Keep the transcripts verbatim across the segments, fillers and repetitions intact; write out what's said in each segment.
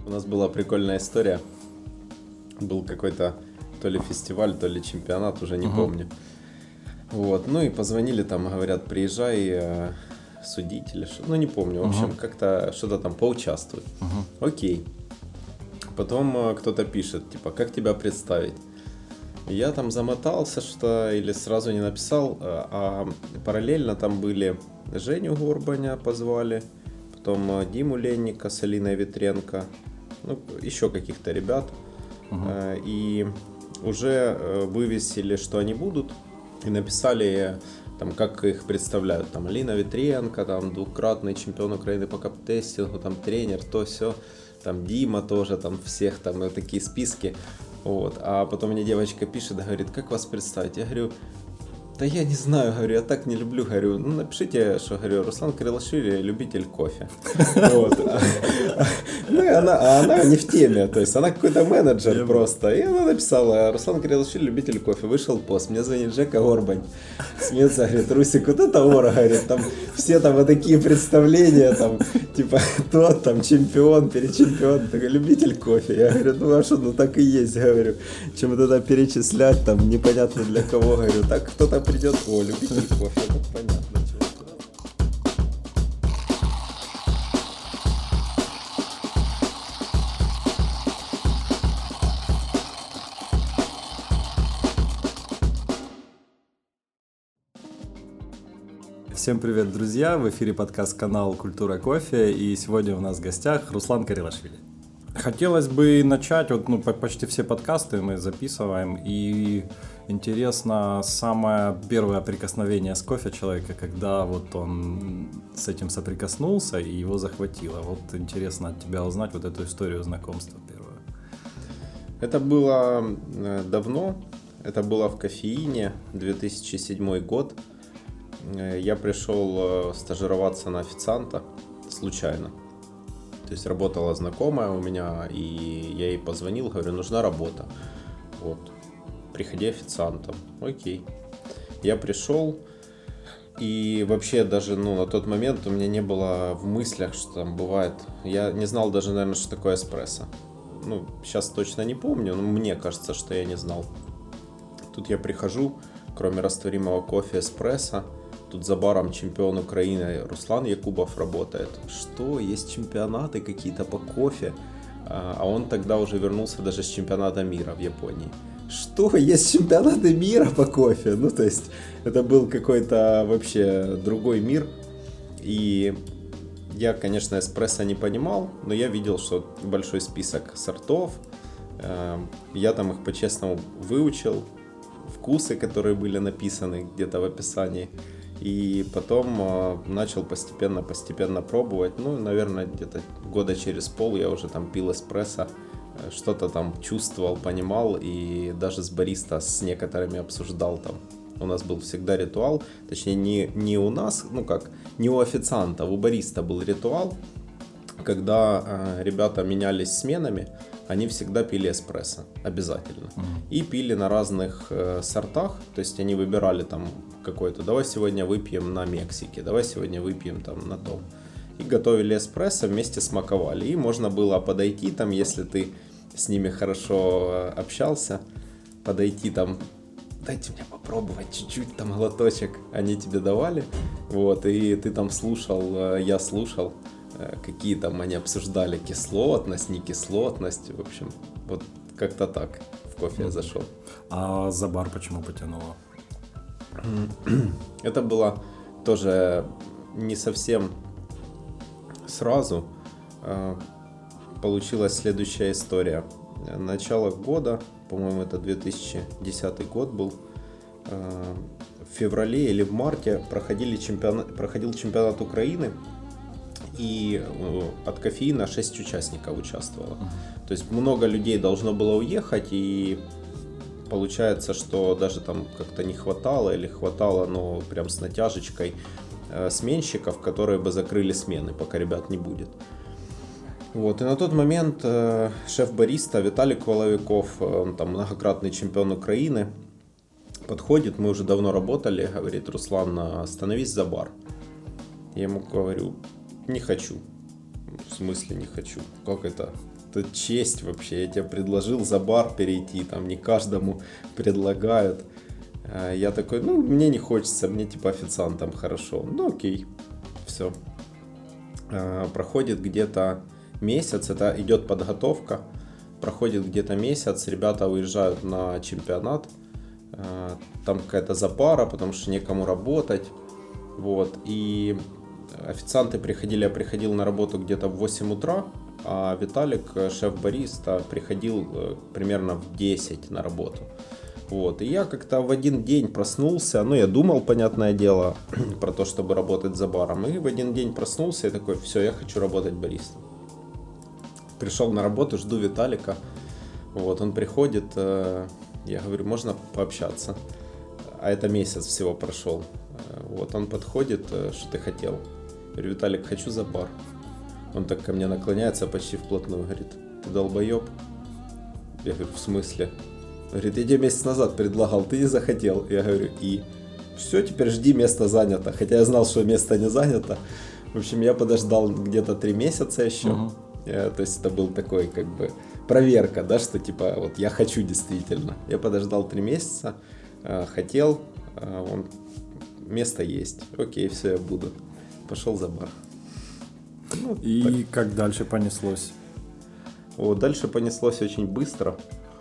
У нас была прикольная история. Был какой-то то ли фестиваль, то ли чемпионат, уже не uh-huh. помню. Вот, ну и позвонили там, говорят, приезжай э, судить или что, ну не помню, в общем, uh-huh. как-то что-то там поучаствуй. Uh-huh. Окей. Потом э, кто-то пишет, типа, как тебя представить? Я там замотался, что или сразу не написал, а, а параллельно там были Женю Горбаня позвали, потом Диму Ленника с Алиной Ветренко, ну, еще каких-то ребят. Uh-huh. И уже вывесили, что они будут, и написали, там, как их представляют. Там Алина Ветренко, там, двукратный чемпион Украины по кап-тестингу, там, тренер, то все, там, Дима тоже, там, всех, там, такие списки. Вот. А потом мне девочка пишет, говорит, как вас представить? Я говорю, да я не знаю, говорю, я так не люблю, говорю, ну напишите, что, говорю, Руслан Крилашвили, любитель кофе. Ну и она, а она не в теме, то есть она какой-то менеджер просто, и она написала, Руслан Крилашвили, любитель кофе, вышел пост, мне звонит Жека Горбань, смеется, говорит, Русик, вот это ора, говорит, там все там вот такие представления, там, типа, тот там чемпион, перечемпион, такой любитель кофе. Я говорю, ну а что, ну так и есть, говорю, чем это перечислять, там, непонятно для кого, говорю, так кто-то придет, о, любитель кофе, ну понятно. Всем привет, друзья! В эфире подкаст канал «Культура кофе», и сегодня у нас в гостях Руслан Карилашвили. Хотелось бы начать, вот, ну, почти все подкасты мы записываем, и интересно самое первое прикосновение с кофе человека, когда вот он с этим соприкоснулся и его захватило. Вот интересно от тебя узнать вот эту историю знакомства первую. Это было давно, это было в кофеине, две тысячи седьмой год. Я пришел стажироваться на официанта случайно. То есть работала знакомая у меня, и я ей позвонил, говорю, нужна работа. Вот, приходи официантом. Окей. Я пришел, и вообще даже ну, на тот момент у меня не было в мыслях, что там бывает. Я не знал даже, наверное, что такое эспрессо. Ну, сейчас точно не помню, но мне кажется, что я не знал. Тут я прихожу, кроме растворимого кофе эспрессо, тут за баром чемпион Украины Руслан Якубов работает. Что, есть чемпионаты какие-то по кофе? А он тогда уже вернулся даже с чемпионата мира в Японии. Что, есть чемпионаты мира по кофе? Ну, то есть, это был какой-то вообще другой мир. И я, конечно, эспрессо не понимал, но я видел, что большой список сортов. Я там их по-честному выучил. Вкусы, которые были написаны где-то в описании. И потом э, начал постепенно-постепенно пробовать. Ну, наверное, где-то года через пол я уже там пил эспрессо, что-то там чувствовал, понимал. И даже с бариста с некоторыми обсуждал там. У нас был всегда ритуал, точнее не, не у нас, ну как, не у официанта, у бариста был ритуал. Когда э, ребята менялись сменами, они всегда пили эспрессо, обязательно. Mm-hmm. И пили на разных э, сортах, то есть они выбирали там какой-то, давай сегодня выпьем на Мексике, давай сегодня выпьем там на том. И готовили эспрессо, вместе смаковали. И можно было подойти там, если ты с ними хорошо общался, подойти там, дайте мне попробовать чуть-чуть, там глоточек, они тебе давали. Вот, и ты там слушал, я слушал. Какие там они обсуждали кислотность, не кислотность, в общем, вот как-то так в кофе я зашел. А за бар почему потянуло? Это было тоже не совсем сразу. Получилась следующая история. Начало года, по-моему, это две тысячи десятый год был. В феврале или в марте проходили чемпионат, проходил чемпионат Украины. И от кофеина шесть участников участвовало. Uh-huh. То есть много людей должно было уехать, и получается, что даже там как-то не хватало или хватало, но прям с натяжечкой э, сменщиков, которые бы закрыли смены, пока ребят не будет. Вот. И на тот момент э, шеф-бариста Виталий Воловиков, он там многократный чемпион Украины, подходит, мы уже давно работали, говорит, Руслан, остановись за бар. Я ему говорю, не хочу. В смысле не хочу? Как это? Это честь вообще. Я тебе предложил за бар перейти, там не каждому предлагают. Я такой, ну, мне не хочется, мне типа официантом хорошо. Ну, окей, все. Проходит где-то месяц, это идет подготовка. Проходит где-то месяц, ребята уезжают на чемпионат. Там какая-то запара, потому что некому работать. Вот. И официанты приходили, я приходил на работу где-то в восемь утра, а Виталик, шеф-бариста, приходил примерно в десять на работу. Вот. И я как-то в один день проснулся, ну я думал, понятное дело, про то, чтобы работать за баром. И в один день проснулся и такой, все, я хочу работать баристом. Пришел на работу, жду Виталика. Вот, он приходит, я говорю, можно пообщаться? А это месяц всего прошел. Вот, он подходит, что ты хотел? Я говорю, Виталик, хочу за бар. Он так ко мне наклоняется почти вплотную, говорит, ты долбоеб? Я говорю, в смысле? Говорит, я тебе месяц назад предлагал, ты не захотел. Я говорю, и все, теперь жди, место занято. Хотя я знал, что место не занято. В общем, я подождал где-то три месяца еще. Uh-huh. Я, то есть это был такой, как бы, проверка, да, что типа, вот я хочу действительно. Я подождал три месяца, э, хотел, э, он, место есть. Окей, все, я буду. Пошел за бар. Ну, и так. Как дальше понеслось? О, дальше понеслось очень быстро.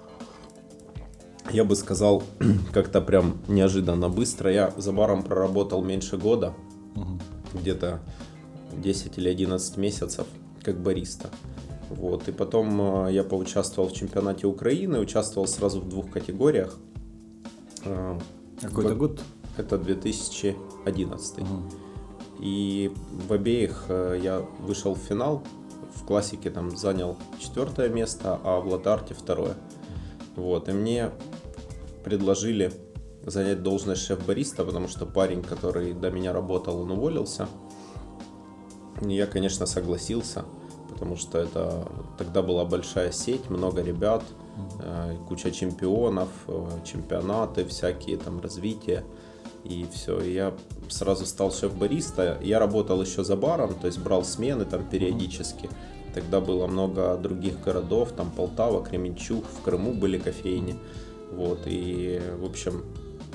Я бы сказал, как-то прям неожиданно быстро. Я за баром проработал меньше года, угу. где-то десять или одиннадцать месяцев, как бариста. Вот. И потом я поучаствовал в чемпионате Украины, участвовал сразу в двух категориях. Какой это год? Это две тысячи одиннадцатый. Угу. И в обеих я вышел в финал. В классике там занял четвертое место, а в латте второе. Вот. И мне предложили занять должность шеф-бариста, потому что парень, который до меня работал, он уволился. И я, конечно, согласился, потому что это тогда была большая сеть, много ребят, куча чемпионов, чемпионаты всякие, там развитие. И все, и я сразу стал шеф-бариста. Я работал еще за баром, то есть брал смены там периодически. Тогда было много других городов, там Полтава, Кременчуг, в Крыму были кофейни. Вот, и, в общем,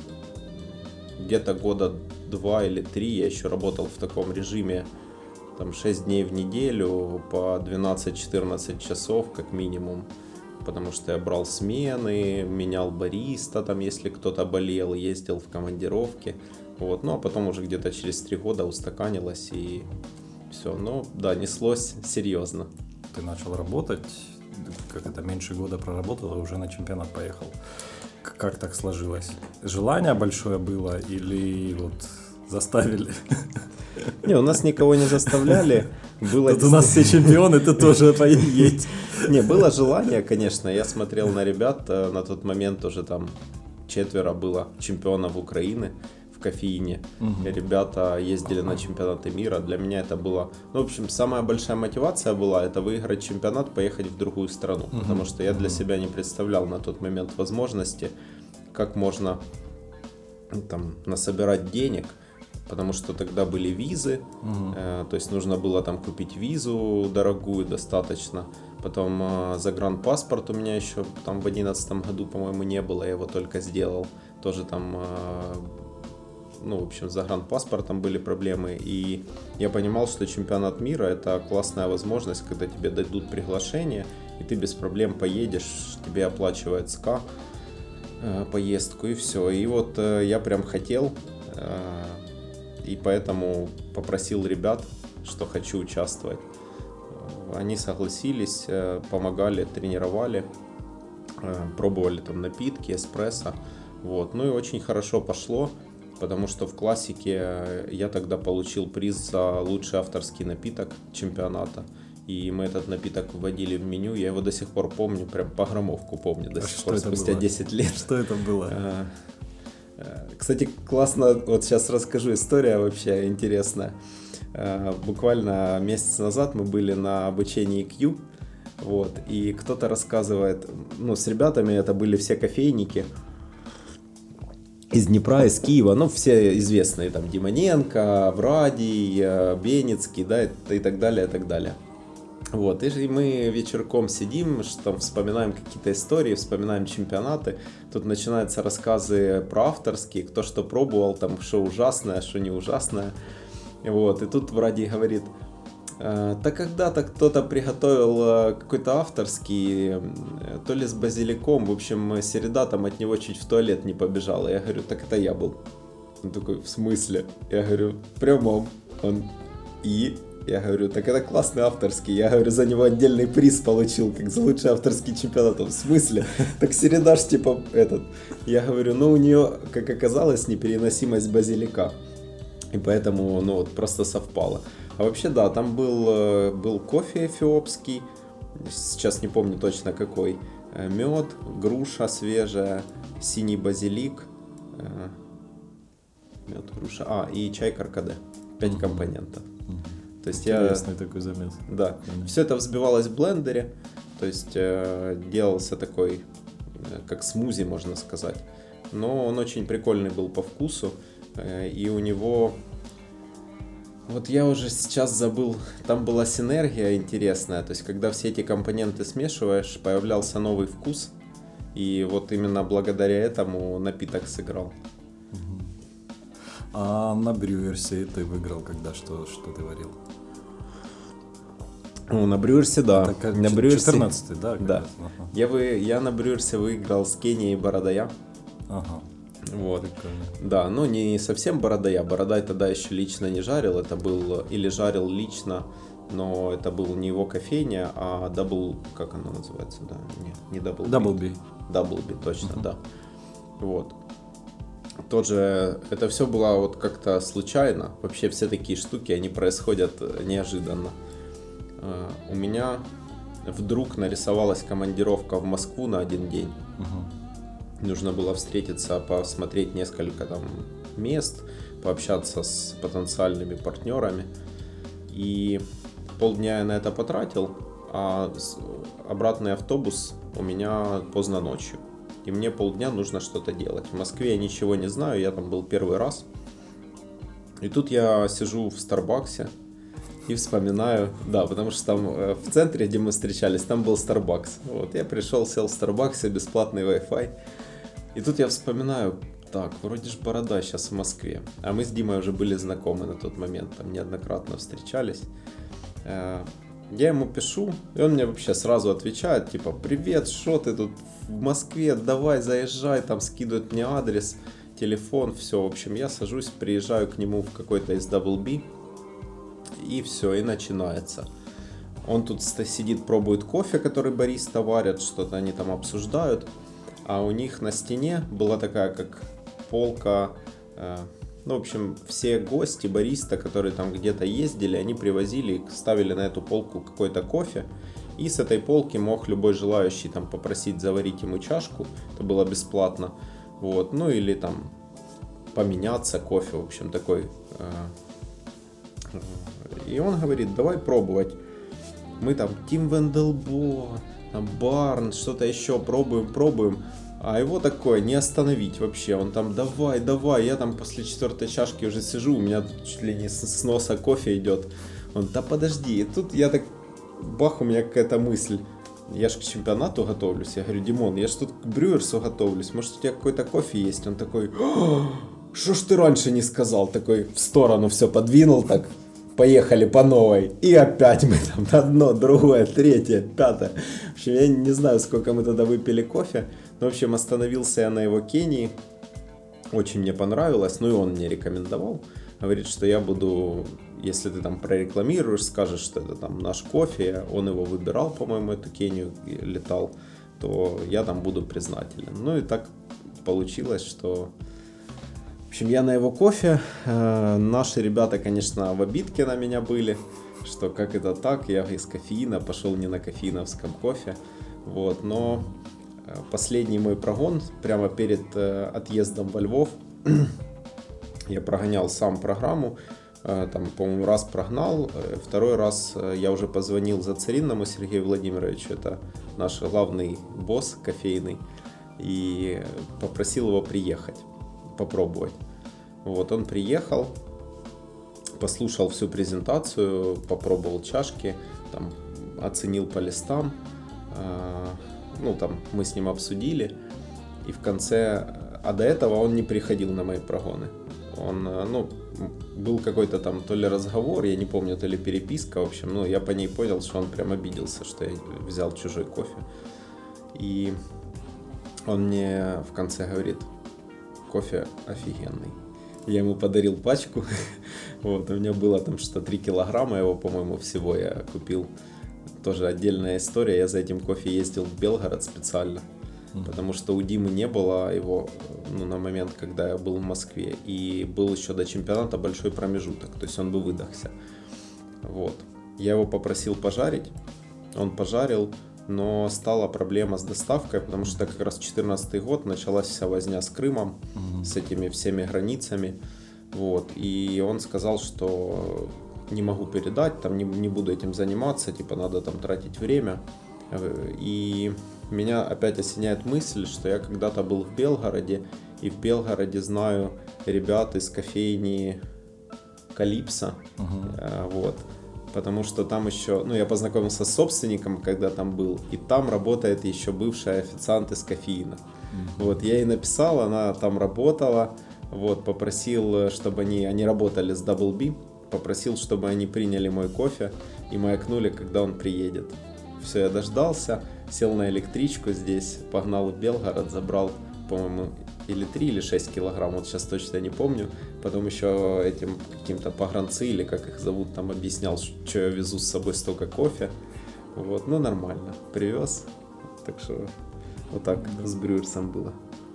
где-то года два или три я еще работал в таком режиме, там шесть дней в неделю, по двенадцать-четырнадцать часов как минимум. Потому что я брал смены, менял бариста, там, если кто-то болел, ездил в командировки. Вот. Ну, а потом уже где-то через три года устаканилось и все. Ну, да, неслось серьезно. Ты начал работать, как это, меньше года проработал, и уже на чемпионат поехал. Как так сложилось? Желание большое было или вот заставили? Не, у нас никого не заставляли. Было Тут у нас все чемпионы, ты тоже поедешь. Не, было желание, конечно. Я смотрел на ребят, на тот момент уже там четверо было чемпионов Украины в кофеине. Угу. Ребята ездили на чемпионаты мира. Для меня это было... Ну, в общем, самая большая мотивация была это выиграть чемпионат, поехать в другую страну. Угу. Потому что я для себя не представлял на тот момент возможности, как можно там насобирать денег. Потому что тогда были визы, угу. э, то есть нужно было там купить визу дорогую достаточно. Потом э, загранпаспорт у меня еще там в одиннадцатом году, по-моему, не было, я его только сделал. Тоже там, э, ну, в общем, с загранпаспортом были проблемы. И я понимал, что чемпионат мира – это классная возможность, когда тебе дадут приглашение, и ты без проблем поедешь, тебе оплачивает СКА э, поездку, и все. И вот э, я прям хотел... Э, И поэтому попросил ребят, что хочу участвовать. Они согласились, помогали, тренировали, пробовали там напитки, эспрессо. Вот. Ну и очень хорошо пошло, потому что в классике я тогда получил приз за лучший авторский напиток чемпионата. И мы этот напиток вводили в меню. Я его до сих пор помню, прям погромовку помню до сих пор, спустя десять лет. Что это было? Кстати, классно, вот сейчас расскажу, история вообще интересная. Буквально месяц назад мы были на обучении Q, вот, и кто-то рассказывает, ну, с ребятами это были все кофейники из Днепра, из Киева, ну, все известные, там, Демоненко, Врадий, Беницкий, да, и так далее, и так далее. Вот, и мы вечерком сидим, что там вспоминаем какие-то истории, вспоминаем чемпионаты. Тут начинаются рассказы про авторские, кто что пробовал, там, что ужасное, что не ужасное. Вот, и тут Врадий говорит: да когда-то кто-то приготовил какой-то авторский, то ли с базиликом, в общем, Середа там от него чуть в туалет не побежала. Я говорю: так это я был. Он такой: в смысле? Я говорю: в прямом. Он: и... Я говорю: так это классный авторский. Я говорю, за него отдельный приз получил, как за лучший авторский чемпионат. В смысле? Так Середа ж типа этот. Я говорю: ну у нее, как оказалось, непереносимость базилика. И поэтому, ну вот, просто совпало. А вообще, да, там был, был кофе эфиопский. Сейчас не помню точно какой. Мед, груша свежая, синий базилик. Мед, груша. А, и чай каркаде. Пять mm-hmm. компонентов. Mm-hmm. То есть Интересный я, такой замес. Да. Mm-hmm. Все это взбивалось в блендере. То есть э, делался такой, э, как смузи, можно сказать. Но он очень прикольный был по вкусу. Э, и у него... Вот я уже сейчас забыл, там была синергия интересная. То есть когда все эти компоненты смешиваешь, появлялся новый вкус. И вот именно благодаря этому напиток сыграл. А на брюерсе ты выиграл, когда что, что ты варил? Ну, на брюерсе, да. Так, на брюерсе... четырнадцатый, да? Да. Ага. Я, вы... я на брюерсе выиграл с Кенией Бородая. Ага. Вот. Прикольно. Да, но не совсем Бородая. Бородай тогда еще лично не жарил. Это был, или жарил лично, но это был не его кофейня, а дабл, как оно называется, да? Не, не дабл би. Дабл би. Дабл би, точно, uh-huh. да. Вот. Тоже это все было вот как-то случайно. Вообще все такие штуки, они происходят неожиданно. У меня вдруг нарисовалась командировка в Москву на один день. Uh-huh. Нужно было встретиться, посмотреть несколько там мест, пообщаться с потенциальными партнерами. И полдня я на это потратил, а обратный автобус у меня поздно ночью. И мне полдня нужно что-то делать. В Москве я ничего не знаю, я там был первый раз. И тут я сижу в Старбаксе и вспоминаю, да, потому что там в центре, где мы встречались, там был Starbucks. Вот, я пришел, сел в Старбаксе, бесплатный Wi-Fi. И тут я вспоминаю, так, вроде же Борода сейчас в Москве. А мы с Димой уже были знакомы на тот момент, там неоднократно встречались. Я ему пишу, и он мне вообще сразу отвечает, типа: привет, что ты тут в Москве, давай заезжай, там скидывает мне адрес, телефон, все. В общем, я сажусь, приезжаю к нему в какой-то из дабл би, и все, и начинается. Он тут сидит, пробует кофе, который бариста варят, что-то они там обсуждают, а у них на стене была такая, как полка... Ну, в общем, все гости, бариста, которые там где-то ездили, они привозили и ставили на эту полку какой-то кофе. И с этой полки мог любой желающий там попросить заварить ему чашку. Это было бесплатно. Вот. Ну, или там поменяться кофе, в общем, такой. И он говорит: давай пробовать. Мы там Тим Венделбо, там Барн, что-то еще пробуем, пробуем. А его такое не остановить вообще. Он там: давай, давай. Я там после четвертой чашки уже сижу, у меня чуть ли не с носа кофе идет. Он: да подожди. И тут я так, бах, у меня какая-то мысль. Я ж к чемпионату готовлюсь. Я говорю: Димон, я ж тут к брюерсу готовлюсь. Может, у тебя какой-то кофе есть? Он такой: что ж ты раньше не сказал? Такой в сторону все подвинул так. Поехали по новой. И опять мы там одно, другое, третье, пятое. В общем, я не знаю, сколько мы тогда выпили кофе. Но, в общем, остановился я на его Кении. Очень мне понравилось. Ну и он мне рекомендовал. Говорит, что я буду, если ты там прорекламируешь, скажешь, что это там наш кофе. Он его выбирал, по-моему, эту Кению, летал. То я там буду признателен. Ну и так получилось, что... В общем, я на его кофе. Э, наши ребята, конечно, в обидке на меня были, что как это так, я из кофеина пошел не на кофеиновском кофе. Вот, но последний мой прогон, прямо перед э, отъездом во Львов, я прогонял сам программу, э, там, по-моему, раз прогнал, э, второй раз э, я уже позвонил Зацаринному Сергею Владимировичу, это наш главный босс кофейный, и попросил его приехать, попробовать. Вот, он приехал, послушал всю презентацию, попробовал чашки, там оценил по листам, ну там мы с ним обсудили, и в конце, а до этого он не приходил на мои прогоны. Он, ну, был какой-то там то ли разговор, я не помню, то ли переписка, в общем, ну, я по ней понял, что он прям обиделся, что я взял чужой кофе. И он мне в конце говорит: кофе офигенный. Я ему подарил пачку, вот, у меня было там что-то три килограмма его, по-моему, всего я купил. Тоже отдельная история, я за этим кофе ездил в Белгород специально. Потому что у Димы не было его, ну, на момент, когда я был в Москве. И был еще до чемпионата большой промежуток. То есть он бы выдохся. Вот. Я его попросил пожарить. Он пожарил. Но стала проблема с доставкой. Потому что как раз четырнадцатый год началась вся возня с Крымом. Mm-hmm. С этими всеми границами. Вот. И он сказал, что не могу передать. Там не, не буду этим заниматься. Типа надо там тратить время. И меня опять осеняет мысль, что я когда-то был в Белгороде, и в Белгороде знаю ребят из кофейни Калипсо, uh-huh. вот, потому что там еще, ну, я познакомился с собственником, когда там был, и там работает еще бывшая официант из кофеина. Uh-huh. Вот, я ей написал, она там работала, вот, попросил, чтобы они, они работали с Double B, попросил, чтобы они приняли мой кофе и маякнули, когда он приедет. Все, я дождался, сел на электричку здесь, погнал в Белгород, забрал, по-моему, или три, или шесть килограмм, вот сейчас точно не помню. Потом еще этим каким-то погранцы, или как их зовут, там объяснял, что я везу с собой столько кофе. Вот, ну нормально, привез. Так что вот так с Брюерсом было.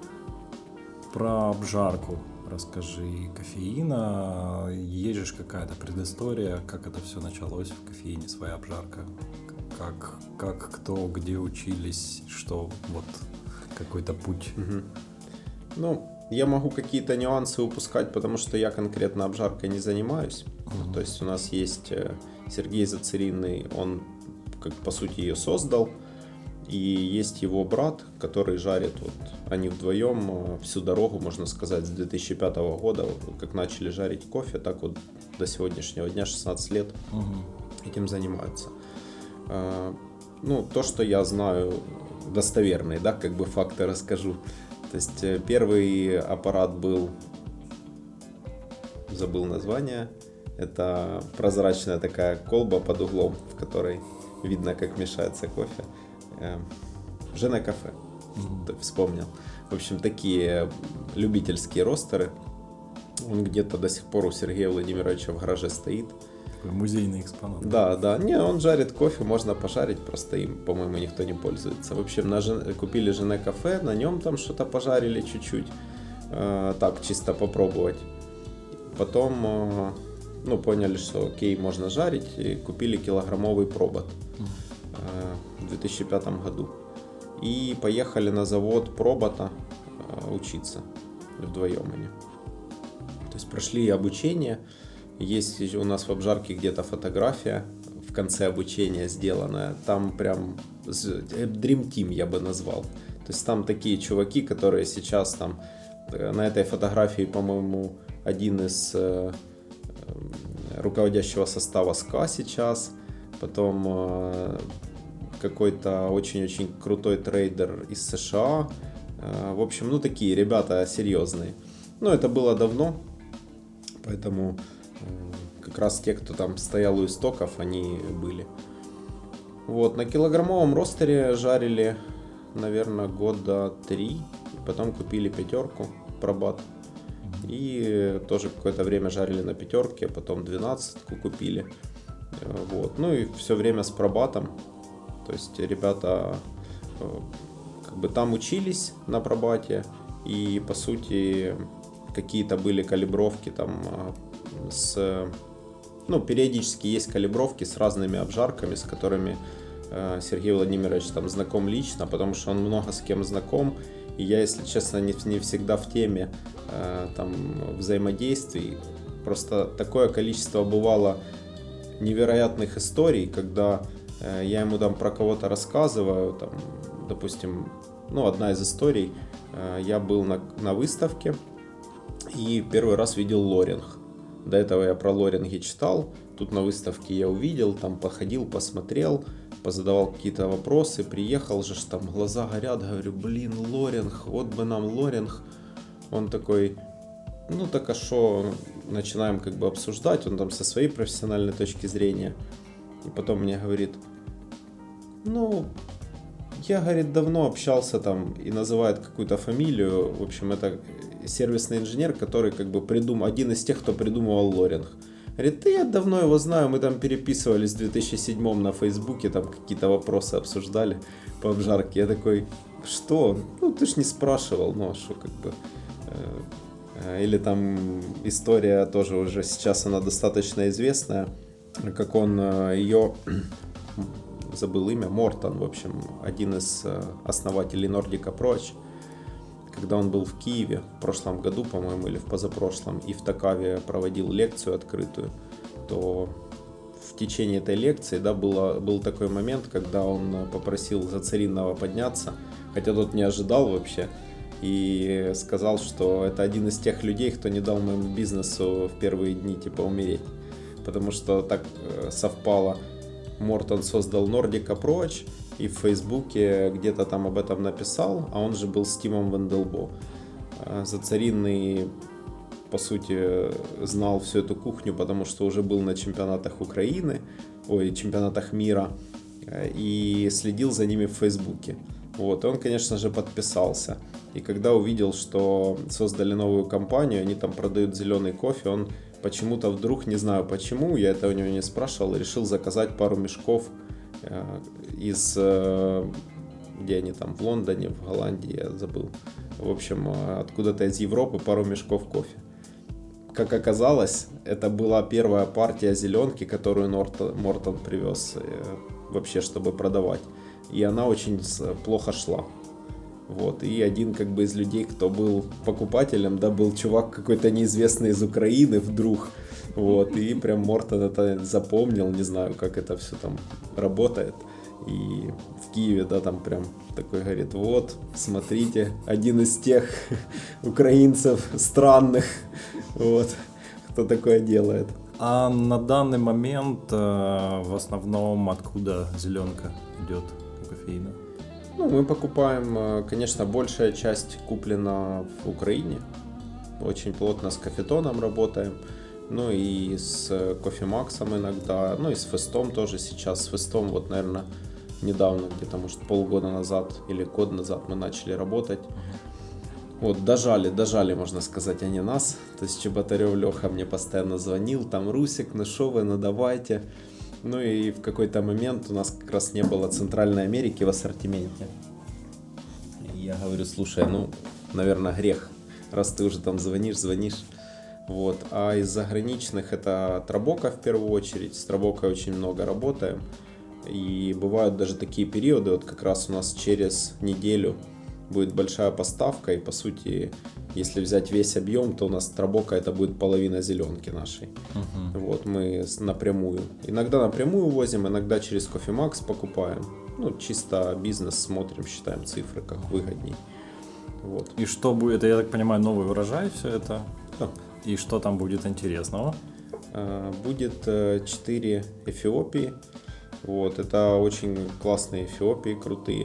Про обжарку расскажи. Кофеина, есть же какая-то предыстория, как это все началось в кофеине, своя обжарка. Как, как, кто, где учились, что, вот, какой-то путь. Угу. Ну, я могу какие-то нюансы упускать, потому что я конкретно обжаркой не занимаюсь. Угу. То есть у нас есть Сергей Зацаринный, он, как по сути, ее создал. И есть его брат, который жарит, вот, они вдвоем всю дорогу, можно сказать, с две тысячи пятого года, как начали жарить кофе, так вот до сегодняшнего дня, шестнадцать лет, угу. этим занимаются. Ну, то, что я знаю, достоверные, да, как бы факты расскажу. То есть первый аппарат был, забыл название, это прозрачная такая колба под углом, в которой видно, как мешается кофе. Женекафе, mm-hmm. вспомнил. В общем, такие любительские ростеры. Он где-то до сих пор у Сергея Владимировича в гараже стоит. Музейный экспонат. Да, да. Не, он жарит кофе, можно пожарить, просто им, по-моему, никто не пользуется. В общем, на жен... купили Женекафе, на нем там что-то пожарили чуть-чуть. Э, так, чисто попробовать. Потом, э, ну, поняли, что окей, можно жарить, и купили килограммовый пробот э, в две тысячи пятом году. И поехали на завод пробота э, учиться вдвоем они. То есть прошли обучение. Есть у нас в обжарке где-то фотография в конце обучения сделанная. Там прям Dream Team я бы назвал. То есть там такие чуваки, которые сейчас там на этой фотографии, по-моему, один из э, руководящего состава СКА сейчас. Потом э, какой-то очень-очень крутой трейдер из США. Э, в общем, ну такие ребята серьезные. Но это было давно, поэтому как раз те, кто там стоял у истоков, они были. Вот, на килограммовом ростере жарили, наверное, года три. Потом купили пятерку, пробат. И тоже какое-то время жарили на пятерке, потом двенадцатку купили. Вот, ну и все время с пробатом. То есть ребята как бы там учились на пробате. И по сути какие-то были калибровки там с... Ну, периодически есть калибровки с разными обжарками, с которыми э, Сергей Владимирович там знаком лично, потому что он много с кем знаком. И я, если честно, не, не всегда в теме э, там, взаимодействий. Просто такое количество бывало невероятных историй, когда э, я ему там про кого-то рассказываю. Там, допустим, ну, одна из историй. Э, я был на, на выставке и первый раз видел лоринг. До этого я про лоринги читал, тут на выставке я увидел, там походил, посмотрел, позадавал какие-то вопросы, приехал же, там глаза горят, говорю, блин, лоринг, вот бы нам лоринг. Он такой, ну так а шо, начинаем как бы обсуждать, он там со своей профессиональной точки зрения. И потом мне говорит, ну, я, говорит, давно общался там и называет какую-то фамилию. В общем, это сервисный инженер, который как бы придумал, один из тех, кто придумывал лоринг. Говорит, да я давно его знаю, мы там переписывались в две тысячи седьмом на Фейсбуке, там какие-то вопросы обсуждали по обжарке. Я такой, что? Ну, ты ж не спрашивал, ну, а что как бы... Или там история тоже уже сейчас, она достаточно известная, как он ее... забыл имя, Мортон, в общем, один из основателей Nordic Approach, когда он был в Киеве в прошлом году, по-моему, или в позапрошлом, и в Токаве проводил лекцию открытую, то в течение этой лекции, да, было, был такой момент, когда он попросил Зацаринного подняться, хотя тот не ожидал вообще, и сказал, что это один из тех людей, кто не дал моему бизнесу в первые дни типа умереть, потому что так совпало. Мортон создал Nordic Approach и в Фейсбуке где-то там об этом написал, а он же был с Тимом Венделбо. Зацаринный, по сути, знал всю эту кухню, потому что уже был на чемпионатах Украины, ой, чемпионатах мира, и следил за ними в Фейсбуке. Вот, и он, конечно же, подписался. И когда увидел, что создали новую компанию, они там продают зеленый кофе, он почему-то вдруг, не знаю почему, я это у него не спрашивал, решил заказать пару мешков из, где они там, в Лондоне, в Голландии, я забыл. В общем, откуда-то из Европы пару мешков кофе. Как оказалось, это была первая партия зеленки, которую Нортон, Мортон привез вообще, чтобы продавать. И она очень плохо шла. Вот. И один как бы из людей, кто был покупателем, да, был чувак какой-то неизвестный из Украины вдруг. Вот. И прям Мортон это запомнил, не знаю, как это все там работает. И в Киеве, да, там прям такой говорит, вот, смотрите, один из тех украинцев странных, вот, кто такое делает. А на данный момент э, в основном откуда зеленка идет у кофеина? Ну, мы покупаем, конечно, большая часть куплена в Украине. Очень плотно с Кофетоном работаем. Ну и с Кофемаксом иногда. Ну и с Фестом тоже сейчас. С Фестом вот, наверное, недавно, где-то, может, полгода назад или год назад мы начали работать. Вот, дожали, дожали, можно сказать, они нас. То есть Чеботарев Леха мне постоянно звонил. Там, Русик, ну шо вы, ну давайте. Ну и в какой-то момент у нас как раз не было Центральной Америки в ассортименте. И я говорю, слушай, ну, наверное, грех, раз ты уже там звонишь, звонишь. Вот. А из заграничных это Трабока в первую очередь. С Трабокой очень много работаем. И бывают даже такие периоды, вот как раз у нас через неделю будет большая поставка. И по сути, если взять весь объем, то у нас Трабока это будет половина зеленки нашей. Uh-huh. Вот, мы напрямую. Иногда напрямую возим, иногда через Кофемакс покупаем. Ну, чисто бизнес смотрим, считаем цифры, как выгодней. Вот. И что будет, я так понимаю, новый урожай все это? Да. И что там будет интересного? Будет четыре Эфиопии. Вот, это очень классные Эфиопии, крутые.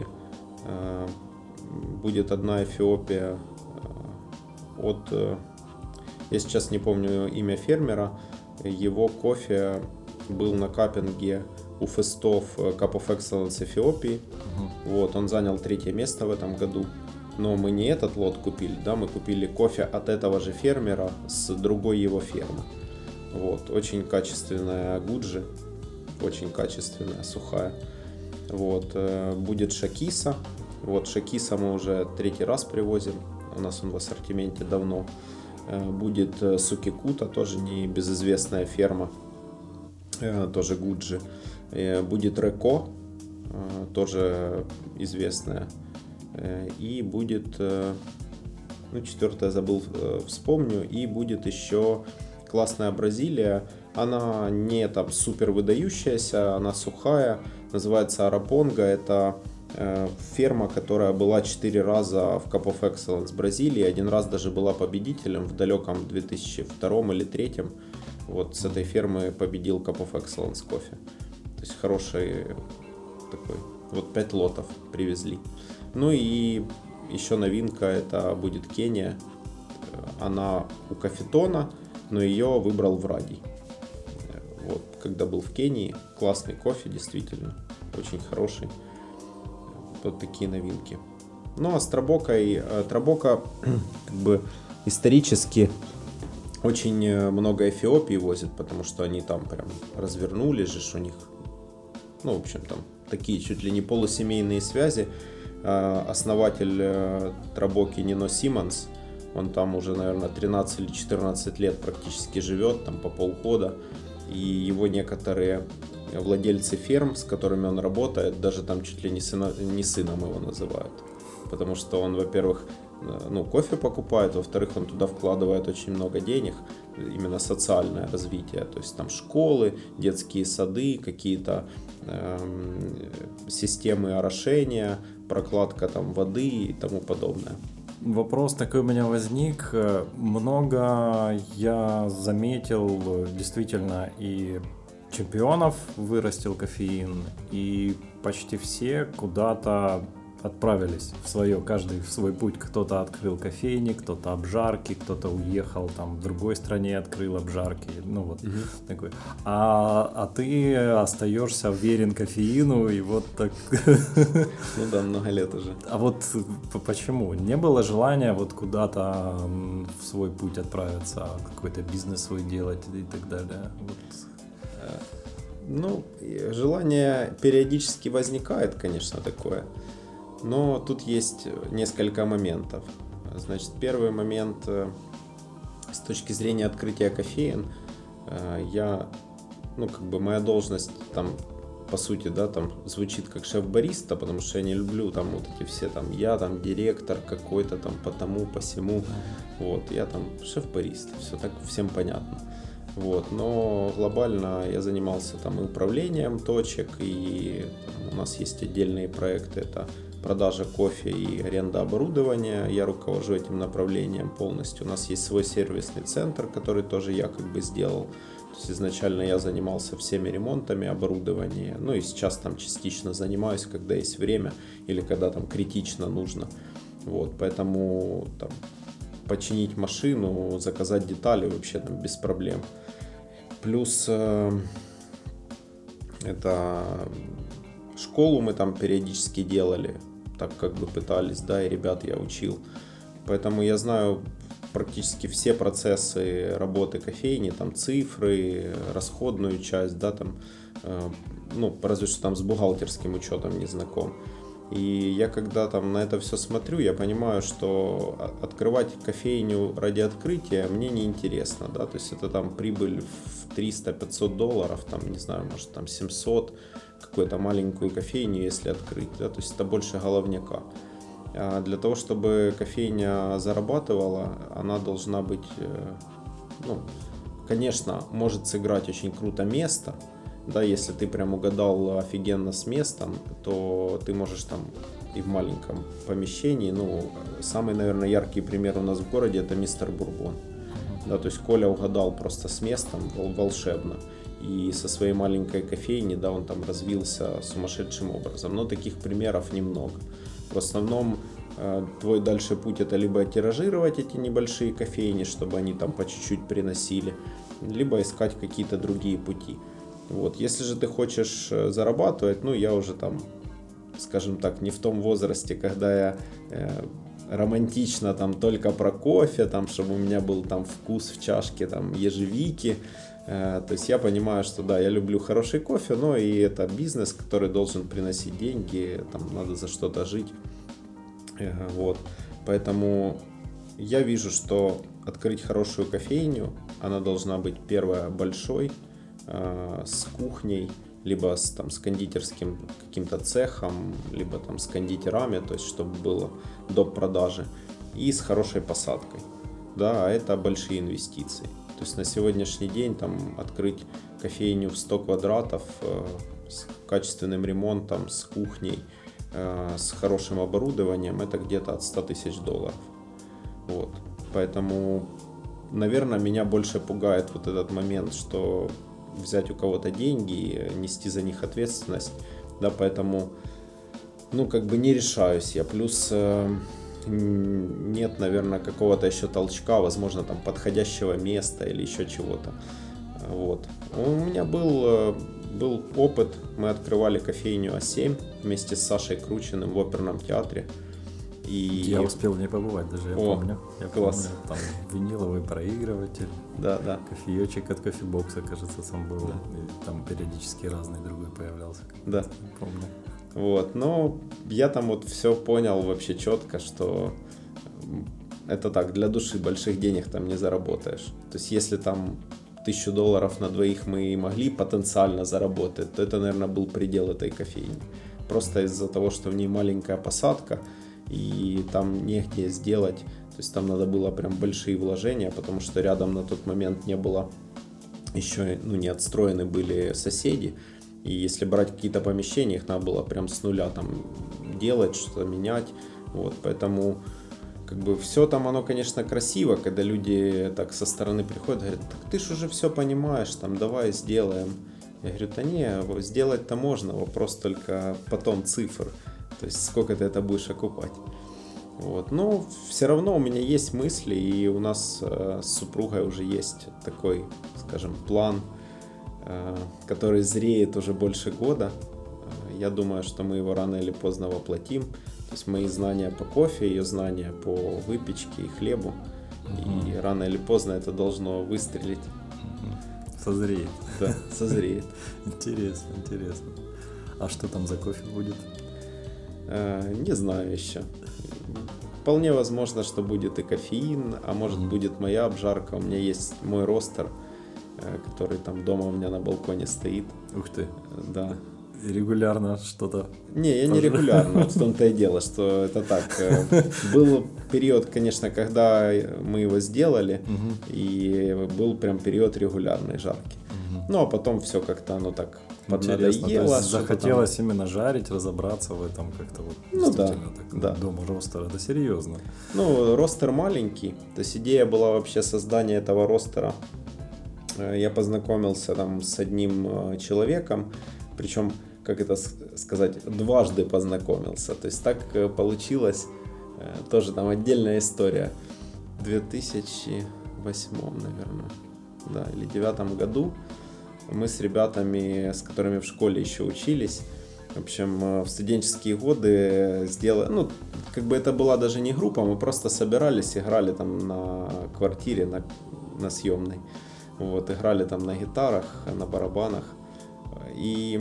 Будет одна Эфиопия от, я сейчас не помню имя фермера, его кофе был на каппинге у фестов Cup of Excellence Эфиопии. Uh-huh. Вот, он занял третье место в этом году. Но мы не этот лот купили, да, мы купили кофе от этого же фермера с другой его фермы. Вот, очень качественная гуджи, очень качественная, сухая. Вот, будет Шакиса. Вот, Шакиса мы уже третий раз привозим, у нас он в ассортименте давно. Будет Сукикута, тоже не безызвестная ферма, тоже гуджи. Будет Реко, тоже известная. И будет, ну, четвертое забыл, вспомню, и будет еще классная Бразилия. Она не там супер выдающаяся, она сухая, называется Арапонга. Это ферма, которая была четыре раза в Cup of Excellence Бразилии, один раз даже была победителем в далеком две тысячи втором или две тысячи третьем. Вот с этой фермы победил Cup of Excellence кофе. То есть хороший, такой. Вот пять лотов привезли. Ну и еще новинка, это будет Кения. Она у Кофетона, но ее выбрал Врадий. Вот, когда был в Кении, классный кофе, действительно, очень хороший. Вот такие новинки. Ну а с Трабокой, Трабока как бы исторически очень много Эфиопии возят, потому что они там прям развернулись же, у них, ну, в общем, там такие чуть ли не полусемейные связи. Основатель Трабоки Нино Симмонс, он там уже, наверное, тринадцать или четырнадцать лет практически живет, там по полгода. И его некоторые владельцы ферм, с которыми он работает, даже там чуть ли не, сына, не сыном его называют. Потому что он, во-первых, ну, кофе покупает, во-вторых, он туда вкладывает очень много денег, именно социальное развитие. То есть там школы, детские сады, какие-то э, системы орошения, прокладка там воды и тому подобное. Вопрос такой у меня возник. Много я заметил действительно и чемпионов вырастил кофеин, и почти все куда-то отправились в свое, каждый в свой путь. Кто-то открыл кофейни, кто-то обжарки, кто-то уехал там в другой стране, открыл обжарки. Ну вот угу. такой. А, а ты остаешься верен кофеину, и вот так. Ну да, много лет уже. А вот почему? Не было желания вот куда-то в свой путь отправиться, какой-то бизнес свой делать и так далее? Вот. Ну, желание периодически возникает, конечно, такое. Но тут есть несколько моментов. Значит, первый момент, с точки зрения открытия кофеен, я, ну, как бы моя должность там, по сути, да, там звучит как шеф-бариста, потому что я не люблю там вот эти все там, я там директор какой-то там по тому, по сему, вот, я там шеф-бариста, все так всем понятно. Вот, но глобально я занимался там и управлением точек, и там, у нас есть отдельные проекты, это продажа кофе и аренда оборудования. Я руковожу этим направлением полностью. У нас есть свой сервисный центр, который тоже я как бы сделал. То есть изначально я занимался всеми ремонтами оборудования, ну и сейчас там частично занимаюсь, когда есть время или когда там критично нужно. Вот, поэтому там починить машину, заказать детали вообще там без проблем. Плюс э, это школу мы там периодически делали, так как бы пытались, да, и ребят я учил. Поэтому я знаю практически все процессы работы кофейни, там цифры, расходную часть, да, там, э, ну, разве что там с бухгалтерским учетом не знаком. И я когда там на это все смотрю, я понимаю, что открывать кофейню ради открытия мне неинтересно, да, то есть это там прибыль в триста-пятьсот долларов, там, не знаю, может там семьсот, какую-то маленькую кофейню, если открыть, да, то есть это больше головняка. А для того, чтобы кофейня зарабатывала, она должна быть, ну, конечно, может сыграть очень круто место. Да, если ты прям угадал офигенно с местом, то ты можешь там и в маленьком помещении. Ну, самый, наверное, яркий пример у нас в городе — это мистер Бурбон. Да, то есть Коля угадал просто с местом волшебно. И со своей маленькой кофейни, да, он там развился сумасшедшим образом. Но таких примеров немного. В основном э, твой дальше путь — это либо тиражировать эти небольшие кофейни, чтобы они там по чуть-чуть приносили, либо искать какие-то другие пути. Вот. Если же ты хочешь зарабатывать, ну, я уже там, скажем так, не в том возрасте, когда я э, романтично там только про кофе, там, чтобы у меня был там вкус в чашке там ежевики. Э, то есть я понимаю, что да, я люблю хороший кофе, но и это бизнес, который должен приносить деньги, там надо за что-то жить. Э, вот. Поэтому я вижу, что открыть хорошую кофейню, она должна быть, первая, большой, с кухней, либо с, там, с кондитерским каким-то цехом, либо там с кондитерами, то есть чтобы было доп. Продажи, и с хорошей посадкой. Да, а это большие инвестиции. То есть на сегодняшний день там открыть кофейню в сто квадратов э, с качественным ремонтом, с кухней, э, с хорошим оборудованием, это где-то от ста тысяч долларов. Вот. Поэтому, наверное, меня больше пугает вот этот момент, что взять у кого-то деньги, нести за них ответственность, да, поэтому, ну, как бы не решаюсь я. Плюс э, нет, наверное, какого-то еще толчка, возможно, там подходящего места или еще чего-то. Вот. У меня был, был опыт, мы открывали кофейню А семь вместе с Сашей Кручиным в оперном театре. И... Я успел не побывать даже, я О, помню. Я класс. помню, там виниловый проигрыватель, да, да. кофеечек от кофебокса, кажется, сам был. Да. И там периодически разный другой появлялся. Да. Помню. Вот, но я там вот все понял вообще четко, что это так, для души больших денег там не заработаешь. То есть если там тысячу долларов на двоих мы могли потенциально заработать, то это, наверное, был предел этой кофейни. Просто из-за того, что в ней маленькая посадка, и там негде сделать, то есть там надо было прям большие вложения, потому что рядом на тот момент не было еще, ну, не отстроены были соседи, и если брать какие-то помещения, их надо было прям с нуля там делать, что-то менять, вот, поэтому как бы все там, оно, конечно, красиво, когда люди так со стороны приходят, говорят, так ты ж уже все понимаешь, там, давай сделаем. Я говорю, да не, сделать-то можно, вопрос только потом цифр. То есть сколько ты это будешь окупать. Вот. Но все равно у меня есть мысли, и у нас э, с супругой уже есть такой, скажем, план, э, который зреет уже больше года. Э, я думаю, что мы его рано или поздно воплотим. То есть мои знания по кофе, ее знания по выпечке и хлебу. Mm-hmm. И рано или поздно это должно выстрелить. Mm-hmm. Созреет. Да, созреет. Интересно, интересно. А что там за кофе будет? Не знаю еще. Вполне возможно, что будет и кофеин, а может mm-hmm. будет моя обжарка. У меня есть мой ростер, который там дома у меня на балконе стоит. Ух ты. Да. И регулярно что-то? Не, я не регулярно. Вот в том-то и дело, что это так. Был период, конечно, когда мы его сделали, mm-hmm. и был прям период регулярной жарки. Mm-hmm. Ну, а потом все как-то оно так поднадоело. Захотелось там... именно жарить, разобраться в этом как-то вот. Ну да, так, да. Дома ростера, да серьезно. Ну, ростер маленький. То есть идея была вообще создания этого ростера. Я познакомился там с одним человеком, причем, как это сказать, дважды познакомился. То есть так получилось, тоже там отдельная история. В две тысячи восьмом, наверное, да, или две тысячи девятом году мы с ребятами, с которыми в школе еще учились, в общем, в студенческие годы сделали, ну, как бы это была даже не группа, мы просто собирались, играли там на квартире, на, на съемной, вот, играли там на гитарах, на барабанах, и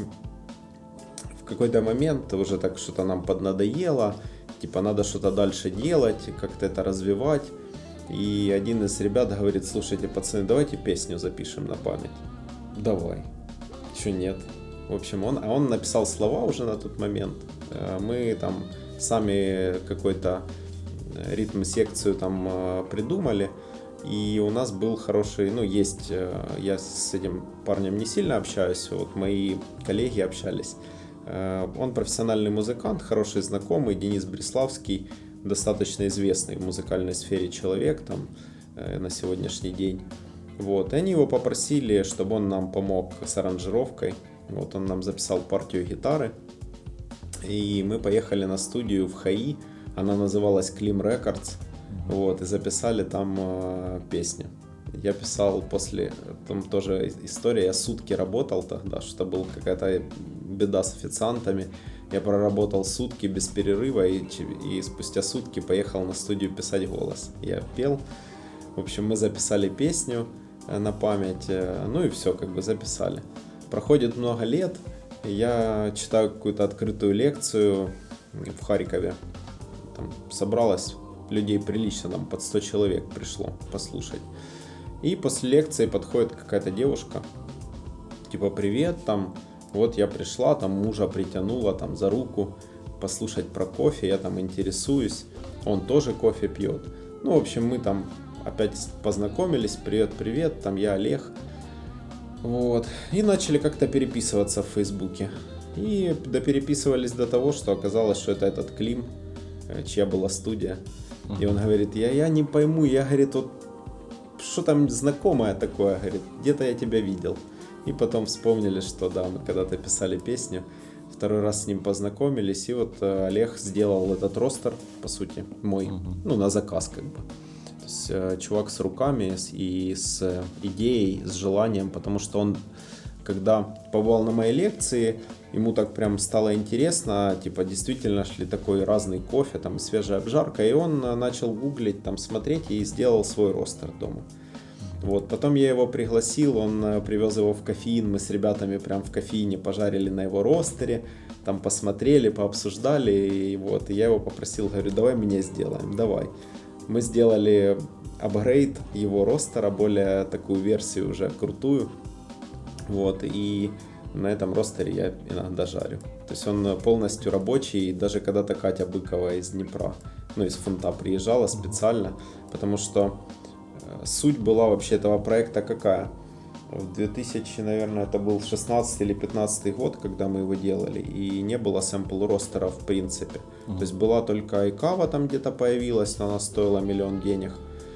в какой-то момент уже так что-то нам поднадоело, типа надо что-то дальше делать, как-то это развивать, и один из ребят говорит, слушайте, пацаны, давайте песню запишем на память. Давай. Еще нет. В общем, он, а он написал слова уже на тот момент. Мы там сами какой-то ритм-секцию там придумали. И у нас был хороший, ну, есть, я с этим парнем не сильно общаюсь, вот мои коллеги общались. Он профессиональный музыкант, хороший знакомый, Денис Бриславский, достаточно известный в музыкальной сфере человек там на сегодняшний день. Вот, и они его попросили, чтобы он нам помог с аранжировкой. Вот, он нам записал партию гитары. И мы поехали на студию в ХАИ. Она называлась Klim Records. Вот, и записали там э, песню. Я писал после, там тоже история, я сутки работал тогда, что была какая-то беда с официантами. Я проработал сутки без перерыва и, и спустя сутки поехал на студию писать голос. Я пел. В общем, мы записали песню на память, ну и все, как бы записали. Проходит много лет, я читаю какую-то открытую лекцию в Харькове. Там собралось людей прилично, там под сто человек пришло послушать. И после лекции подходит какая-то девушка, типа привет, там, вот я пришла, там мужа притянула там за руку послушать про кофе, я там интересуюсь, он тоже кофе пьет. Ну, в общем, мы там опять познакомились, привет-привет, там я Олег. Вот. И начали как-то переписываться в Фейсбуке. И допереписывались до того, что оказалось, что это этот Клим, чья была студия. Uh-huh. И он говорит, я, я не пойму, я, говорит, вот что там знакомое такое, говорит, где-то я тебя видел. И потом вспомнили, что да, мы когда-то писали песню. второй раз с ним познакомились, и вот Олег сделал этот ростер, по сути, мой, uh-huh. ну, на заказ как бы. То есть чувак с руками и с идеей, с желанием, потому что он, когда побывал на моей лекции, ему так прям стало интересно, типа, действительно ли такой разный кофе, там, свежая обжарка, и он начал гуглить, там, смотреть и сделал свой ростер дома. Вот, потом я его пригласил, он привез его в кофеин, мы с ребятами прям в кофеине пожарили на его ростере, там посмотрели, пообсуждали, и вот, и я его попросил, говорю, давай меня сделаем, давай. Мы сделали апгрейд его ростера, более такую версию уже крутую, вот, и на этом ростере я иногда жарю. То есть он полностью рабочий, даже когда-то Катя Быкова из Днепра, ну, из Фунта приезжала специально, потому что суть была вообще этого проекта какая? В две тысячи, наверное, это был шестнадцатый или пятнадцатый год, когда мы его делали, и не было сэмпл ростера в принципе. Mm-hmm. То есть была только айкава там где-то появилась, но она стоила миллион денег,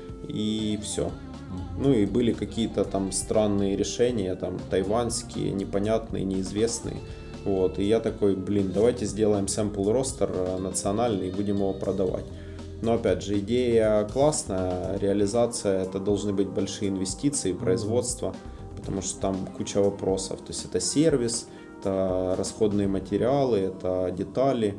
и все. Mm-hmm. Ну и были какие-то там странные решения, там тайваньские, непонятные, неизвестные. Вот, и я такой, блин, давайте сделаем сэмпл ростер национальный и будем его продавать. Но опять же, идея классная, реализация, это должны быть большие инвестиции, производство, потому что там куча вопросов. То есть это сервис, это расходные материалы, это детали,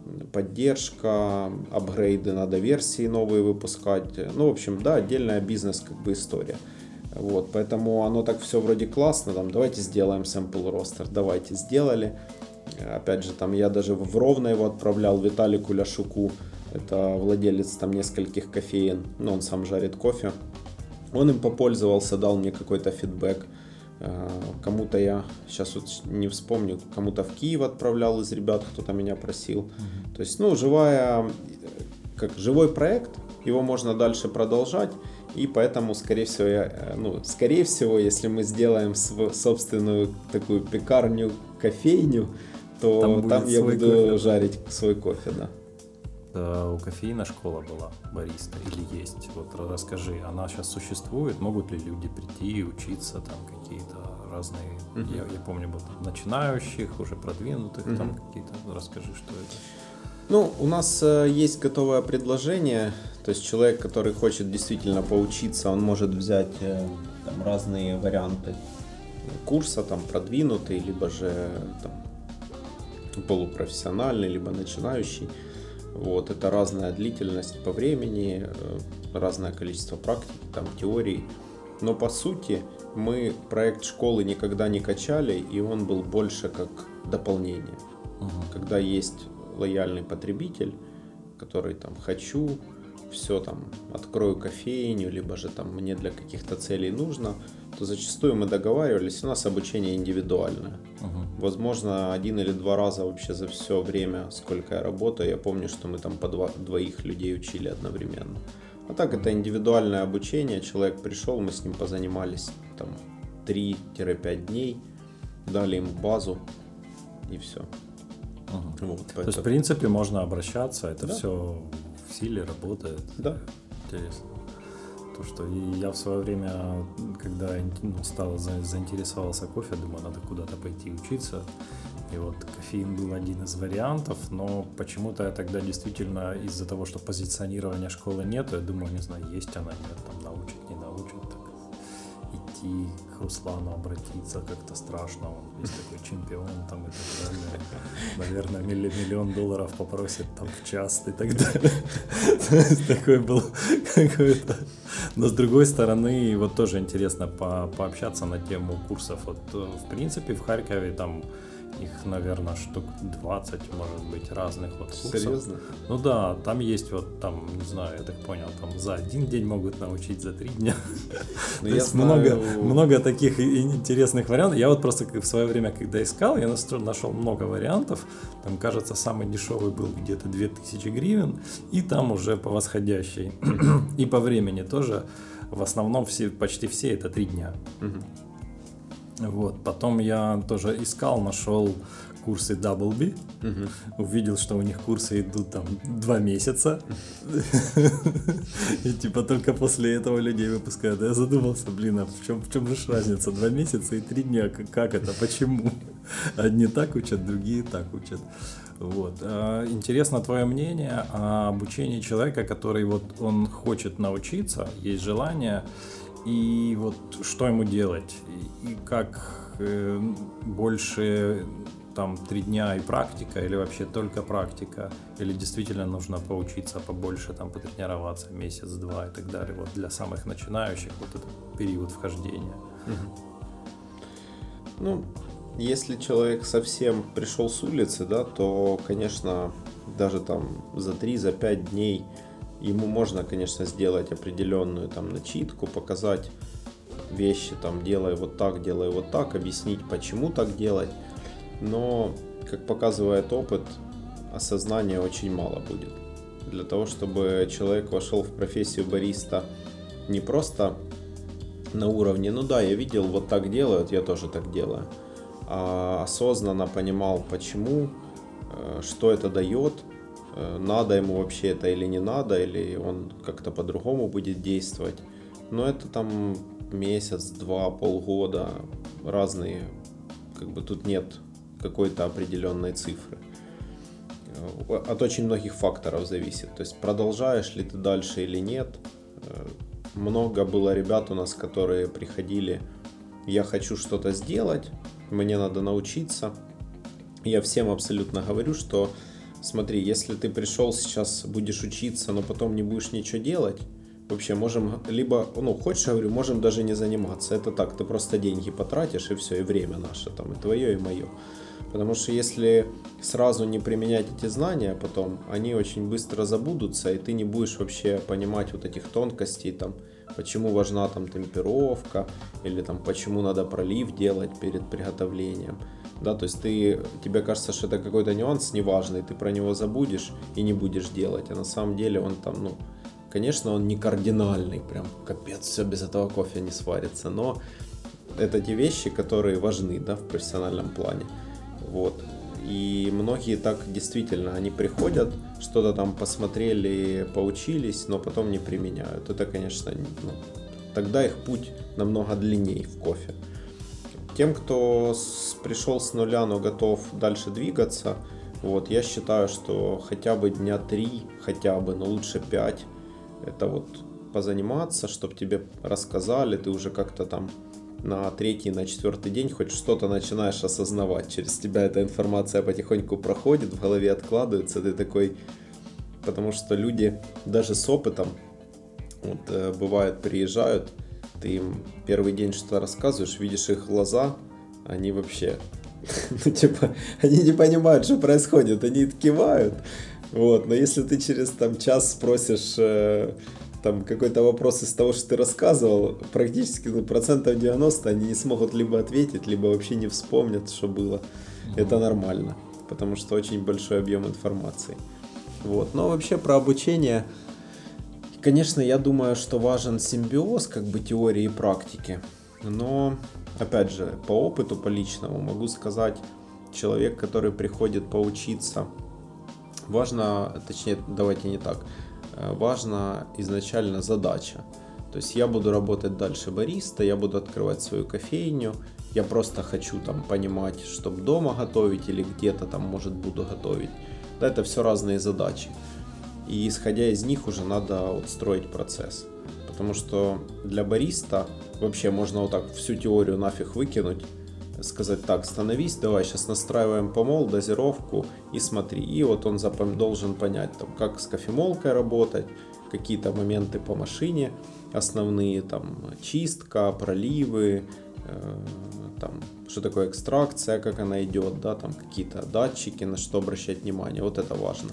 поддержка, апгрейды, надо версии новые выпускать. Ну, в общем, да, отдельная бизнес как бы история. Вот, поэтому оно так все вроде классно, там, давайте сделаем sample ростер, давайте, сделали. Опять же, там я даже в Ровно его отправлял Виталику Ляшуку, это владелец там нескольких кофеен, ну, он сам жарит кофе. Он им попользовался, дал мне какой-то фидбэк. Кому-то я сейчас вот не вспомню, кому-то в Киев отправлял из ребят, кто-то меня просил. Mm-hmm. То есть, ну, живая, как живой проект, его можно дальше продолжать. И поэтому, скорее всего, я, ну, скорее всего, если мы сделаем свою собственную такую пекарню, кофейню, то там, там я буду кофе. жарить свой кофе, да. Да, у кофеина школа была, бариста, или есть? Вот расскажи, она сейчас существует? Могут ли люди прийти и учиться, там какие-то разные, uh-huh. я, я помню, был там начинающих, уже продвинутых, uh-huh. там какие-то, расскажи, что это? Ну, у нас э, есть готовое предложение, то есть человек, который хочет действительно поучиться, он может взять э, там, разные варианты курса, там, продвинутый, либо же там, полупрофессиональный, либо начинающий. Вот, это разная длительность по времени, э, разное количество практики, там, теорий. Но по сути мы проект школы никогда не качали, и он был больше как дополнение. Uh-huh. Когда есть лояльный потребитель, который там хочу, все там открою кофейню, либо же там мне для каких-то целей нужно, то зачастую мы договаривались, у нас обучение индивидуальное. Uh-huh. Возможно, один или два раза вообще за все время, сколько я работаю, я помню, что мы там по два, двоих людей учили одновременно. А так это индивидуальное обучение, человек пришел, мы с ним позанимались там три-пять дней, дали им базу и все. Угу. Вот, то есть, в принципе, можно обращаться, это да. все в силе работает. Да. Интересно. То, что и я в свое время, когда ну, стал заинтересовался кофе, думаю, надо куда-то пойти учиться. И вот кофеин был один из вариантов, но почему-то я тогда действительно из-за того, что позиционирования школы нет, я думаю, не знаю, есть она, нет, там научат, не научат. Так, идти к Руслану обратиться как-то страшно, он весь такой чемпион там и так далее. Наверное, миллион долларов попросит там в час и так далее. Такой был какой-то. Но с другой стороны, вот тоже интересно по- пообщаться на тему курсов. Вот в принципе в Харькове там их, наверное, штук двадцать, может быть, разных вот курсов. Серьезно? Ну да, там есть вот, там, не знаю, я так понял, там за один день могут научить, за три дня. То есть много, много таких интересных вариантов. Я вот просто в свое время, когда искал, я нашел много вариантов. Там, кажется, самый дешевый был где-то две тысячи гривен, и там уже по восходящей. И по времени тоже, в основном все, почти все это три дня. Вот, потом я тоже искал, нашел курсы Double B, угу. увидел, что у них курсы идут там два месяца, и типа только после этого людей выпускают. Я задумался, блин, а в чем, в чем же разница? Два месяца и три дня, как это, почему? Одни так учат, другие так учат. Вот. Интересно твое мнение о обучении человека, который вот он хочет научиться, есть желание, и вот что ему делать, и как э, больше там три дня и практика, или вообще только практика, или действительно нужно поучиться побольше, там потренироваться месяц-два и так далее, вот для самых начинающих вот этот период вхождения. Угу. Ну, если человек совсем пришел с улицы, да, то, конечно, даже там за три, за пять дней ему можно, конечно, сделать определенную там начитку, показать вещи, там, делай вот так, делай вот так, объяснить, почему так делать. Но, как показывает опыт, осознания очень мало будет. Для того, чтобы человек вошел в профессию бариста не просто на уровне, ну да, я видел, вот так делают, я тоже так делаю, а осознанно понимал, почему, что это дает, надо ему вообще это или не надо, или он как-то по-другому будет действовать. Но это там месяц, два, полгода, разные, как бы тут нет какой-то определенной цифры. От очень многих факторов зависит. То есть продолжаешь ли ты дальше или нет. Много было ребят у нас, которые приходили, я хочу что-то сделать, мне надо научиться. Я всем абсолютно говорю, что смотри, если ты пришел сейчас, будешь учиться, но потом не будешь ничего делать, вообще можем, либо, ну, хочешь, я говорю, можем даже не заниматься. Это так, ты просто деньги потратишь, и все, и время наше, там, и твое, и мое. Потому что если сразу не применять эти знания, потом они очень быстро забудутся, и ты не будешь вообще понимать вот этих тонкостей, там, почему важна там темперовка, или там, почему надо пролив делать перед приготовлением. Да, то есть ты, тебе кажется, что это какой-то нюанс неважный, ты про него забудешь и не будешь делать, а на самом деле он там, ну, конечно, он не кардинальный, прям капец, все, без этого кофе не сварится, но это те вещи, которые важны, да, в профессиональном плане. Вот. И многие так действительно, они приходят, что-то там посмотрели, поучились, но потом не применяют. Это, конечно, ну, тогда их путь намного длиннее в кофе. Тем, кто с, пришел с нуля, но готов дальше двигаться, вот, я считаю, что хотя бы дня три, хотя бы, но лучше пять, это вот позаниматься, чтобы тебе рассказали, ты уже как-то там на третий, на четвертый день хоть что-то начинаешь осознавать. Через тебя эта информация потихоньку проходит, в голове откладывается, ты такой... Потому что люди даже с опытом, вот, бывает, приезжают, ты им первый день что-то рассказываешь, видишь их глаза, они вообще... Ну, типа, они не понимают, что происходит, они кивают. Вот, но если ты через там час спросишь... там какой-то вопрос из того, что ты рассказывал, практически ну, процентов девяносто они не смогут либо ответить, либо вообще не вспомнят, что было. Mm-hmm. Это нормально, потому что очень большой объем информации. Вот. Но вообще про обучение, конечно, я думаю, что важен симбиоз как бы теории и практики. Но, опять же, по опыту, по личному могу сказать, человек, который приходит поучиться, важно, точнее, давайте не так, важна изначально задача. То есть я буду работать дальше бариста, я буду открывать свою кофейню, я просто хочу там понимать, чтобы дома готовить или где-то там, может, буду готовить. Да, это все разные задачи. И исходя из них уже надо вот строить процесс. Потому что для бариста вообще можно вот так всю теорию нафиг выкинуть, сказать так, становись, давай сейчас настраиваем помол, дозировку и смотри. И вот он запом- должен понять, там, как с кофемолкой работать, какие-то моменты по машине основные, там, чистка, проливы, э, там, что такое экстракция, как она идет, да, там какие-то датчики, на что обращать внимание, вот это важно.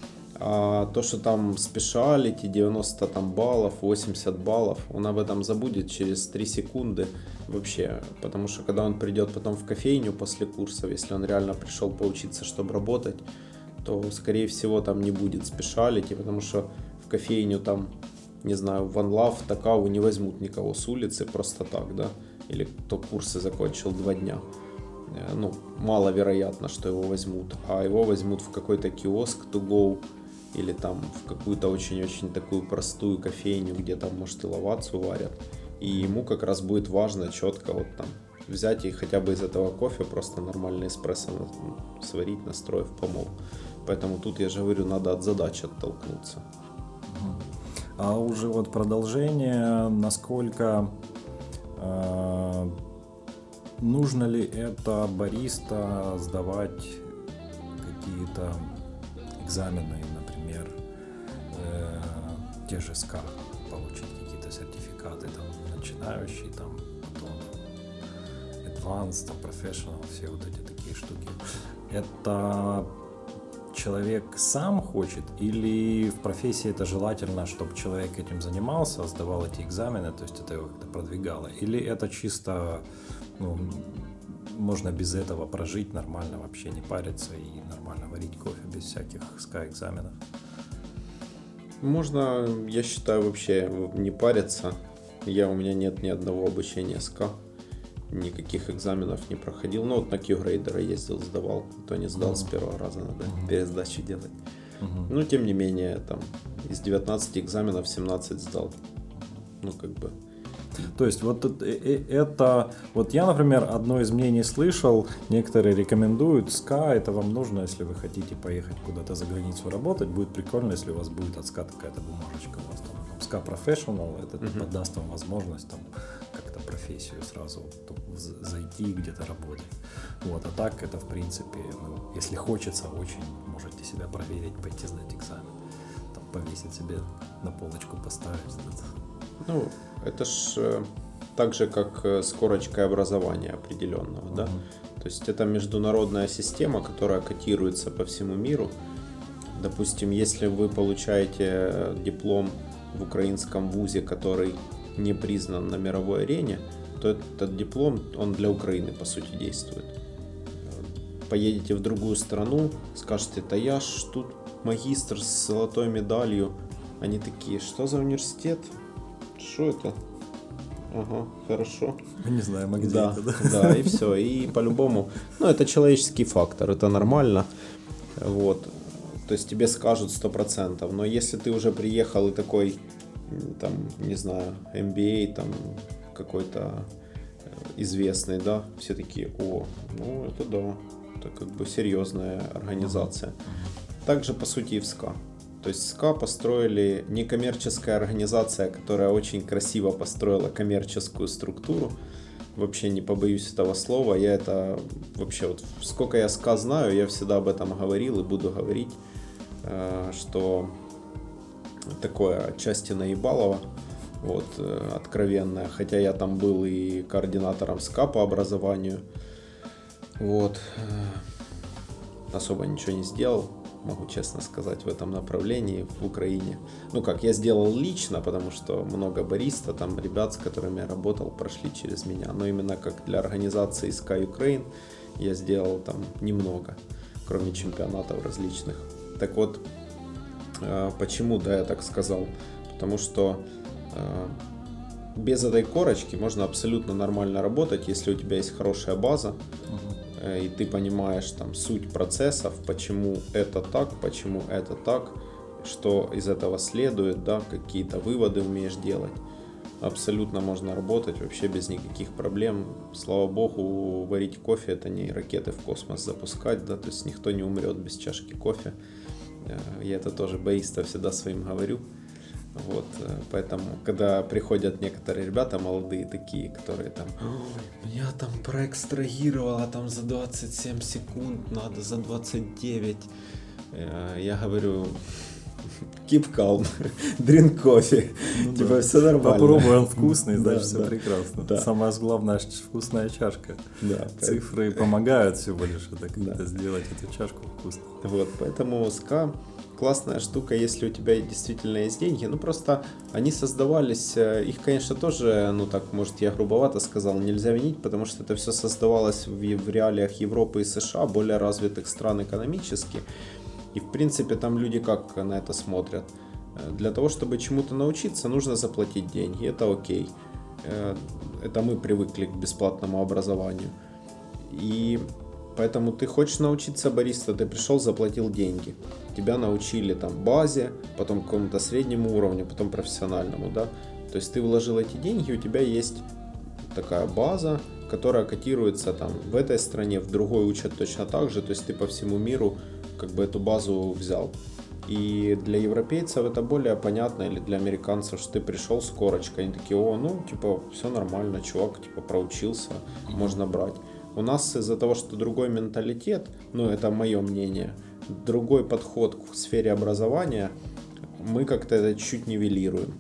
А то, что там спешалити, девяносто там, баллов, восемьдесят баллов, он об этом забудет через три секунды вообще. Потому что когда он придет потом в кофейню после курсов, если он реально пришел поучиться, чтобы работать, то, скорее всего, там не будет спешалити, потому что в кофейню там, не знаю, в One Love, Такаву не возьмут никого с улицы просто так, да, или кто курсы закончил два дня. ну, маловероятно, что его возьмут, а его возьмут в какой-то киоск to go или там в какую-то очень-очень такую простую кофейню, где там, может, и лавацию варят. И ему как раз будет важно четко вот там взять и хотя бы из этого кофе просто нормальный эспрессо сварить, настроив помол. Поэтому тут, я же говорю, надо от задачи оттолкнуться. А уже вот продолжение, насколько э, нужно ли это бариста сдавать какие-то экзамены, например, э, те же ска, получить какие-то сертификаты, там, начинающий, там, потом advanced, там, professional, все вот эти такие штуки. Это человек сам хочет или в профессии это желательно, чтобы человек этим занимался, сдавал эти экзамены, то есть это его как-то продвигало? Или это чисто, ну, можно без этого прожить нормально, вообще не париться и нормально варить кофе без всяких ска-экзаменов? Можно, я считаю, вообще не париться. Я, у меня нет ни одного обучения ска, никаких экзаменов не проходил. Ну вот на Q-грейдера ездил, сдавал, то не сдал uh-huh. с первого раза, надо uh-huh. пересдачу делать. Uh-huh. Но тем не менее, там из девятнадцати экзаменов семнадцать сдал. Ну как бы. То есть вот это, вот я, например, одно из мнений слышал, некоторые рекомендуют ска, это вам нужно, если вы хотите поехать куда-то за границу работать, будет прикольно, если у вас будет от ска какая-то бумажечка у вас там. ска Professional, это uh-huh. даст вам возможность там как-то профессию сразу зайти и где-то работать. Вот, а так это в принципе, ну, если хочется очень, можете себя проверить, пойти сдать экзамен, там повесить себе на полочку, поставить. Ну, это ж так же, как с корочкой образования определенного, uh-huh. да? То есть это международная система, которая котируется по всему миру. Допустим, если вы получаете диплом в украинском вузе, который не признан на мировой арене, то этот диплом, он для Украины, по сути, действует. Поедете в другую страну, скажете, да я ж тут магистр с золотой медалью. Они такие, что за университет? Что это? Ага, хорошо. Мы не знаем, а где да, это, да? Да, и все. И по-любому, ну, это человеческий фактор, это нормально. Вот. То есть тебе скажут сто процентов. Но если ты уже приехал и такой, там, не знаю, эм би эй, там, какой-то известный, да, все такие, о, ну, это да, это как бы серьезная организация. Также, по сути, и в ска. То есть ска построили некоммерческая организация, которая очень красиво построила коммерческую структуру. Вообще не побоюсь этого слова. Я это вообще вот сколько я ска знаю, я всегда об этом говорил и буду говорить, что такое отчасти наебалово, вот, откровенное. Хотя я там был и координатором ска по образованию. Вот. Особо ничего не сделал, могу честно сказать, в этом направлении в Украине. Ну как, я сделал лично, потому что много бариста, там ребят, с которыми я работал, прошли через меня. Но именно как для организации ска Ukraine я сделал там немного, кроме чемпионатов различных. Так вот, почему, да, я так сказал? Потому что без этой корочки можно абсолютно нормально работать, если у тебя есть хорошая база, uh-huh. и ты понимаешь там суть процессов, почему это так, почему это так, что из этого следует, да, какие-то выводы умеешь делать. Абсолютно можно работать вообще без никаких проблем. Слава богу, варить кофе — это не ракеты в космос запускать, да, то есть никто не умрет без чашки кофе. Я это тоже бариста всегда своим говорю. Вот, поэтому, когда приходят некоторые ребята молодые такие, которые там, меня там проэкстрагировало там за двадцать семь секунд, надо за двадцать девять, я говорю, keep calm, drink coffee, ну, типа да. Все нормально. Попробуй, он вкусный, значит, да, все да. прекрасно. Да. Самое главное, вкусная чашка. Да, цифры поэтому... помогают всего лишь это, да. сделать эту чашку вкусной. Вот, поэтому ска классная штука, если у тебя действительно есть деньги. Ну, просто они создавались, их, конечно, тоже, ну, так, может, я грубовато сказал, нельзя винить, потому что это все создавалось в, в реалиях Европы и США, более развитых стран экономически. И, в принципе, там люди как на это смотрят? Для того, чтобы чему-то научиться, нужно заплатить деньги, это окей. Это мы привыкли к бесплатному образованию. И поэтому ты хочешь научиться бариста, ты пришел, заплатил деньги. Тебя научили там базе, потом какому-то среднему уровню, потом профессиональному, да. То есть ты вложил эти деньги, у тебя есть такая база, которая котируется там в этой стране, в другой учат точно так же. То есть ты по всему миру как бы эту базу взял. И для европейцев это более понятно, или для американцев, что ты пришел с корочкой, они такие: о, ну, типа, все нормально, чувак, типа, проучился, можно брать. У нас из-за того, что другой менталитет, ну, это мое мнение, другой подход к сфере образования, мы как-то это чуть нивелируем.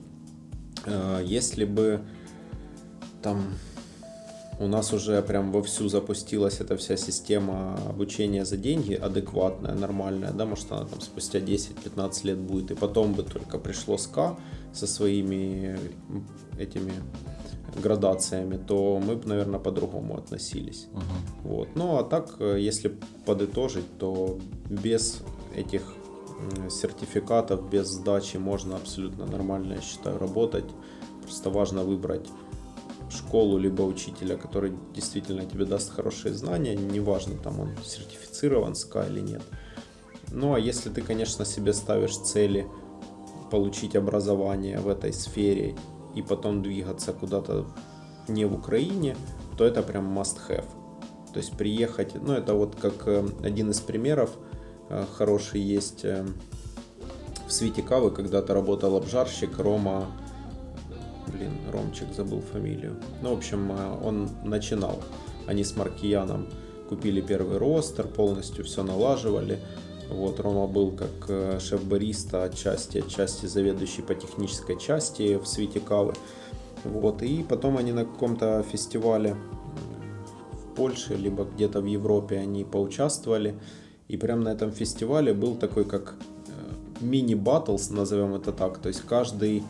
Если бы там у нас уже прям вовсю запустилась эта вся система обучения за деньги, адекватная, нормальная, да, может она там спустя десять-пятнадцать лет будет, и потом бы только пришло СКА со своими этими градациями, то мы бы, наверное, по-другому относились. Uh-huh. Вот. Ну, а так, если подытожить, то без этих сертификатов, без сдачи можно абсолютно нормально, я считаю, работать. Просто важно выбрать школу либо учителя, который действительно тебе даст хорошие знания, неважно, там он сертифицирован СКА или нет. Ну, а если ты, конечно, себе ставишь цели получить образование в этой сфере и потом двигаться куда-то не в Украине, то это прям must have. То есть приехать, ну, это вот как один из примеров хороший есть в Свите Кавы, когда-то работал обжарщик Рома. Блин, Ромчик, забыл фамилию. Ну, в общем, он начинал. Они с Маркияном купили первый ростер, полностью все налаживали. Вот, Рома был как шеф-бариста отчасти, отчасти заведующий по технической части в Свите Кавы. Вот, и потом они на каком-то фестивале в Польше, либо где-то в Европе они поучаствовали. И прямо на этом фестивале был такой как мини-баттлс, назовем это так. То есть каждый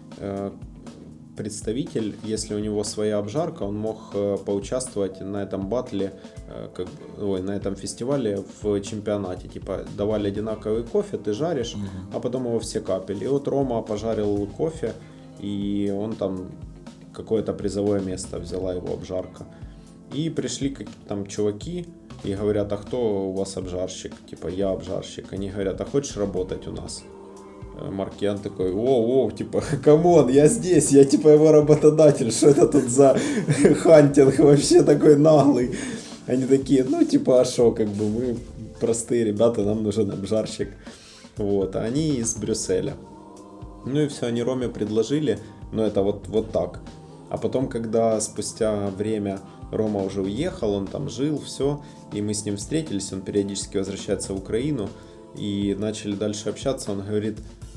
представитель, если у него своя обжарка, он мог поучаствовать на этом батле, как, ой, на этом фестивале в чемпионате. Типа давали одинаковый кофе, ты жаришь, mm-hmm. а потом его все капели. И вот Рома пожарил кофе, и он там какое-то призовое место взяла его обжарка. И пришли какие-то там чуваки и говорят: а кто у вас обжарщик? Типа, я обжарщик. Они говорят: а хочешь работать у нас? Маркиян такой: о-о, типа, камон, я здесь, я типа его работодатель, что это тут за хантинг вообще такой наглый? Они такие: ну типа, а шо, как бы мы простые ребята, нам нужен обжарщик. Вот, а они из Брюсселя. Ну и все, они Роме предложили, но это вот, вот так. А потом, когда спустя время Рома уже уехал, он там жил, все, и мы с ним встретились, он периодически возвращается в Украину, и начали дальше общаться, он говорит: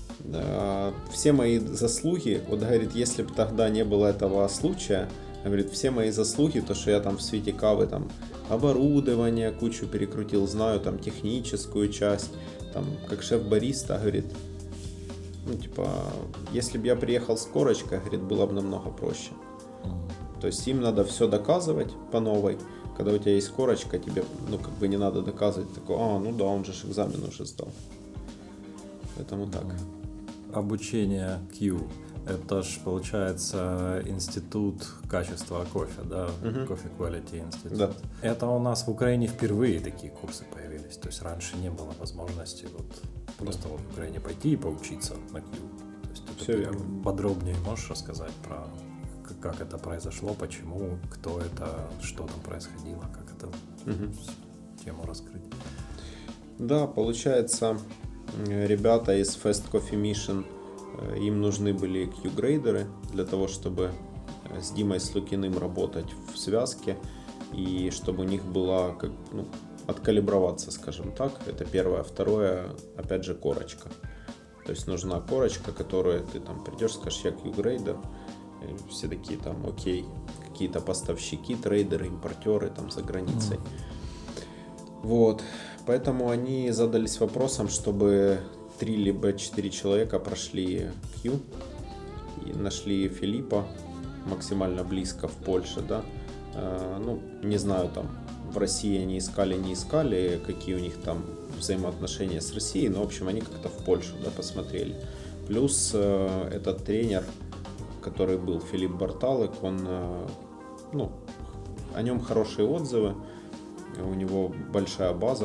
все мои заслуги, вот говорит, если бы тогда не было этого случая, говорит, все мои заслуги, то, что я там в Свите Кавы там оборудование кучу перекрутил, знаю там техническую часть, там как шеф-бариста, говорит, ну типа, если бы я приехал с корочкой, говорит, было бы намного проще. То есть им надо все доказывать по новой. Когда у тебя есть корочка, тебе, ну, как бы не надо доказывать, такой: а, ну да, он же экзамен уже сдал. Поэтому так. Обучение Q. Это ж, получается, институт качества кофе, да? Uh-huh. Coffee Quality Institute. Да. Это у нас в Украине впервые такие курсы появились. То есть раньше не было возможности вот просто вот в Украине пойти и поучиться на Q. То есть Все верно. Подробнее можешь рассказать про как это произошло, почему, кто это, что там происходило, как это угу. тему раскрыть? Да, получается, ребята из Fast Coffee Mission, им нужны были Q-грейдеры для того, чтобы с Димой Слукиным работать в связке и чтобы у них была, как, ну, откалиброваться, скажем так. Это первое. Второе, опять же, корочка. То есть нужна корочка, которую ты там придешь, скажешь: я Q-грейдер. Все такие там: окей, какие-то поставщики, трейдеры, импортеры там за границей. Mm. Вот, поэтому они задались вопросом, чтобы три либо четыре человека прошли Q и нашли Филиппа максимально близко в Польше, да. Э, ну, не знаю, там в России они искали, не искали, какие у них там взаимоотношения с Россией, но в общем они как-то в Польшу, да, посмотрели. Плюс э, этот тренер, который был, Филипп Барталык, он, ну, о нем хорошие отзывы, у него большая база.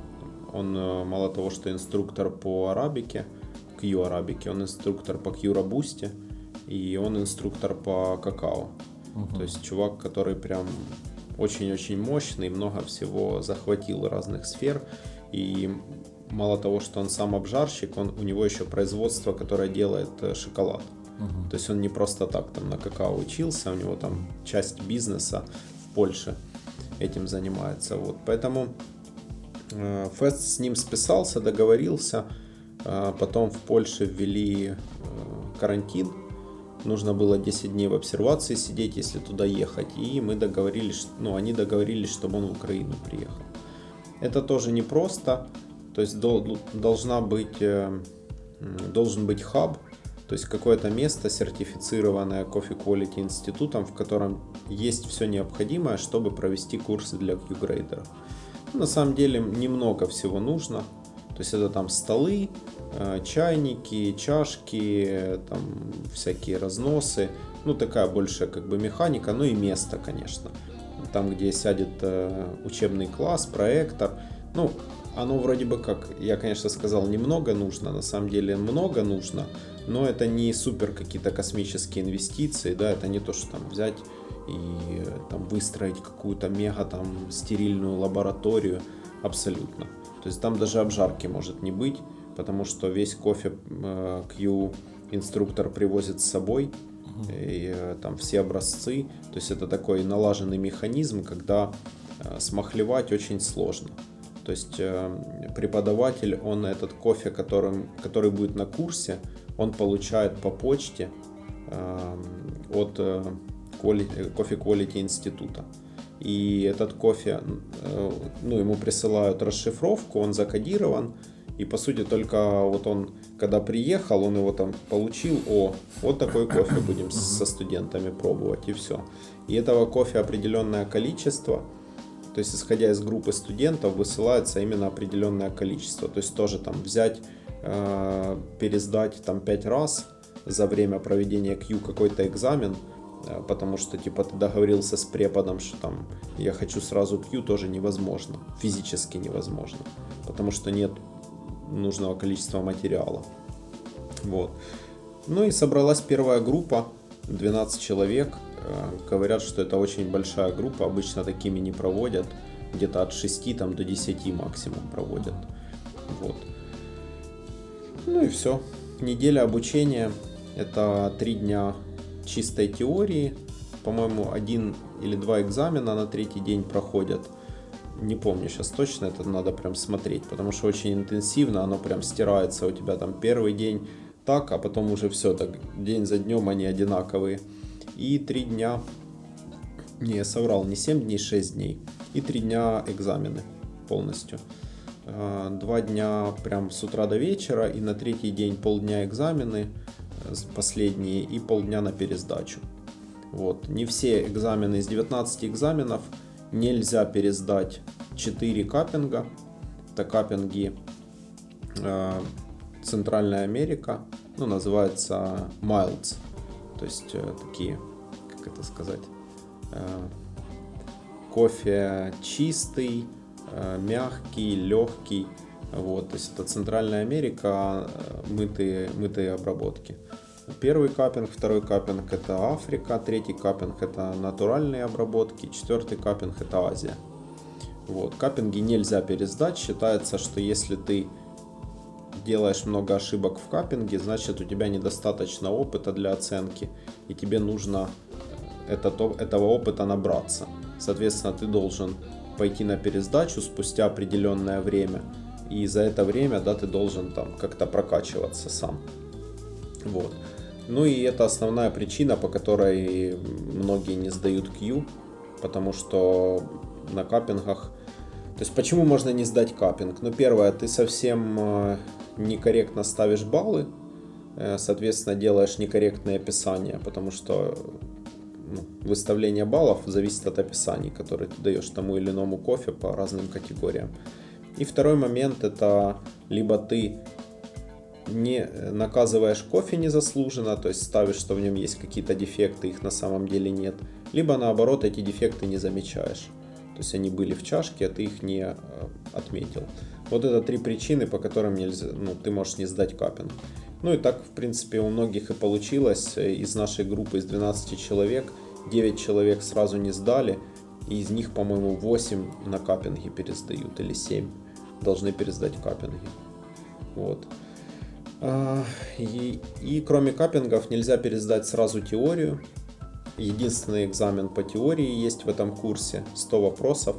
Он мало того, что инструктор по арабике, Q-арабике, он инструктор по Q-робусте, и он инструктор по какао. Uh-huh. То есть чувак, который прям очень-очень мощный, много всего захватил разных сфер. И мало того, что он сам обжарщик, он, у него еще производство, которое делает шоколад. Uh-huh. То есть он не просто так там на какао учился, у него там часть бизнеса в Польше этим занимается. Вот. Поэтому э, Фест с ним списался, договорился. Э, потом в Польше ввели э, карантин. Нужно было десять дней в обсервации сидеть, если туда ехать. И мы договорились, ну, они договорились, чтобы он в Украину приехал. Это тоже непросто. То есть дол, должна быть, э, должен быть хаб, то есть какое-то место, сертифицированное Coffee Quality институтом, в котором есть все необходимое, чтобы провести курсы для Q-грейдеров. На самом деле немного всего нужно. То есть это там столы, чайники, чашки, там всякие разносы. Ну такая большая как бы механика, ну и место, конечно. Там, где сядет учебный класс, проектор. Ну, оно вроде бы как, я, конечно, сказал, немного нужно, на самом деле много нужно, но это не супер какие-то космические инвестиции, да, это не то, что там взять и там выстроить какую-то мега там стерильную лабораторию, абсолютно. То есть там даже обжарки может не быть, потому что весь кофе э, Q инструктор привозит с собой, и э, там все образцы, то есть это такой налаженный механизм, когда э, смахлевать очень сложно. То есть э, преподаватель, он этот кофе, которым, который будет на курсе, он получает по почте э, от э, Quality, Coffee Quality института. И этот кофе, э, ну, ему присылают расшифровку, он закодирован. И по сути только вот он, когда приехал, он его там получил, о, вот такой кофе будем со студентами пробовать, и все. И этого кофе определенное количество. То есть, исходя из группы студентов, высылается именно определенное количество. То есть, тоже там взять, э, пересдать там пять раз за время проведения Q какой-то экзамен, э, потому что, типа, ты договорился с преподом, что там я хочу сразу Q, тоже невозможно. Физически невозможно. Потому что нет нужного количества материала. Вот. Ну и собралась первая группа, двенадцать человек. Говорят, что это очень большая группа, обычно такими не проводят, где-то от шести там, до десяти максимум проводят. Вот. Ну и все. Неделя обучения, это три дня чистой теории, по-моему, один или два экзамена на третий день проходят. Не помню сейчас точно, это надо прям смотреть, потому что очень интенсивно, оно прям стирается у тебя там первый день так, а потом уже все так, день за днем они одинаковые. И три дня, не, я соврал, не семь дней, шесть дней. И три дня экзамены полностью. Два дня прям с утра до вечера, и на третий день полдня экзамены, последние, и полдня на пересдачу. Вот. Не все экзамены, из девятнадцати экзаменов нельзя пересдать четыре каппинга. Это каппинги э, Центральная Америка, ну, называется Milds. То есть э, такие, как это сказать, э, кофе чистый, э, мягкий, легкий. Вот, то есть это Центральная Америка, мытые, мытые обработки. Первый каппинг, второй каппинг это Африка, третий каппинг это натуральные обработки, четвертый каппинг это Азия. Вот, каппинги нельзя пересдать, считается, что если ты делаешь много ошибок в каппинге, значит у тебя недостаточно опыта для оценки, и тебе нужно этот, этого опыта набраться. Соответственно, ты должен пойти на пересдачу спустя определенное время, и за это время, да, ты должен там как-то прокачиваться сам. Вот. Ну и это основная причина, по которой многие не сдают Q, потому что на каппингах... То есть почему можно не сдать каппинг? Ну, первое, ты совсем некорректно ставишь баллы, соответственно, делаешь некорректное описание, потому что ну, выставление баллов зависит от описаний, которые ты даешь тому или иному кофе по разным категориям. И второй момент, это либо ты не наказываешь кофе незаслуженно, то есть ставишь, что в нем есть какие-то дефекты, их на самом деле нет, либо наоборот эти дефекты не замечаешь. То есть они были в чашке, а ты их не отметил. Вот это три причины, по которым нельзя, ну, ты можешь не сдать каппинг. Ну и так, в принципе, у многих и получилось. Из нашей группы, из двенадцати человек, девять человек сразу не сдали. И из них, по-моему, восемь на каппинге пересдают, или семь должны пересдать каппинги. Вот. И, и кроме каппингов нельзя пересдать сразу теорию. Единственный экзамен по теории есть в этом курсе, сто вопросов.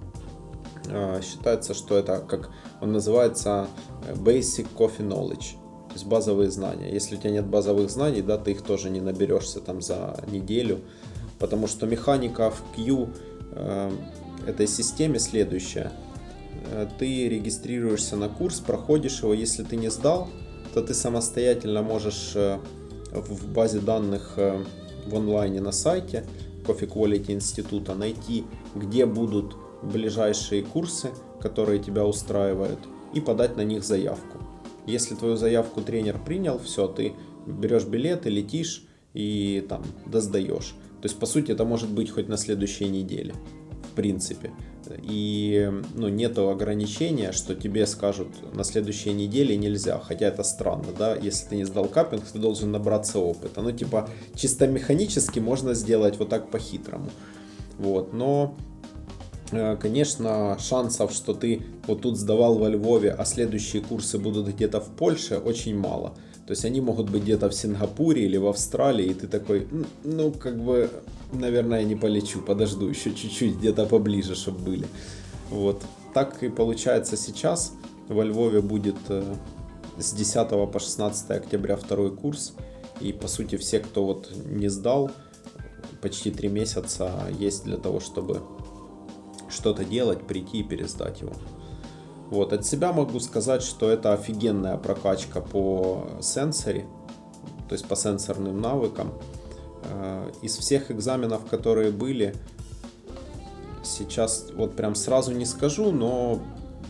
Считается, что это, как он называется, Basic Coffee Knowledge, то есть базовые знания. Если у тебя нет базовых знаний, да, ты их тоже не наберешься там за неделю, потому что механика в Q э, этой системе следующая. Ты регистрируешься на курс, проходишь его, если ты не сдал, то ты самостоятельно можешь в базе данных в онлайне на сайте Coffee Quality института найти, где будут ближайшие курсы, которые тебя устраивают, и подать на них заявку. Если твою заявку тренер принял, все, ты берешь билеты, летишь и там досдаешь. То есть, по сути, это может быть хоть на следующей неделе, в принципе. И ну, нету ограничения, что тебе скажут на следующей неделе нельзя. Хотя это странно, да, если ты не сдал каппинг, ты должен набраться опыта. Ну, типа, чисто механически можно сделать вот так по-хитрому. Вот, но, конечно, шансов, что ты вот тут сдавал во Львове, а следующие курсы будут где-то в Польше, очень мало. То есть они могут быть где-то в Сингапуре или в Австралии, и ты такой, ну, как бы, наверное, я не полечу, подожду еще чуть-чуть, где-то поближе, чтобы были. Вот. Так и получается сейчас. Во Львове будет с десятого по шестнадцатое октября второй курс. И, по сути, все, кто вот не сдал, почти три месяца есть для того, чтобы что-то делать, прийти и пересдать его. Вот, от себя могу сказать, что это офигенная прокачка по сенсори, то есть по сенсорным навыкам. Из всех экзаменов, которые были, сейчас вот прям сразу не скажу, но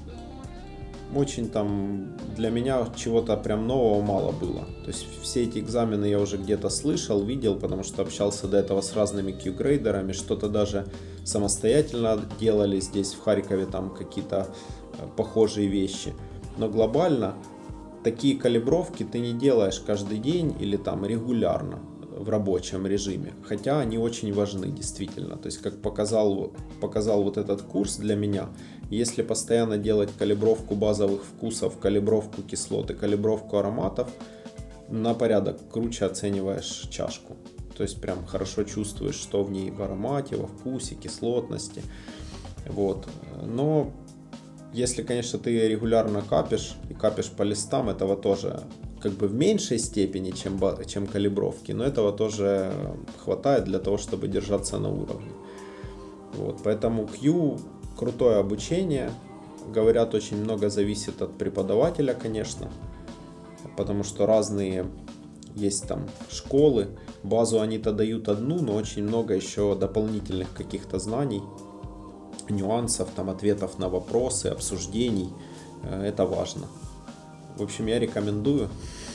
очень там для меня чего-то прям нового мало было. То есть все эти экзамены я уже где-то слышал, видел, потому что общался до этого с разными Q-грейдерами, что-то даже самостоятельно делали здесь в Харькове, там какие-то похожие вещи. Но глобально такие калибровки ты не делаешь каждый день или там регулярно в рабочем режиме, хотя они очень важны действительно. То есть, как показал, показал вот этот курс для меня, если постоянно делать калибровку базовых вкусов, калибровку кислот и калибровку ароматов, на порядок круче оцениваешь чашку. То есть прям хорошо чувствуешь, что в ней в аромате, во вкусе, кислотности. Вот. Но если, конечно, ты регулярно капишь и капишь по листам, этого тоже как бы в меньшей степени, чем, чем калибровки, но этого тоже хватает для того, чтобы держаться на уровне. Вот. Поэтому Q крутое обучение. Говорят, очень много зависит от преподавателя, конечно, потому что разные есть там школы. Базу они-то дают одну, но очень много еще дополнительных каких-то знаний, нюансов, там, ответов на вопросы, обсуждений. Это важно. В общем, я рекомендую.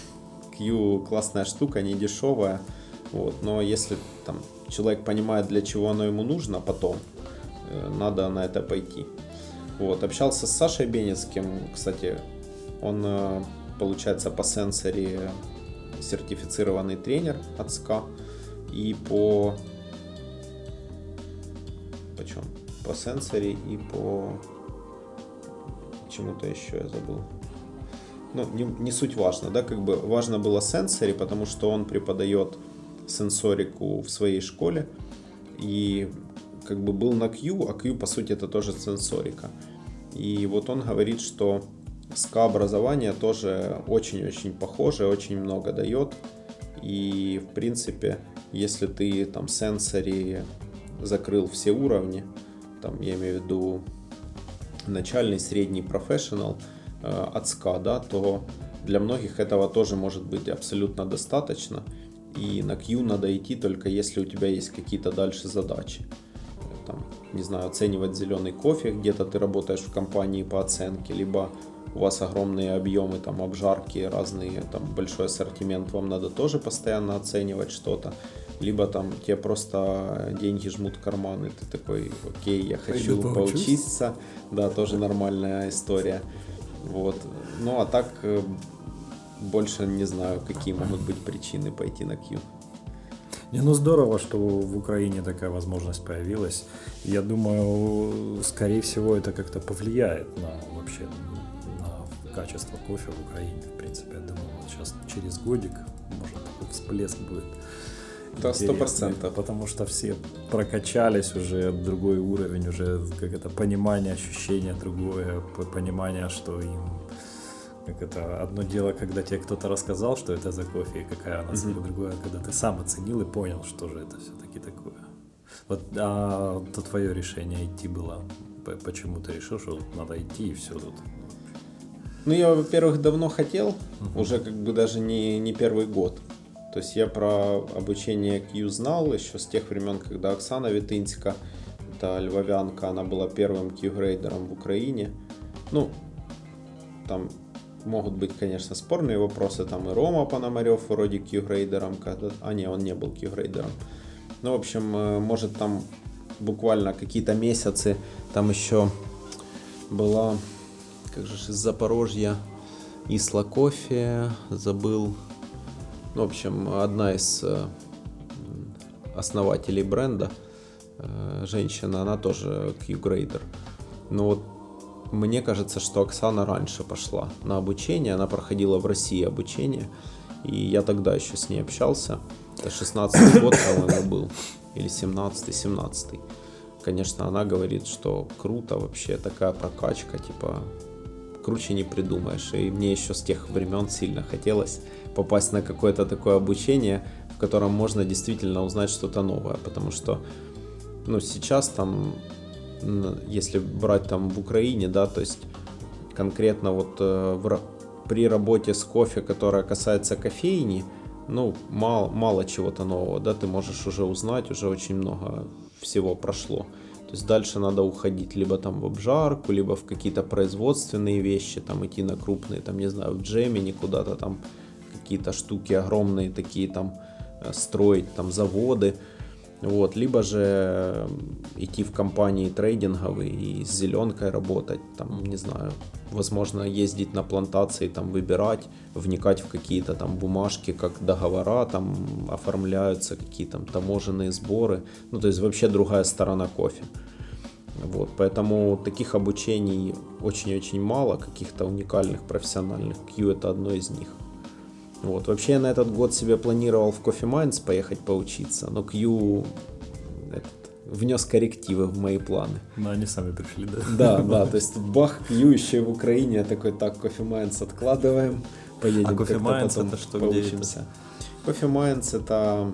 Q классная штука, не дешевая. Вот. Но если там человек понимает, для чего оно ему нужно потом, надо на это пойти. Вот. Общался с Сашей Бенецким. Кстати, он, получается, по сенсори сертифицированный тренер от СКА. И по... Почем? По сенсори и по чему-то еще я забыл. Ну, не, не суть важно, да, как бы важно было сенсори, потому что он преподает сенсорику в своей школе и как бы был на Q, а Q по сути это тоже сенсорика. И вот он говорит, что СКА образование тоже очень-очень похоже, очень много дает. И в принципе, если ты там сенсори закрыл все уровни, там, я имею в виду начальный, средний, профессионал э, от СКА, да, то для многих этого тоже может быть абсолютно достаточно. И на Q надо идти только если у тебя есть какие-то дальше задачи. Там, не знаю, оценивать зеленый кофе, где-то ты работаешь в компании по оценке, либо у вас огромные объемы, там, обжарки разные, там, большой ассортимент, вам надо тоже постоянно оценивать что-то. либо там тебе просто деньги жмут в карман, и ты такой, окей, я хочу Пойду поучиться, да, тоже нормальная история, вот, ну а так больше не знаю, какие могут быть причины пойти на Q. Не, ну здорово, что в Украине такая возможность появилась. Я думаю, скорее всего, это как-то повлияет на вообще на качество кофе в Украине. В принципе, я думаю, вот сейчас через годик, может, такой всплеск будет. Да, сто процентов. Потому что все прокачались уже, другой уровень, уже как это понимание, ощущение другое, понимание, что им как это одно дело, когда тебе кто-то рассказал, что это за кофе и какая она, mm-hmm. другое, когда ты сам оценил и понял, что же это все-таки такое. Вот, а то твое решение идти было, почему ты решил, что надо идти и все тут? Ну, я, во-первых, давно хотел, uh-huh. уже как бы даже не, не первый год. То есть я про обучение Q знал еще с тех времен, когда Оксана Витынська, это львовянка, она была первым Q-грейдером в Украине. Ну, там могут быть, конечно, спорные вопросы, там и Рома Пономарев вроде Q-грейдером, когда... а не, он не был Q-грейдером. Ну, в общем, может там буквально какие-то месяцы, там еще была, как же, из Запорожья, Исла Кофе, забыл, ну, в общем, одна из основателей бренда, женщина, она тоже Q-грейдер. Но вот мне кажется, что Оксана раньше пошла на обучение, она проходила в России обучение, и я тогда еще с ней общался, это шестнадцатый год, по-моему, был, или семнадцатый, семнадцатый. Конечно, она говорит, что круто вообще, такая прокачка, типа, круче не придумаешь, и мне еще с тех времен сильно хотелось попасть на какое-то такое обучение, в котором можно действительно узнать что-то новое, потому что, ну, сейчас там, если брать там в Украине, да, то есть конкретно вот э, в, при работе с кофе, которая касается кофейни, ну, мало, мало чего-то нового, да, ты можешь уже узнать, уже очень много всего прошло. То есть дальше надо уходить либо там в обжарку, либо в какие-то производственные вещи, там идти на крупные, там, не знаю, в Джемини куда-то там какие-то штуки огромные такие там строить, там заводы. Вот, либо же идти в компании трейдинговые и с зеленкой работать, там, не знаю, возможно, ездить на плантации, там, выбирать, вникать в какие-то там бумажки, как договора там оформляются, какие там таможенные сборы, ну, то есть вообще другая сторона кофе. Вот, поэтому таких обучений очень-очень мало, каких-то уникальных, профессиональных. Q это одно из них. Вот. Вообще я на этот год себе планировал в Coffee Minds поехать поучиться, но Q этот, внес коррективы в мои планы. Но они сами пришли, да? Да, да, то есть бах, Q еще и в Украине, я такой, так, Coffee Minds откладываем, поедем а как-то Minds потом это что, поучимся. Coffee Minds это,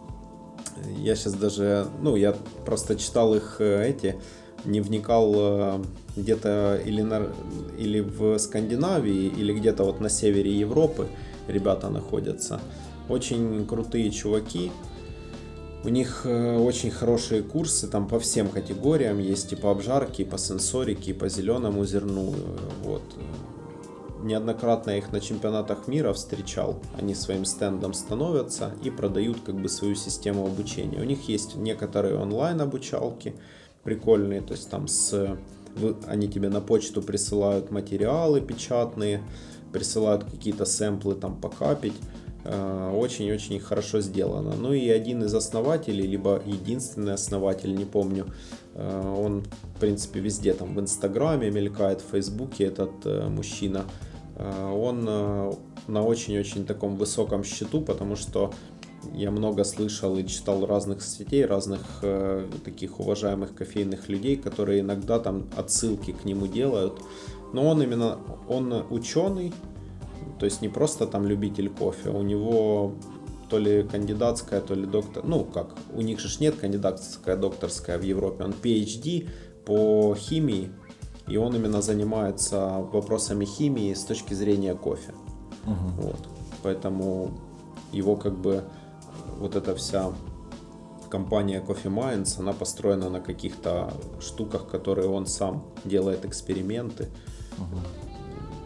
я сейчас даже, ну я просто читал их эти, не вникал где-то или, на, или в Скандинавии, или где-то вот на севере Европы ребята находятся. Очень крутые чуваки. У них очень хорошие курсы там по всем категориям. Есть и по обжарке, и по сенсорике, и по зеленому зерну. Вот. Неоднократно я их на чемпионатах мира встречал. Они своим стендом становятся и продают как бы свою систему обучения. У них есть некоторые онлайн обучалки прикольные. То есть там с... они тебе на почту присылают материалы печатные, присылают какие-то сэмплы там покапить. Очень-очень хорошо сделано. Ну и один из основателей, либо единственный основатель, не помню, он в принципе везде там в Инстаграме мелькает, в Фейсбуке этот мужчина. Он на очень-очень таком высоком счету, потому что я много слышал и читал разных сетей, разных э, таких уважаемых кофейных людей, которые иногда там отсылки к нему делают. Но он именно, он ученый, то есть не просто там любитель кофе, у него то ли кандидатская, то ли доктор, ну как, у них же нет кандидатская, докторская в Европе, он пи эйч ди по химии, и он именно занимается вопросами химии с точки зрения кофе. Uh-huh. Вот. Поэтому его как бы вот эта вся компания Coffee Minds, она построена на каких-то штуках, которые он сам делает эксперименты. Uh-huh. То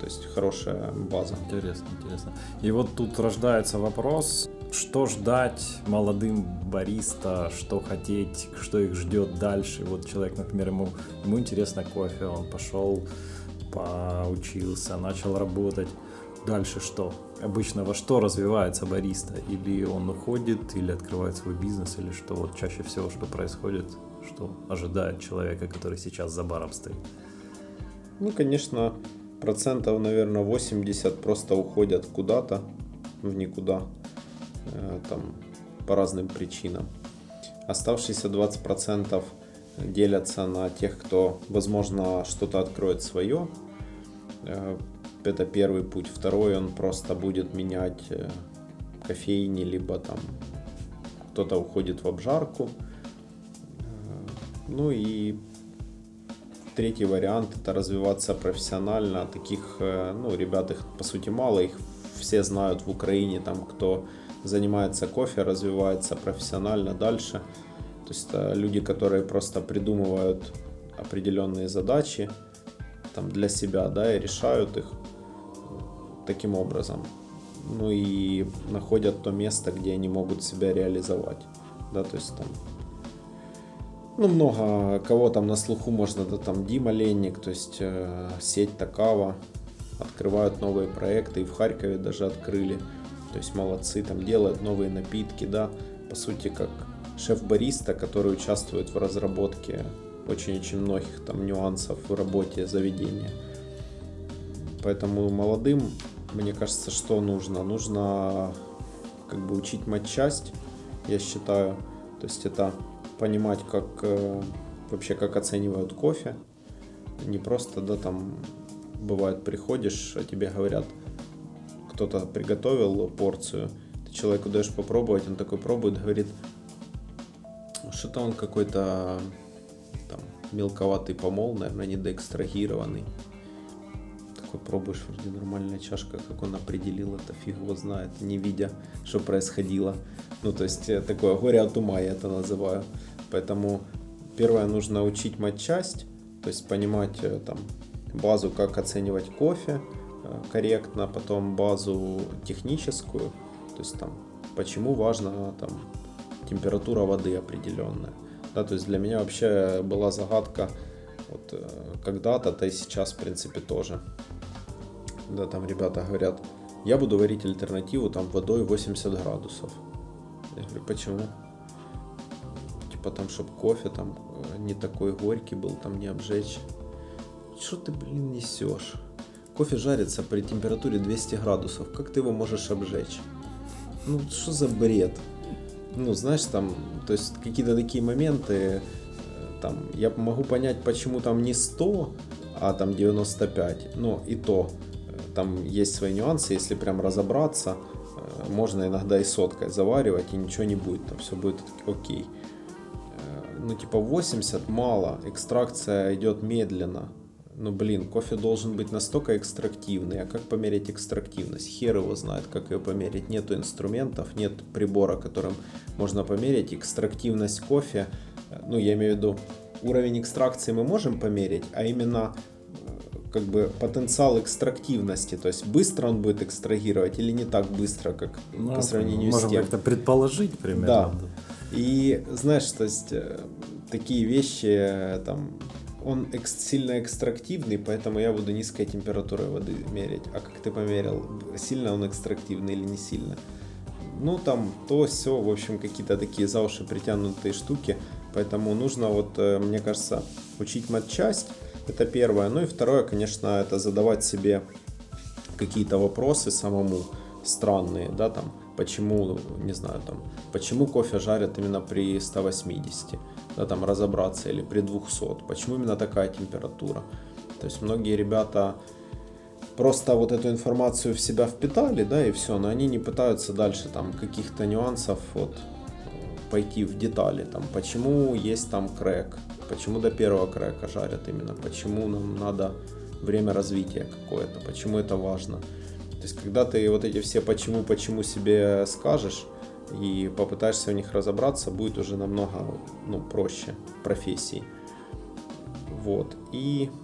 есть хорошая база. Интересно, интересно. И вот тут рождается вопрос, что ждать молодым бариста, что хотеть, что их ждет дальше. Вот человек, например, ему, ему интересно кофе, он пошел, поучился, начал работать. Дальше что? Обычно во что развивается бариста? Или он уходит, или открывает свой бизнес, или что? Вот чаще всего, что происходит, что ожидает человека, который сейчас за баром стоит? Ну, конечно, процентов, наверное, восемьдесят просто уходят куда-то, в никуда, там, по разным причинам. Оставшиеся двадцать процентов делятся на тех, кто, возможно, что-то откроет свое. Это первый путь. Второй, он просто будет менять кофейни, либо там кто-то уходит в обжарку. Ну и третий вариант — это развиваться профессионально. Таких, ну, ребят, их по сути мало, их все знают в Украине, там, кто занимается кофе, развивается профессионально дальше. То есть это люди, которые просто придумывают определенные задачи там для себя, да, и решают их таким образом. Ну и находят то место, где они могут себя реализовать, да, то есть там, ну, много кого там на слуху можно, да, там Дима Ленник, то есть э, сеть Такава, открывают новые проекты, и в Харькове даже открыли, то есть молодцы, там делают новые напитки, да, по сути как шеф-бариста, который участвует в разработке очень-очень многих там нюансов в работе заведения. Поэтому молодым, мне кажется, что нужно? Нужно как бы учить матчасть, я считаю. То есть это понимать, как вообще как оценивают кофе. Не просто, да, там бывает приходишь, а тебе говорят, кто-то приготовил порцию, ты человеку даешь попробовать, он такой пробует, говорит, что-то он какой-то там мелковатый помол, наверное, недоэкстрагированный. Такой пробуешь, вроде нормальная чашка, как он определил это, фиг его знает, не видя, что происходило. Ну, то есть такое горе от ума, я это называю. Поэтому первое, нужно учить матчасть, то есть понимать там базу, как оценивать кофе корректно, потом базу техническую, то есть там почему важна там температура воды определенная. Да, то есть для меня вообще была загадка вот, когда-то, да и сейчас в принципе тоже. Да, там ребята говорят, я буду варить альтернативу там водой восемьдесят градусов. Я говорю, почему? Типа там, чтобы кофе там не такой горький был, там не обжечь. Что ты, блин, несешь? Кофе жарится при температуре двести градусов. Как ты его можешь обжечь? Ну, что за бред? Ну, знаешь, там, то есть какие-то такие моменты, там, я могу понять, почему там не сто, а там девяносто пять, но и то, там есть свои нюансы, если прям разобраться, можно иногда и соткой заваривать, и ничего не будет, там все будет окей. Ну, типа восемьдесят мало, экстракция идет медленно. Ну, блин, кофе должен быть настолько экстрактивный, а как померить экстрактивность? Хер его знает, как ее померить. Нету инструментов, нет прибора, которым можно померить экстрактивность кофе. Ну, я имею в виду, уровень экстракции мы можем померить, а именно как бы потенциал экстрактивности, то есть быстро он будет экстрагировать или не так быстро, как ну, по сравнению с тем. Можем как-то предположить примерно. Да. И знаешь, то есть такие вещи там... Он экс- сильно экстрактивный, поэтому я буду низкой температурой воды мерить. А как ты померил, сильно он экстрактивный или не сильно? Ну, там, то, все, в общем, какие-то такие за уши притянутые штуки. Поэтому нужно, вот, мне кажется, учить матчасть. Это первое. Ну и второе, конечно, это задавать себе какие-то вопросы самому странные, да, там, почему, не знаю, там, почему кофе жарят именно при ста восьмидесяти, да, там, разобраться, или при двухстах, почему именно такая температура. То есть многие ребята просто вот эту информацию в себя впитали, да, и все, но они не пытаются дальше там каких-то нюансов вот пойти в детали, там, почему есть там крэк, почему до первого крэка жарят именно, почему нам надо время развития какое-то, почему это важно. То есть, когда ты вот эти все почему-почему себе скажешь и попытаешься в них разобраться, будет уже намного, ну, проще профессии. Вот. И...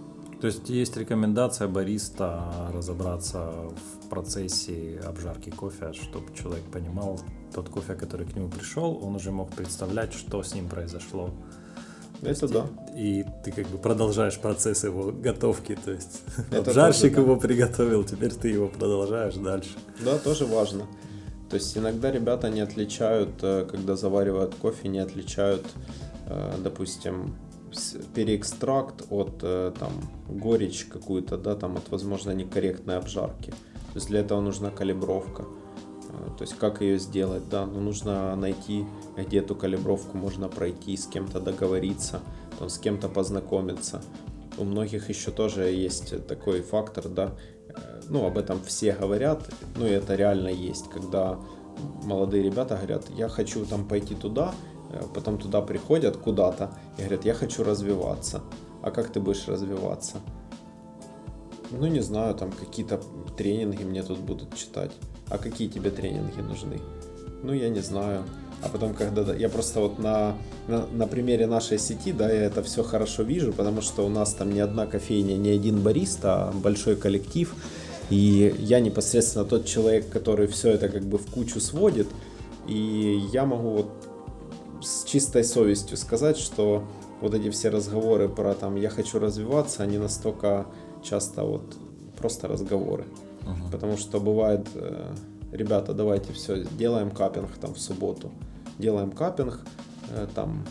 То есть есть рекомендация бариста разобраться в процессе обжарки кофе, чтобы человек понимал, тот кофе, который к нему пришел, он уже мог представлять, что с ним произошло. Это да. И ты как бы продолжаешь процесс его готовки, то есть это обжарщик тоже, да. его приготовил, теперь ты его продолжаешь дальше. Да, тоже важно. То есть иногда ребята не отличают, когда заваривают кофе, не отличают, допустим, переэкстракт от там горечь какую-то, да, там от, возможно, некорректной обжарки. То есть для этого нужна калибровка. То есть как ее сделать, да, ну, нужно найти, где эту калибровку можно пройти, с кем-то договориться, там, с кем-то познакомиться. У многих еще тоже есть такой фактор, да, ну, об этом все говорят, ну, и это реально есть, когда молодые ребята говорят, я хочу там пойти туда, потом туда приходят куда-то и говорят, я хочу развиваться. А как ты будешь развиваться? Ну, не знаю, там какие-то тренинги мне тут будут читать. А какие тебе тренинги нужны? Ну, я не знаю. А потом, когда я просто вот на, на, на примере нашей сети, да, я это все хорошо вижу, потому что у нас там не одна кофейня, не один бариста, а большой коллектив. И я непосредственно тот человек, который все это как бы в кучу сводит. И я могу вот с чистой совестью сказать, что вот эти все разговоры про там «я хочу развиваться», они настолько часто вот просто разговоры. Uh-huh. Потому что бывает, э, ребята, давайте все, делаем каппинг там в субботу, делаем каппинг э, там,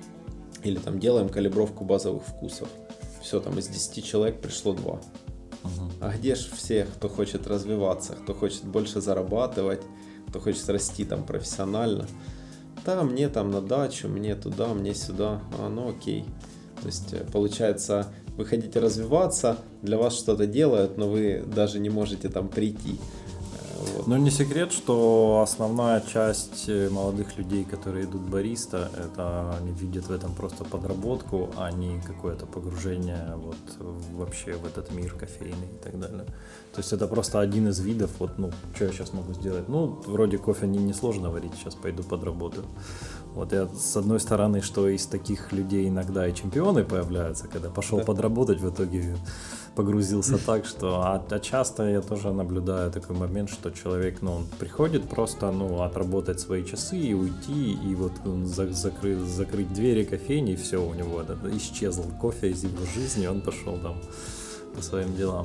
или там делаем калибровку базовых вкусов. Все, там из десяти человек пришло два. Uh-huh. А где же все, кто хочет развиваться, кто хочет больше зарабатывать, кто хочет расти там профессионально? Да, мне там на дачу, мне туда, мне сюда, а, ну окей. То есть получается, вы хотите развиваться, для вас что-то делают, но вы даже не можете там прийти. Вот. Но не секрет, что основная часть молодых людей, которые идут бариста, это они видят в этом просто подработку, а не какое-то погружение вот вообще в этот мир кофейный и так далее. То есть это просто один из видов, вот, ну, что я сейчас могу сделать? Ну, вроде кофе не, не сложно варить, сейчас пойду подработаю. Вот я с одной стороны, что из таких людей иногда и чемпионы появляются, когда пошел да. подработать, в итоге погрузился так, что... А, а часто я тоже наблюдаю такой момент, что человек, ну, он приходит просто, ну, отработать свои часы и уйти, и вот за, закрыть, закрыть двери кофейни, и все, у него это, исчезл кофе из его жизни, он пошел там по своим делам.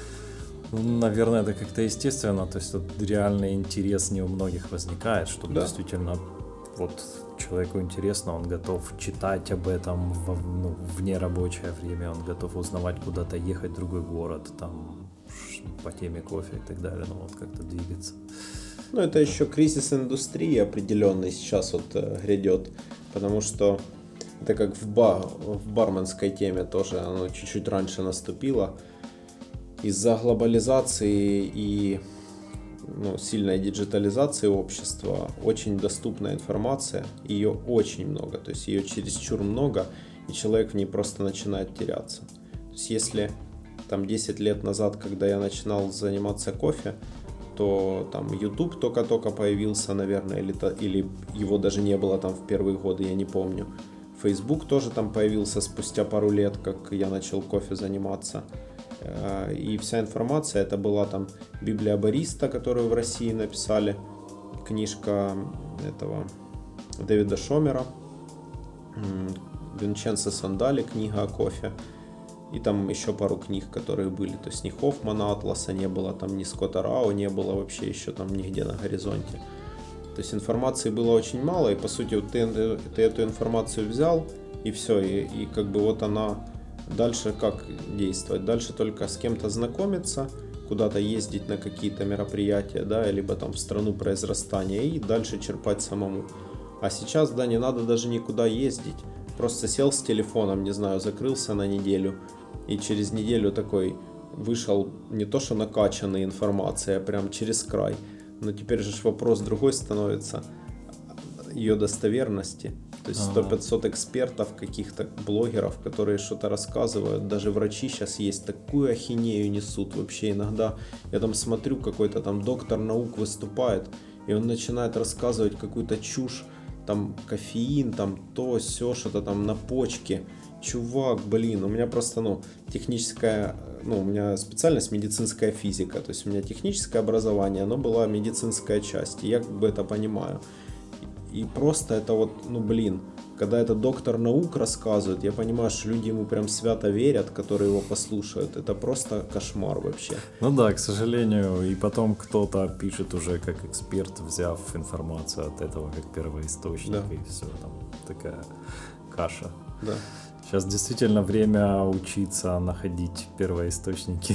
Ну, наверное, это как-то естественно, то есть вот реальный интерес не у многих возникает, чтобы да. действительно вот человеку интересно, он готов читать об этом в, ну, в нерабочее время, он готов узнавать, куда-то ехать в другой город, там, по теме кофе и так далее, ну вот как-то двигаться. Ну, это еще кризис индустрии определенный сейчас вот э, грядет, потому что это как в, бар, в барменской теме тоже, оно чуть-чуть раньше наступило. Из-за глобализации и ну, сильной диджитализации общества очень доступная информация, ее очень много, то есть ее чересчур много, и человек в ней просто начинает теряться. То есть если там десять лет назад, когда я начинал заниматься кофе, то там YouTube только-только появился, наверное, или, то, или его даже не было там в первые годы, я не помню. Facebook тоже там появился спустя пару лет, как я начал кофе заниматься. И вся информация, это была там Библия бариста, которую в России написали, книжка этого Дэвида Шомера, Винченцо Сандали, книга о кофе, и там еще пару книг, которые были, то есть ни Хоффмана Атласа не было, там ни Скотта Рау не было вообще еще там нигде на горизонте. То есть информации было очень мало, и по сути вот ты, ты эту информацию взял, и все, и, и как бы вот она... Дальше как действовать? Дальше только с кем-то знакомиться, куда-то ездить на какие-то мероприятия, да, либо там в страну произрастания и дальше черпать самому. А сейчас, да, не надо даже никуда ездить. Просто сел с телефоном, не знаю, закрылся на неделю и через неделю такой вышел не то что накачанной информацией, а прям через край. Но теперь же вопрос другой становится, ее достоверности. То есть сто-пятьсот экспертов, каких-то блогеров, которые что-то рассказывают. Даже врачи сейчас есть, такую ахинею несут вообще иногда. Я там смотрю, какой-то там доктор наук выступает, и он начинает рассказывать какую-то чушь, там кофеин, там то, сё, что-то там на почке. чувак, блин, у меня просто, ну, техническая, ну, у меня специальность медицинская физика, то есть у меня техническое образование, оно была медицинская часть, и я как бы это понимаю. И просто это вот, ну, блин, когда это доктор наук рассказывает, я понимаю, что люди ему прям свято верят, которые его послушают. Это просто кошмар вообще. Ну да, к сожалению, и потом кто-то пишет уже как эксперт, взяв информацию от этого как первоисточник, да. И все, там такая каша. Да. Сейчас действительно время учиться находить первоисточники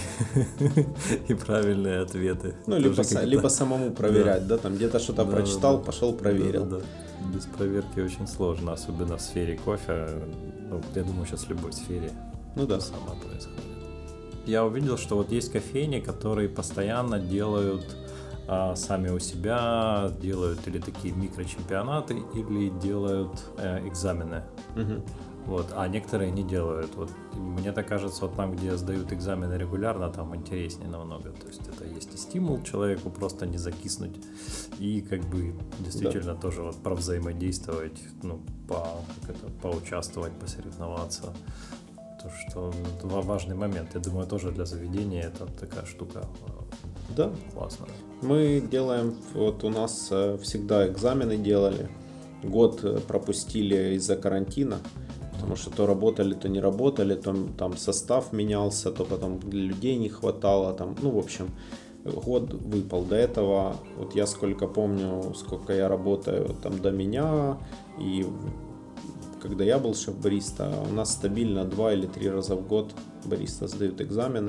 и правильные ответы. Ну, либо, либо самому проверять, да, да там где-то что-то да, прочитал, да, пошел, проверил. Да, да, да. Без проверки очень сложно, особенно в сфере кофе. Ну, я думаю, сейчас в любой сфере ну, да. самое происходит. Я увидел, что вот есть кофейни, которые постоянно делают а, сами у себя, делают или такие микрочемпионаты, или делают э, экзамены. Угу. Вот, а некоторые не делают. Вот, мне так кажется, вот там, где сдают экзамены регулярно, там интереснее намного. То есть это есть и стимул человеку просто не закиснуть, и как бы действительно да. тоже вот провзаимодействовать, ну, по, как это, поучаствовать, посоревноваться. То, что это важный момент. Я думаю, тоже для заведения это такая штука да. классная. Мы делаем, вот у нас всегда экзамены делали. Год пропустили из-за карантина. Потому что то работали, то не работали, то там состав менялся, то потом для людей не хватало, там, ну, в общем, год выпал. До этого, вот я сколько помню, сколько я работаю там до меня, и когда я был шеф-бариста, у нас стабильно два или три раза в год бариста сдают экзамены,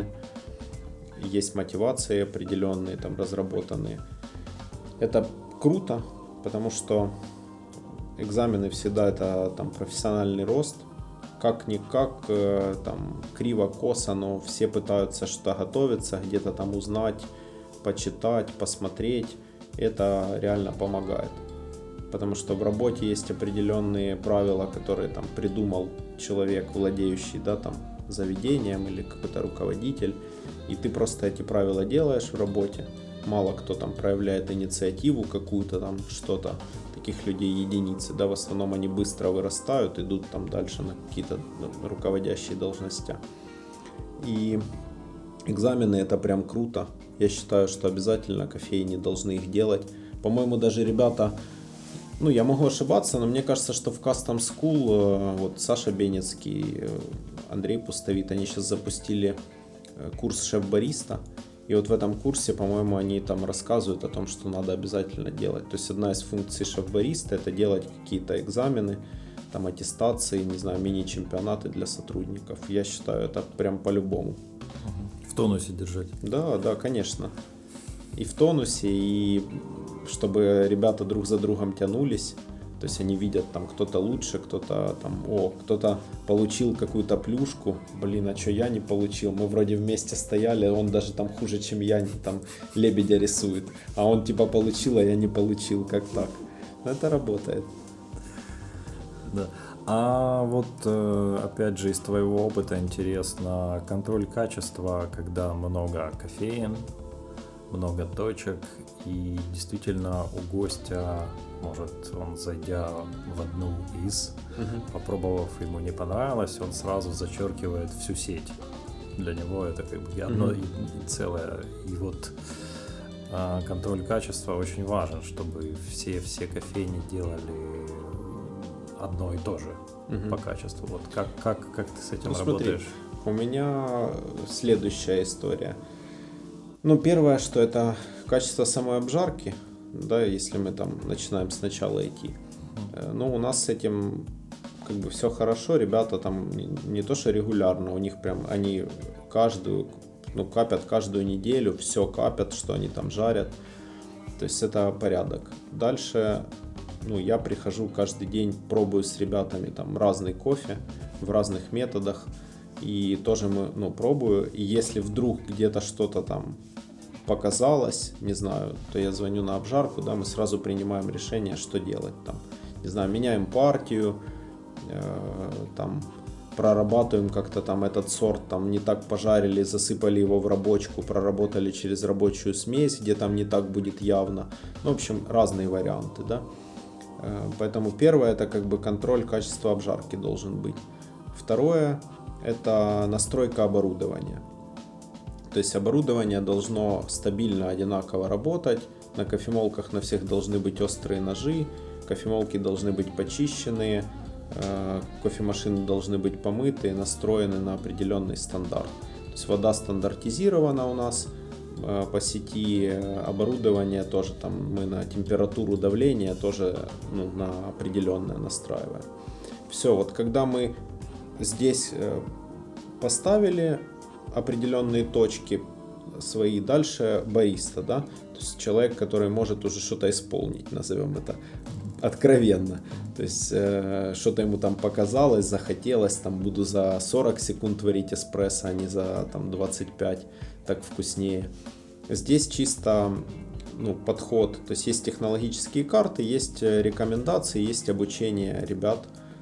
есть мотивации определенные, там, разработанные. Это круто, потому что экзамены всегда это там профессиональный рост, как-никак, там криво-косо, но все пытаются что-то готовиться, где-то там узнать, почитать, посмотреть, это реально помогает, потому что в работе есть определенные правила, которые там придумал человек, владеющий, да, там заведением или какой-то руководитель, и ты просто эти правила делаешь в работе. Мало кто там проявляет инициативу какую-то там, что-то. Таких людей единицы, да, в основном они быстро вырастают, идут там дальше на какие-то руководящие должности. И экзамены это прям круто. Я считаю, что обязательно кофейни должны их делать. По-моему, даже ребята, ну, я могу ошибаться, но мне кажется, что в Custom School, вот Саша Бенецкий, Андрей Пустовит, они сейчас запустили курс шеф-бариста. И вот в этом курсе, по-моему, они там рассказывают о том, что надо обязательно делать. То есть одна из функций шеф-бариста — это делать какие-то экзамены, там аттестации, не знаю, мини-чемпионаты для сотрудников. Я считаю, это прям по-любому. В тонусе держать. Да, да, конечно. И в тонусе, и чтобы ребята друг за другом тянулись. То есть они видят, там кто-то лучше, кто-то там, о, кто-то получил какую-то плюшку, блин, а что я не получил? Мы вроде вместе стояли, он даже там хуже, чем я, там лебедя рисует, а он типа получил, а я не получил, как так? Но это работает. Да. А вот опять же из твоего опыта интересно, контроль качества, когда много кофеин, много точек, и действительно у гостя, может, он, зайдя в одну из, uh-huh. попробовав, ему не понравилось, он сразу зачеркивает всю сеть. Для него это как бы одно uh-huh. и, и целое. И вот а, контроль качества очень важен, чтобы все, все кофейни делали одно и то же uh-huh. по качеству. Вот как, как, как ты с этим ну, работаешь? Смотри, у меня следующая история. Ну, первое, что это качество самой обжарки, да, если мы там начинаем сначала идти. Ну, у нас с этим как бы все хорошо, ребята там не, не то что регулярно, у них прям они каждую, ну, капят каждую неделю, все капят, что они там жарят. То есть это порядок. Дальше, ну, я прихожу каждый день, пробую с ребятами там разный кофе в разных методах. И тоже мы, ну, пробую. И если вдруг где-то что-то там показалось, не знаю, то я звоню на обжарку, да, мы сразу принимаем решение, что делать там. Не знаю, меняем партию, э, там, прорабатываем как-то там этот сорт, там не так пожарили, засыпали его в рабочку, проработали через рабочую смесь, где там не так будет явно. Ну, в общем, разные варианты, да. Э, поэтому первое, это как бы контроль качества обжарки должен быть. Второе – это настройка оборудования. То есть оборудование должно стабильно, одинаково работать. На кофемолках на всех должны быть острые ножи, кофемолки должны быть почищенные, кофемашины должны быть помыты и настроены на определенный стандарт. То есть вода стандартизирована у нас по сети, оборудование тоже там мы на температуру давления тоже ну, на определенное настраиваем. Все, вот когда мы здесь поставили определенные точки свои, дальше бариста, да, то есть человек, который может уже что-то исполнить, назовем это откровенно, то есть э, что-то ему там показалось, захотелось, там буду за сорок секунд варить эспрессо, а не за там двадцать пять, так вкуснее. Здесь чисто ну, подход, то есть есть технологические карты, есть рекомендации, есть обучение ребят,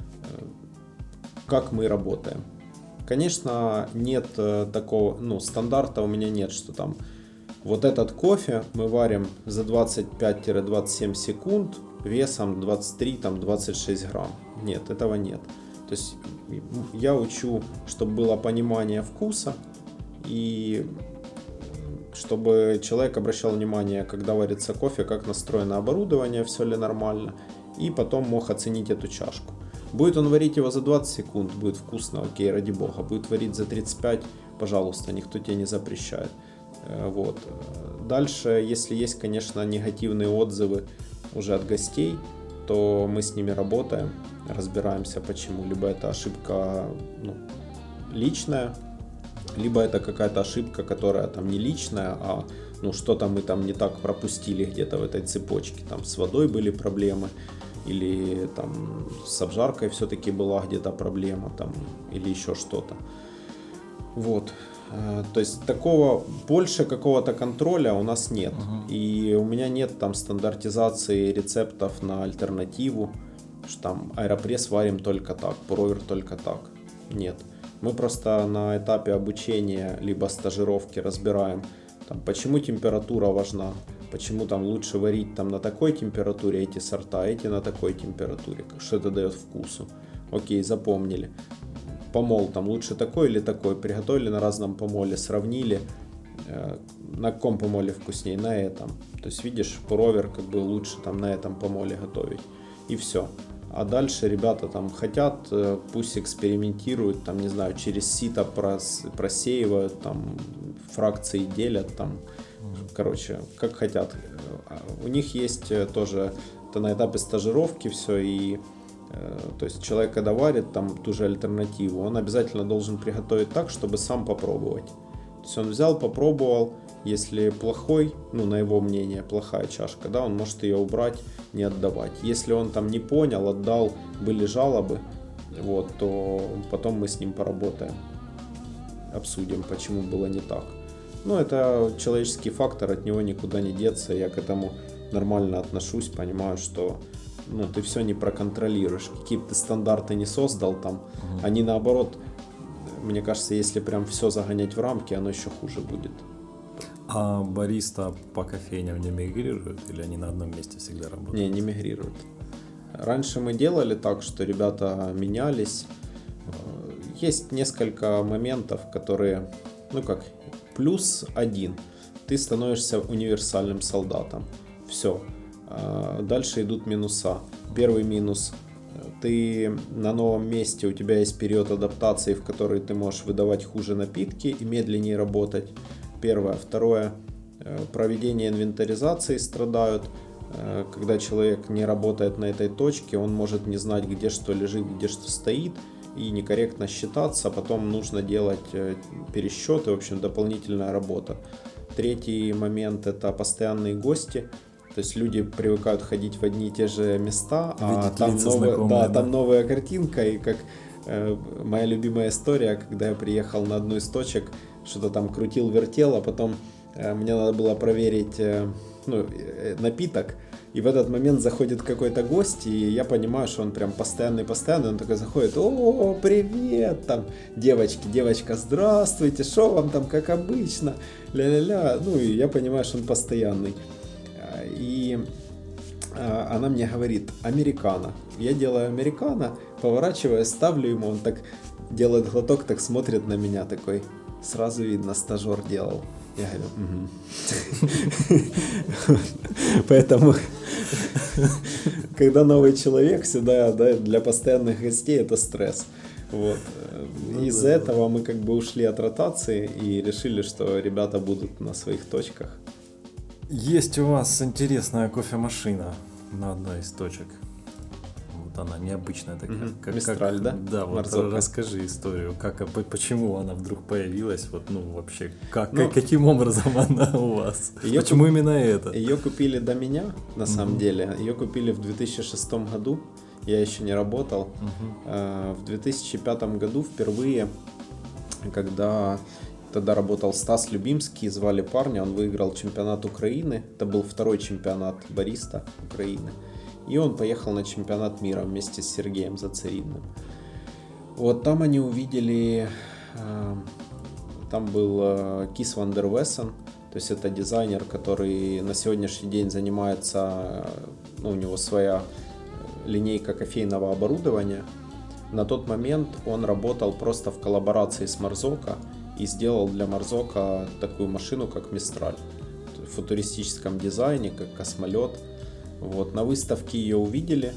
как мы работаем. Конечно, нет такого, ну, стандарта у меня нет, что там вот этот кофе мы варим за двадцать пять - двадцать семь секунд весом двадцать три - двадцать шесть грамм. Нет, этого нет. То есть я учу, чтобы было понимание вкуса и чтобы человек обращал внимание, когда варится кофе, как настроено оборудование, все ли нормально, и потом мог оценить эту чашку. Будет он варить его за двадцать секунд, будет вкусно, окей, ради бога. Будет варить за тридцать пять, пожалуйста, никто тебе не запрещает. Вот. Дальше, если есть, конечно, негативные отзывы уже от гостей, то мы с ними работаем, разбираемся почему. Либо это ошибка ну, личная, либо это какая-то ошибка, которая там не личная, а ну, что-то мы там не так пропустили где-то в этой цепочке. Там с водой были проблемы, или там с обжаркой все-таки была где-то проблема, там, или еще что-то. Вот. То есть такого, больше какого-то контроля у нас нет. Uh-huh. И у меня нет там стандартизации рецептов на альтернативу, что там аэропресс варим только так, провер только так. Нет. Мы просто на этапе обучения либо стажировки разбираем, там, почему температура важна, почему там лучше варить там на такой температуре эти сорта, эти на такой температуре, что это дает вкусу. Окей, запомнили. Помол там лучше такой или такой, приготовили на разном помоле, сравнили, э, на каком помоле вкуснее, на этом. То есть видишь, провер как бы лучше там на этом помоле готовить. И все. А дальше ребята там хотят, пусть экспериментируют, там, не знаю, через сито прос, просеивают, там, фракции делят, там, короче, как хотят. У них есть тоже, это на этапе стажировки все, и, то есть, человек, когда варит там ту же альтернативу, он обязательно должен приготовить так, чтобы сам попробовать. То есть, он взял, попробовал, если плохой, ну, на его мнение, плохая чашка, да, он может ее убрать, не отдавать. Если он там не понял, отдал, были жалобы, вот, то потом мы с ним поработаем, обсудим, почему было не так. Ну, это человеческий фактор, от него никуда не деться, я к этому нормально отношусь, понимаю, что ну, ты все не проконтролируешь, какие бы ты стандарты не создал там, угу. Они наоборот, мне кажется, если прям все загонять в рамки, оно еще хуже будет. А бариста по кофейням не мигрируют или они на одном месте всегда работают? Не, не мигрируют. Раньше мы делали так, что ребята менялись. Есть несколько моментов, которые, ну как, плюс один. Ты становишься универсальным солдатом. Все. Дальше идут минуса. Первый минус. Ты на новом месте, у тебя есть период адаптации, в который ты можешь выдавать хуже напитки и медленнее работать. Первое. Второе. Проведение инвентаризации страдают. Когда человек не работает на этой точке, он может не знать, где что лежит, где что стоит, и некорректно считаться. Потом нужно делать пересчеты, в общем, дополнительная работа. Третий момент – это постоянные гости. То есть люди привыкают ходить в одни и те же места, а там, новая, да, да. там новая картинка. И как э, моя любимая история, когда я приехал на одну из точек, что-то там крутил-вертел, а потом э, мне надо было проверить э, ну, э, напиток. И в этот момент заходит какой-то гость, и я понимаю, что он прям постоянный-постоянный. Он такой заходит: о, привет, там, девочки, девочка, здравствуйте, что вам там, как обычно, ля-ля-ля. Ну, и я понимаю, что он постоянный. И она мне говорит: американо. Я делаю американо, поворачиваю, ставлю ему, он так делает глоток, так смотрит на меня такой, сразу видно, стажер делал. Я говорю, угу. Поэтому, когда новый человек всегда, да, для постоянных гостей это стресс. Вот. Из-за этого мы как бы ушли от ротации и решили, что ребята будут на своих точках. Есть у вас интересная кофемашина на одной из точек. Вот она необычная такая. Угу. Как, Мистраль, как, да? Да, вот Марзока. Расскажи историю, как, почему она вдруг появилась, вот, ну вообще, как, ну, каким образом она у вас? Ее Почему куп... именно это? Ее купили до меня, на самом угу. деле. Ее купили в две тысячи шестом году. Я еще не работал. Угу. В две тысячи пятом году впервые, когда тогда работал Стас Любимский, звали парня, он выиграл чемпионат Украины. Это был второй чемпионат бариста Украины. И он поехал на чемпионат мира вместе с Сергеем Зацаринным. Вот там они увидели, там был Кис Ван дер Вессен, то есть это дизайнер, который на сегодняшний день занимается, ну, у него своя линейка кофейного оборудования. На тот момент он работал просто в коллаборации с Марзока и сделал для Марзока такую машину, как Мистраль, в футуристическом дизайне, как космолет. Вот, на выставке ее увидели,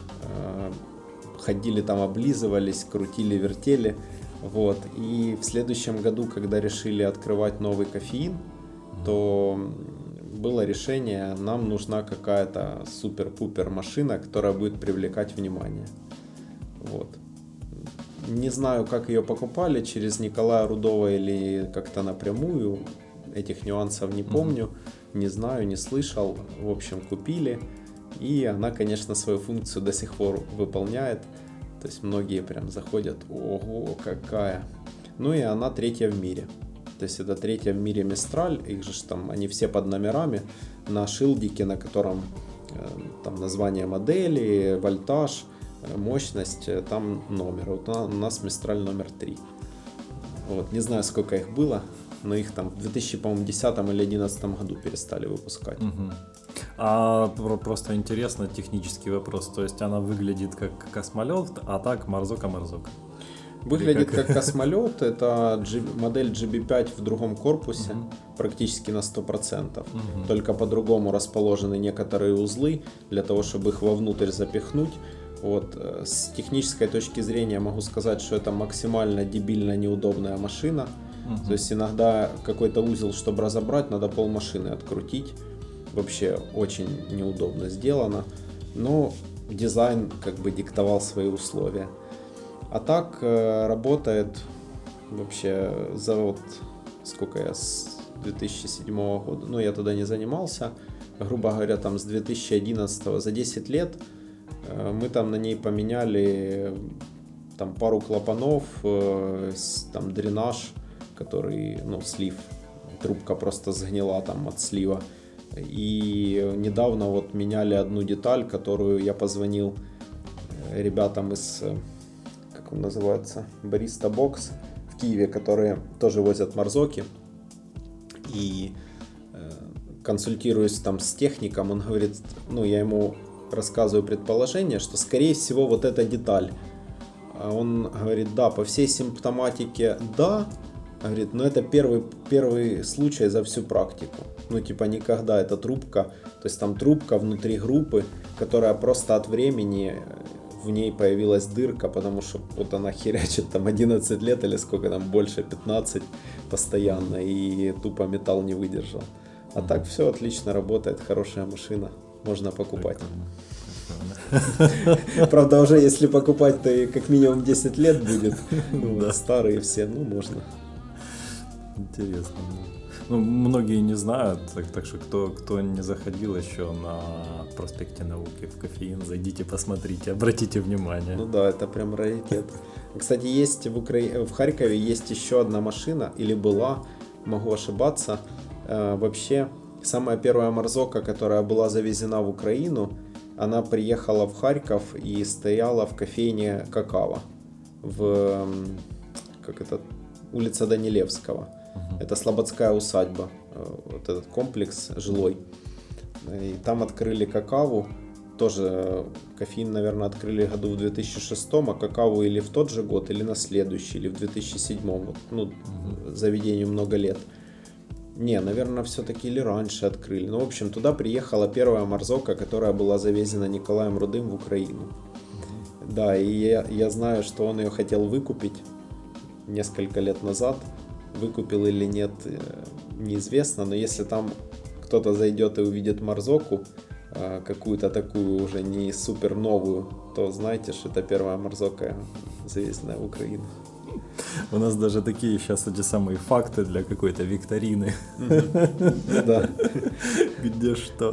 ходили там, облизывались, крутили, вертели. Вот. И в следующем году, когда решили открывать новый кофеин, то было решение, нам нужна какая-то супер-пупер машина, которая будет привлекать внимание. Вот. Не знаю, как ее покупали, через Николая Рудова или как-то напрямую, этих нюансов не помню, mm-hmm. не знаю, не слышал. В общем, купили, и она, конечно, свою функцию до сих пор выполняет. То есть многие прям заходят, ого, какая. Ну и она третья в мире. То есть это третья в мире Мистраль, их же там, они все под номерами, на шилдике, на котором э, там название модели, вольтаж, э, мощность, э, там номер. Вот у нас Мистраль номер три. Вот, не знаю, сколько их было, но их там в две тысячи десятом или две тысячи одиннадцатом году перестали выпускать. Угу. А просто интересно, технический вопрос, то есть она выглядит как космолет, а так Марзока-Марзока? Выглядит как, как космолет, это G, модель джи би пять в другом корпусе, uh-huh. практически на сто процентов. Uh-huh. Только по-другому расположены некоторые узлы, для того, чтобы их вовнутрь запихнуть. Вот. С технической точки зрения могу сказать, что это максимально дебильно неудобная машина. Uh-huh. То есть иногда какой-то узел, чтобы разобрать, надо полмашины открутить. Вообще очень неудобно сделано. Но дизайн как бы диктовал свои условия. А так э, работает вообще за вот сколько я с две тысячи седьмого года, ну я тогда не занимался, грубо говоря, там с две тысячи одиннадцатого, за десять лет э, мы там на ней поменяли там пару клапанов, э, там дренаж, который, ну слив, трубка просто сгнила там от слива. И недавно вот меняли одну деталь, которую я позвонил ребятам из... как он называется, Barista Box в Киеве, которые тоже возят Марзоки, и э, консультируюсь там с техником, он говорит, ну я ему рассказываю предположение, что скорее всего вот эта деталь, он говорит, да, по всей симптоматике да, говорит, но это первый, первый случай за всю практику, ну типа никогда эта трубка, то есть там трубка внутри группы, которая просто от времени в ней появилась дырка, потому что вот она херячит там одиннадцать лет или сколько там, больше пятнадцать постоянно, и тупо металл не выдержал. А так все отлично работает, хорошая машина, можно покупать. Правда, уже если покупать, то и как минимум десять лет будет. Старые все, ну можно. Интересно. Ну, многие не знают, так, так что кто, кто не заходил еще на проспекте Науки в кофеин, зайдите, посмотрите, обратите внимание. Ну да, это прям раритет. Кстати, есть в, Укра... в Харькове есть еще одна машина, или была, могу ошибаться. Э, вообще, самая первая Марзока, которая была завезена в Украину, она приехала в Харьков и стояла в кофейне Какава в как это, улица Данилевского. Uh-huh. Это Слободская усадьба, вот этот комплекс жилой. И там открыли Какаву, тоже кофеин, наверное, открыли году в две тысячи шестом, а какао или в тот же год, или на следующий, или в две тысячи седьмом. Вот, ну, угу. Заведению много лет. Не, наверное, все-таки или раньше открыли. Ну, в общем, туда приехала первая Марзока, которая была завезена Николаем Рудым в Украину. Угу. Да, и я, я знаю, что он ее хотел выкупить несколько лет назад. Выкупил или нет, неизвестно, но если там кто-то зайдет и увидит Марзоку, какую-то такую уже не супер новую, то знаете, что это первая Марзока, завезенная в Украину. У нас даже такие сейчас эти самые факты для какой-то викторины. Да. Где что.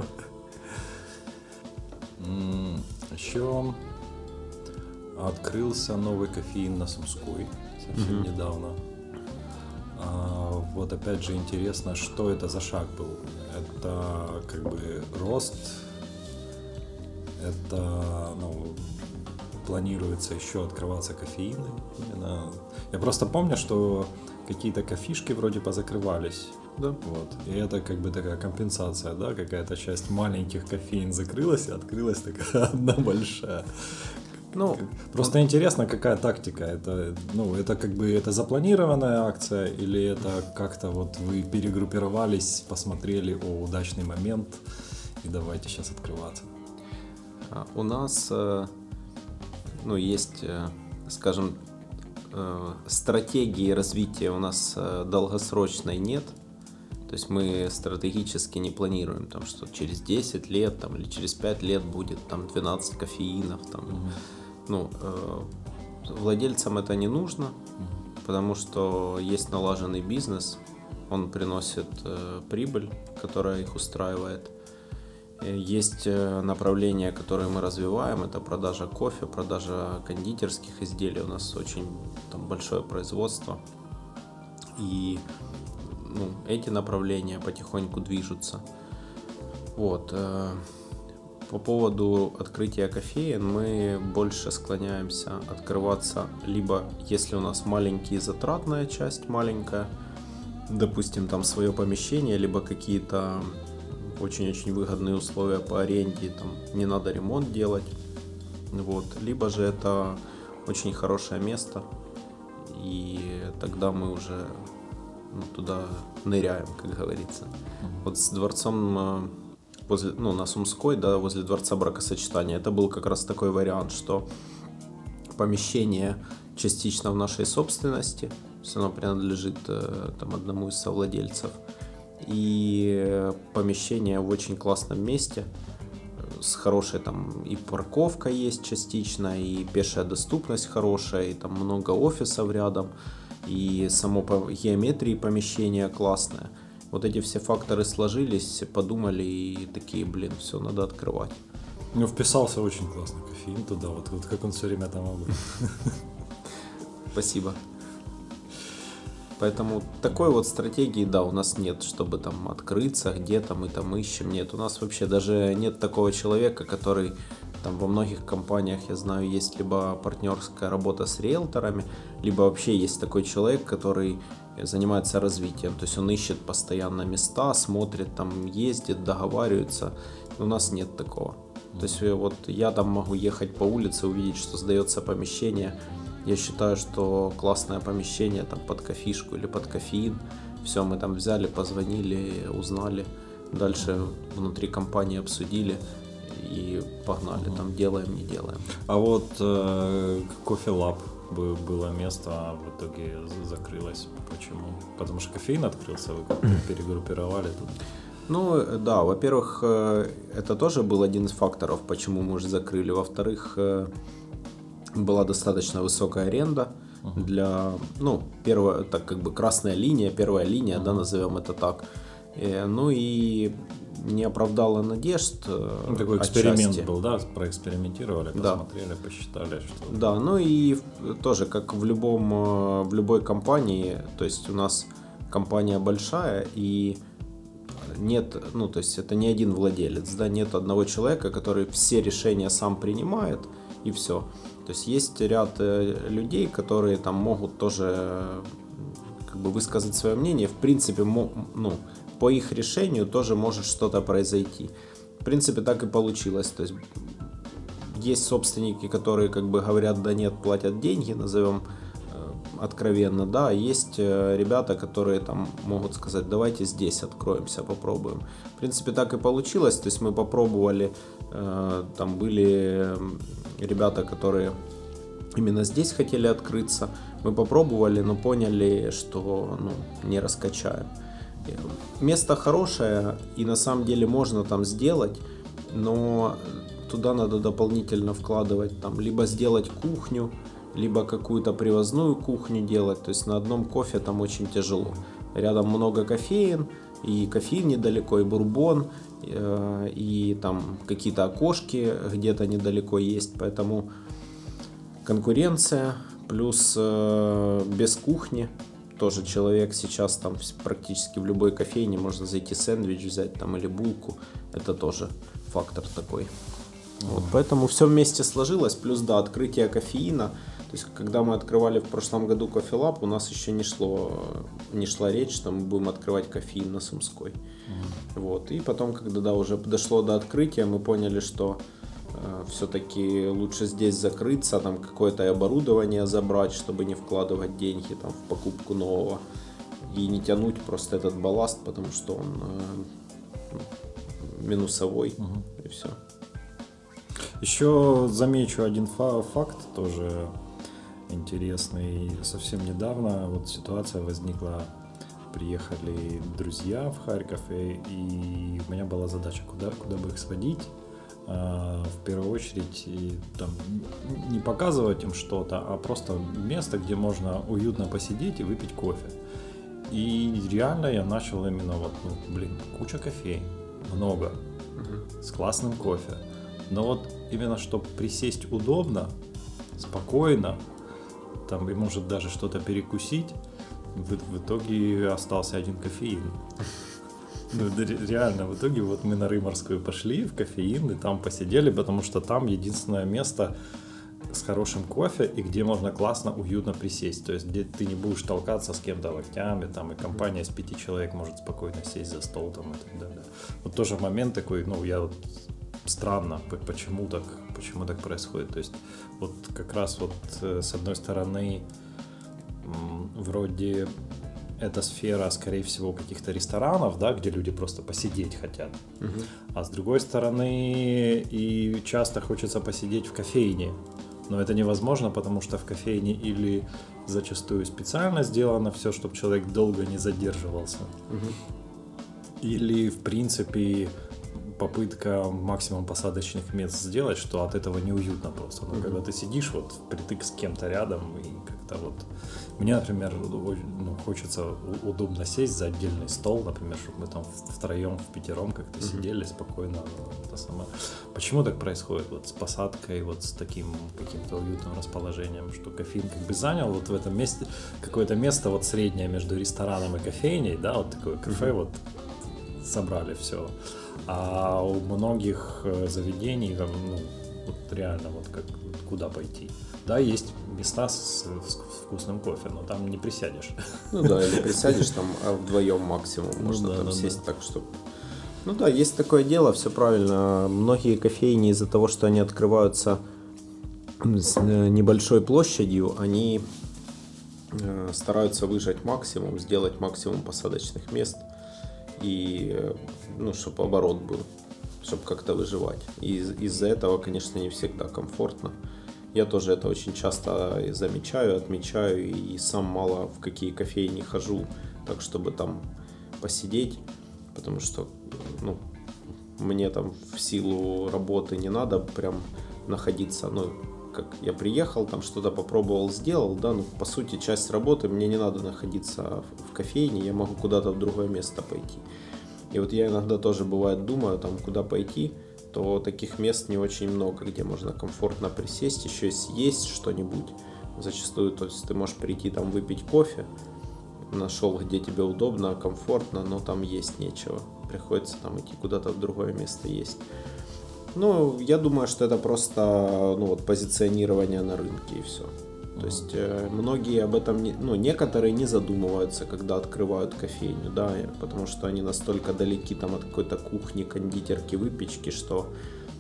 Еще открылся новый кофеин на Сумской совсем недавно. Вот опять же интересно, что это за шаг был. Это как бы рост, это, ну, планируется еще открываться кофеины. Именно. Я просто помню, что какие-то кофишки вроде позакрывались. Да. Вот. И это как бы такая компенсация, да, какая-то часть маленьких кофеин закрылась, и открылась такая одна большая. Ну, просто он... интересно, какая тактика. Это, ну, это как бы это запланированная акция, или это как-то вот вы перегруппировались, посмотрели, о, удачный момент, и давайте сейчас открываться. У нас, ну, есть, скажем, стратегии развития у нас долгосрочной нет. То есть мы стратегически не планируем, там, что через десять лет там, или через пять лет будет там, двенадцать кофеинов. Там. Mm-hmm. Ну, э, владельцам это не нужно, mm-hmm. потому что есть налаженный бизнес, он приносит э, прибыль, которая их устраивает. Есть направления, которые мы развиваем, это продажа кофе, продажа кондитерских изделий. У нас очень там, большое производство. И ну, эти направления потихоньку движутся. Вот. По поводу открытия кофеен мы больше склоняемся открываться либо если у нас маленькая затратная часть, маленькая, допустим, там свое помещение, либо какие-то очень-очень выгодные условия по аренде, там не надо ремонт делать, вот, либо же это очень хорошее место, и тогда мы уже ну, туда ныряем, как говорится. Mm-hmm. Вот с дворцом возле, ну, на Сумской, да, возле дворца бракосочетания, это был как раз такой вариант, что помещение частично в нашей собственности, все равно принадлежит там одному из совладельцев, и помещение в очень классном месте, с хорошей там и парковка есть частично, и пешая доступность хорошая, и там много офисов рядом, и само по геометрии помещения классное. Вот эти все факторы сложились, подумали и такие, блин, все, надо открывать. Ну, вписался очень классно кофеин туда, вот, вот как он все время там был. Спасибо. Поэтому такой вот стратегии, да, у нас нет, чтобы там открыться, где-то мы там ищем. Нет, у нас вообще даже нет такого человека, который там во многих компаниях, я знаю, есть либо партнерская работа с риэлторами, либо вообще есть такой человек, который занимается развитием. То есть он ищет постоянно места, смотрит, там ездит, договаривается. У нас нет такого. То есть вот я там могу ехать по улице, увидеть, что сдается помещение. Я считаю, что классное помещение там под кофишку или под кофеин. Все, мы там взяли, позвонили, узнали. Дальше внутри компании обсудили и погнали. Там делаем, не делаем. А вот э, Coffee Lab было место, а в итоге закрылось. Почему? Потому что кофеин открылся, вы перегруппировали тут. Ну да, во-первых, это тоже был один из факторов, почему мы уже закрыли. Во-вторых, была достаточно высокая аренда uh-huh. для, ну, первая, так как бы красная линия, первая линия, uh-huh. да, назовем это так. И, ну и не оправдала надежд. Ну, такой эксперимент отчасти. Был, да, проэкспериментировали, посмотрели, да. посчитали, что. Да, ну и тоже, как в любом, в любой компании, то есть у нас компания большая и нет, ну то есть это не один владелец, да, нет одного человека, который все решения сам принимает и все. То есть есть ряд людей, которые там могут тоже как бы высказать свое мнение. В принципе, ну, по их решению тоже может что-то произойти. В принципе, так и получилось. То есть есть собственники, которые как бы говорят, да нет, платят деньги, назовем откровенно, да, есть ребята, которые там могут сказать, давайте здесь откроемся, попробуем. В принципе, так и получилось, то есть мы попробовали, там были ребята, которые именно здесь хотели открыться, мы попробовали, но поняли, что ну, не раскачаем. Место хорошее, и на самом деле можно там сделать, но туда надо дополнительно вкладывать, там, либо сделать кухню, либо какую-то привозную кухню делать, то есть на одном кофе там очень тяжело. Рядом много кофеин, и кофеин недалеко, и бурбон, и там какие-то окошки где-то недалеко есть, поэтому конкуренция, плюс без кухни, тоже человек сейчас там практически в любой кофейне можно зайти сэндвич взять там или булку, это тоже фактор такой. Вот, поэтому все вместе сложилось, плюс да, открытие кофеина. То есть, когда мы открывали в прошлом году Coffee Lab, у нас еще не, шло, не шла речь, что мы будем открывать кофеин на Сумской. Mm-hmm. Вот. И потом, когда да, уже дошло до открытия, мы поняли, что э, все-таки лучше здесь закрыться, там какое-то оборудование забрать, чтобы не вкладывать деньги там, в покупку нового. И не тянуть просто этот балласт, потому что он э, минусовой. Mm-hmm. И все. Еще замечу один фа- факт тоже интересный. Совсем недавно вот ситуация возникла, приехали друзья в Харьков, и, и у меня была задача, куда, куда бы их сводить. А, в первую очередь и, там, не показывать им что-то, а просто место, где можно уютно посидеть и выпить кофе. И реально я начал именно вот, ну, блин, куча кофей, много, угу. с классным кофе. Но вот именно чтобы присесть удобно, спокойно, там и может даже что-то перекусить, в, в итоге остался один кофеин. Ну, реально, в итоге вот мы на Рыморскую пошли в кофеин и там посидели, потому что там единственное место с хорошим кофе и где можно классно, уютно присесть. То есть где ты не будешь толкаться с кем-то локтями, там и компания из пяти человек может спокойно сесть за стол там и так далее. Вот тоже момент такой, ну я вот странно, почему так, почему так происходит. То есть вот как раз вот с одной стороны вроде эта сфера, скорее всего, каких-то ресторанов, да, где люди просто посидеть хотят. Uh-huh. А с другой стороны и часто хочется посидеть в кофейне. Но это невозможно, потому что в кофейне или зачастую специально сделано все, чтобы человек долго не задерживался. Uh-huh. Или в принципе попытка максимум посадочных мест сделать, что от этого неуютно просто. Но mm-hmm. когда ты сидишь вот впритык с кем-то рядом и как-то вот... Мне, например, ну, хочется удобно сесть за отдельный стол, например, чтобы мы там втроем, впятером как-то mm-hmm. сидели спокойно. Это самое. Почему так происходит вот с посадкой, вот с таким каким-то уютным расположением, что кофеин как бы занял вот в этом месте какое-то место вот среднее между рестораном и кофейней, да, вот такое кафе, mm-hmm. вот собрали все. А у многих заведений там, ну, вот реально вот как куда пойти. Да, есть места с, с вкусным кофе, но там не присядешь. Ну да, или присядешь там а вдвоем максимум, ну, можно да, там да, сесть да. так, что... Ну да, есть такое дело, все правильно. Многие кофейни из-за того, что они открываются с небольшой площадью, они стараются выжать максимум, сделать максимум посадочных мест. И, ну, чтобы оборот был, чтобы как-то выживать. И из- из-за этого, конечно, не всегда комфортно. Я тоже это очень часто замечаю, отмечаю, и сам мало в какие кофейни хожу, так, чтобы там посидеть, потому что, ну, мне там в силу работы не надо прям находиться, ну, как я приехал, там что-то попробовал, сделал, да, ну, по сути, часть работы, мне не надо находиться в кофейне, я могу куда-то в другое место пойти. И вот я иногда тоже, бывает, думаю, там, куда пойти, то таких мест не очень много, где можно комфортно присесть, еще и съесть что-нибудь. Зачастую, то есть ты можешь прийти там выпить кофе, нашел, где тебе удобно, комфортно, но там есть нечего. Приходится там идти куда-то в другое место есть. Ну, я думаю, что это просто, ну, вот, позиционирование на рынке и все. То есть э, многие об этом, не, ну, некоторые не задумываются, когда открывают кофейню, да, потому что они настолько далеки там от какой-то кухни, кондитерки, выпечки, что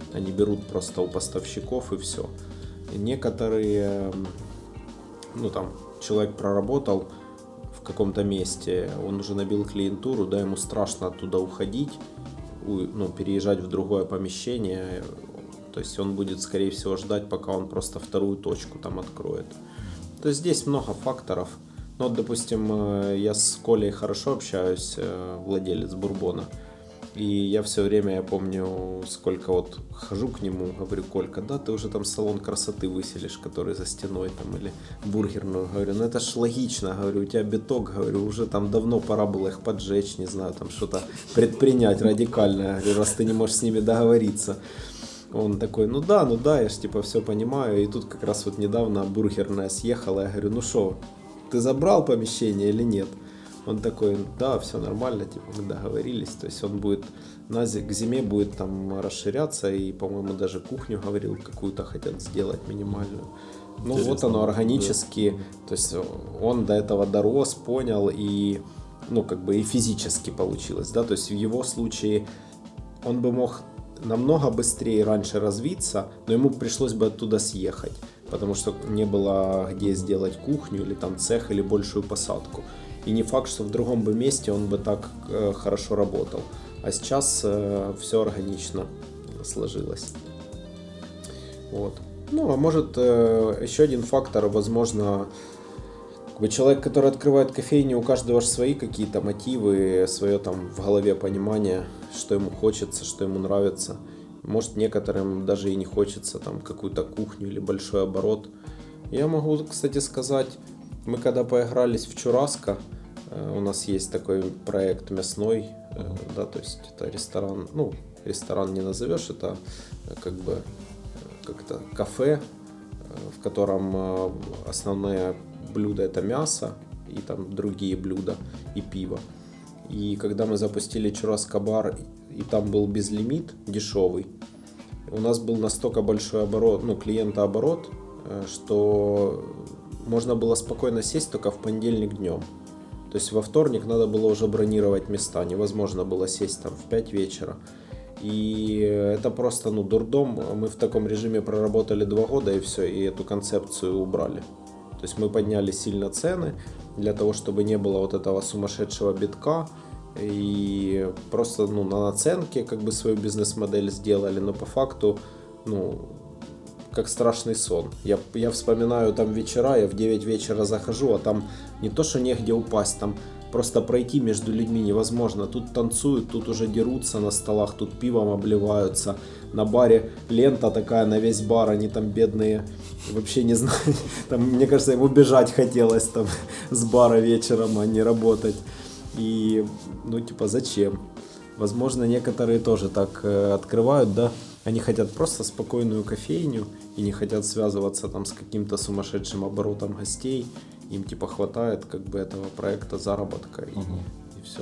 Они берут просто у поставщиков и все. И некоторые, ну там, человек проработал в каком-то месте, он уже набил клиентуру, да, ему страшно оттуда уходить, ну, переезжать в другое помещение. То есть он будет, скорее всего, ждать, пока он просто вторую точку там откроет. То есть здесь много факторов. Ну, вот, допустим, я с Колей хорошо общаюсь, владелец Бурбона. И я все время, я помню, сколько вот хожу к нему, говорю: Колька, да, ты уже там салон красоты выселишь, который за стеной там, или бургерную. Говорю, ну это ж логично, говорю, у тебя биток, говорю, уже там давно пора было их поджечь, не знаю, там что-то предпринять радикальное, говорю, раз ты не можешь с ними договориться. Он такой, ну да, ну да, я ж типа все понимаю. И тут как раз вот недавно бургерная съехала, я говорю, ну шо, ты забрал помещение или нет? Он такой, да, все нормально, типа мы договорились. То есть он будет на зи- к зиме будет там расширяться, и, по-моему, даже кухню, говорил, какую-то хотят сделать минимальную. Ну интересно, вот оно органически, да. То есть он до этого дорос, понял, и ну как бы и физически получилось, да, то есть в его случае он бы мог намного быстрее раньше развиться, но ему пришлось бы оттуда съехать, потому что не было где сделать кухню или там цех или большую посадку. И не факт, что в другом бы месте он бы так э, хорошо работал. А сейчас э, все органично сложилось. Вот. Ну, а может, э, еще один фактор, возможно, как бы человек, который открывает кофейню, у каждого же свои какие-то мотивы, свое там в голове понимание, что ему хочется, что ему нравится. Может, некоторым даже и не хочется там какую-то кухню или большой оборот. Я могу, кстати, сказать, мы когда поигрались в Чураско, у нас есть такой проект мясной, да, то есть это ресторан, ну, ресторан не назовешь, это как бы как-то кафе, в котором основные блюда это мясо и там другие блюда и пиво. И когда мы запустили Чураско бар, и там был безлимит дешевый, у нас был настолько большой оборот, ну, клиентооборот, что можно было спокойно сесть только в понедельник днем. То есть во вторник надо было уже бронировать места, невозможно было сесть там в пять вечера. И это просто, ну, дурдом. Мы в таком режиме проработали два года и все, и эту концепцию убрали. То есть мы подняли сильно цены для того, чтобы не было вот этого сумасшедшего битка. И просто, ну, на наценке как бы свою бизнес-модель сделали, но по факту, ну, как страшный сон. Я, я вспоминаю там вечера, я в девять вечера захожу, а там не то, что негде упасть, там просто пройти между людьми невозможно. Тут танцуют, тут уже дерутся на столах, тут пивом обливаются. На баре лента такая на весь бар, они там бедные, вообще не знаю. Там, мне кажется, ему бежать хотелось там с бара вечером, а не работать. И, ну, типа, зачем? Возможно, некоторые тоже так э, открывают, да? Они хотят просто спокойную кофейню и не хотят связываться там с каким-то сумасшедшим оборотом гостей. Им типа хватает как бы этого проекта заработка и, угу. и все.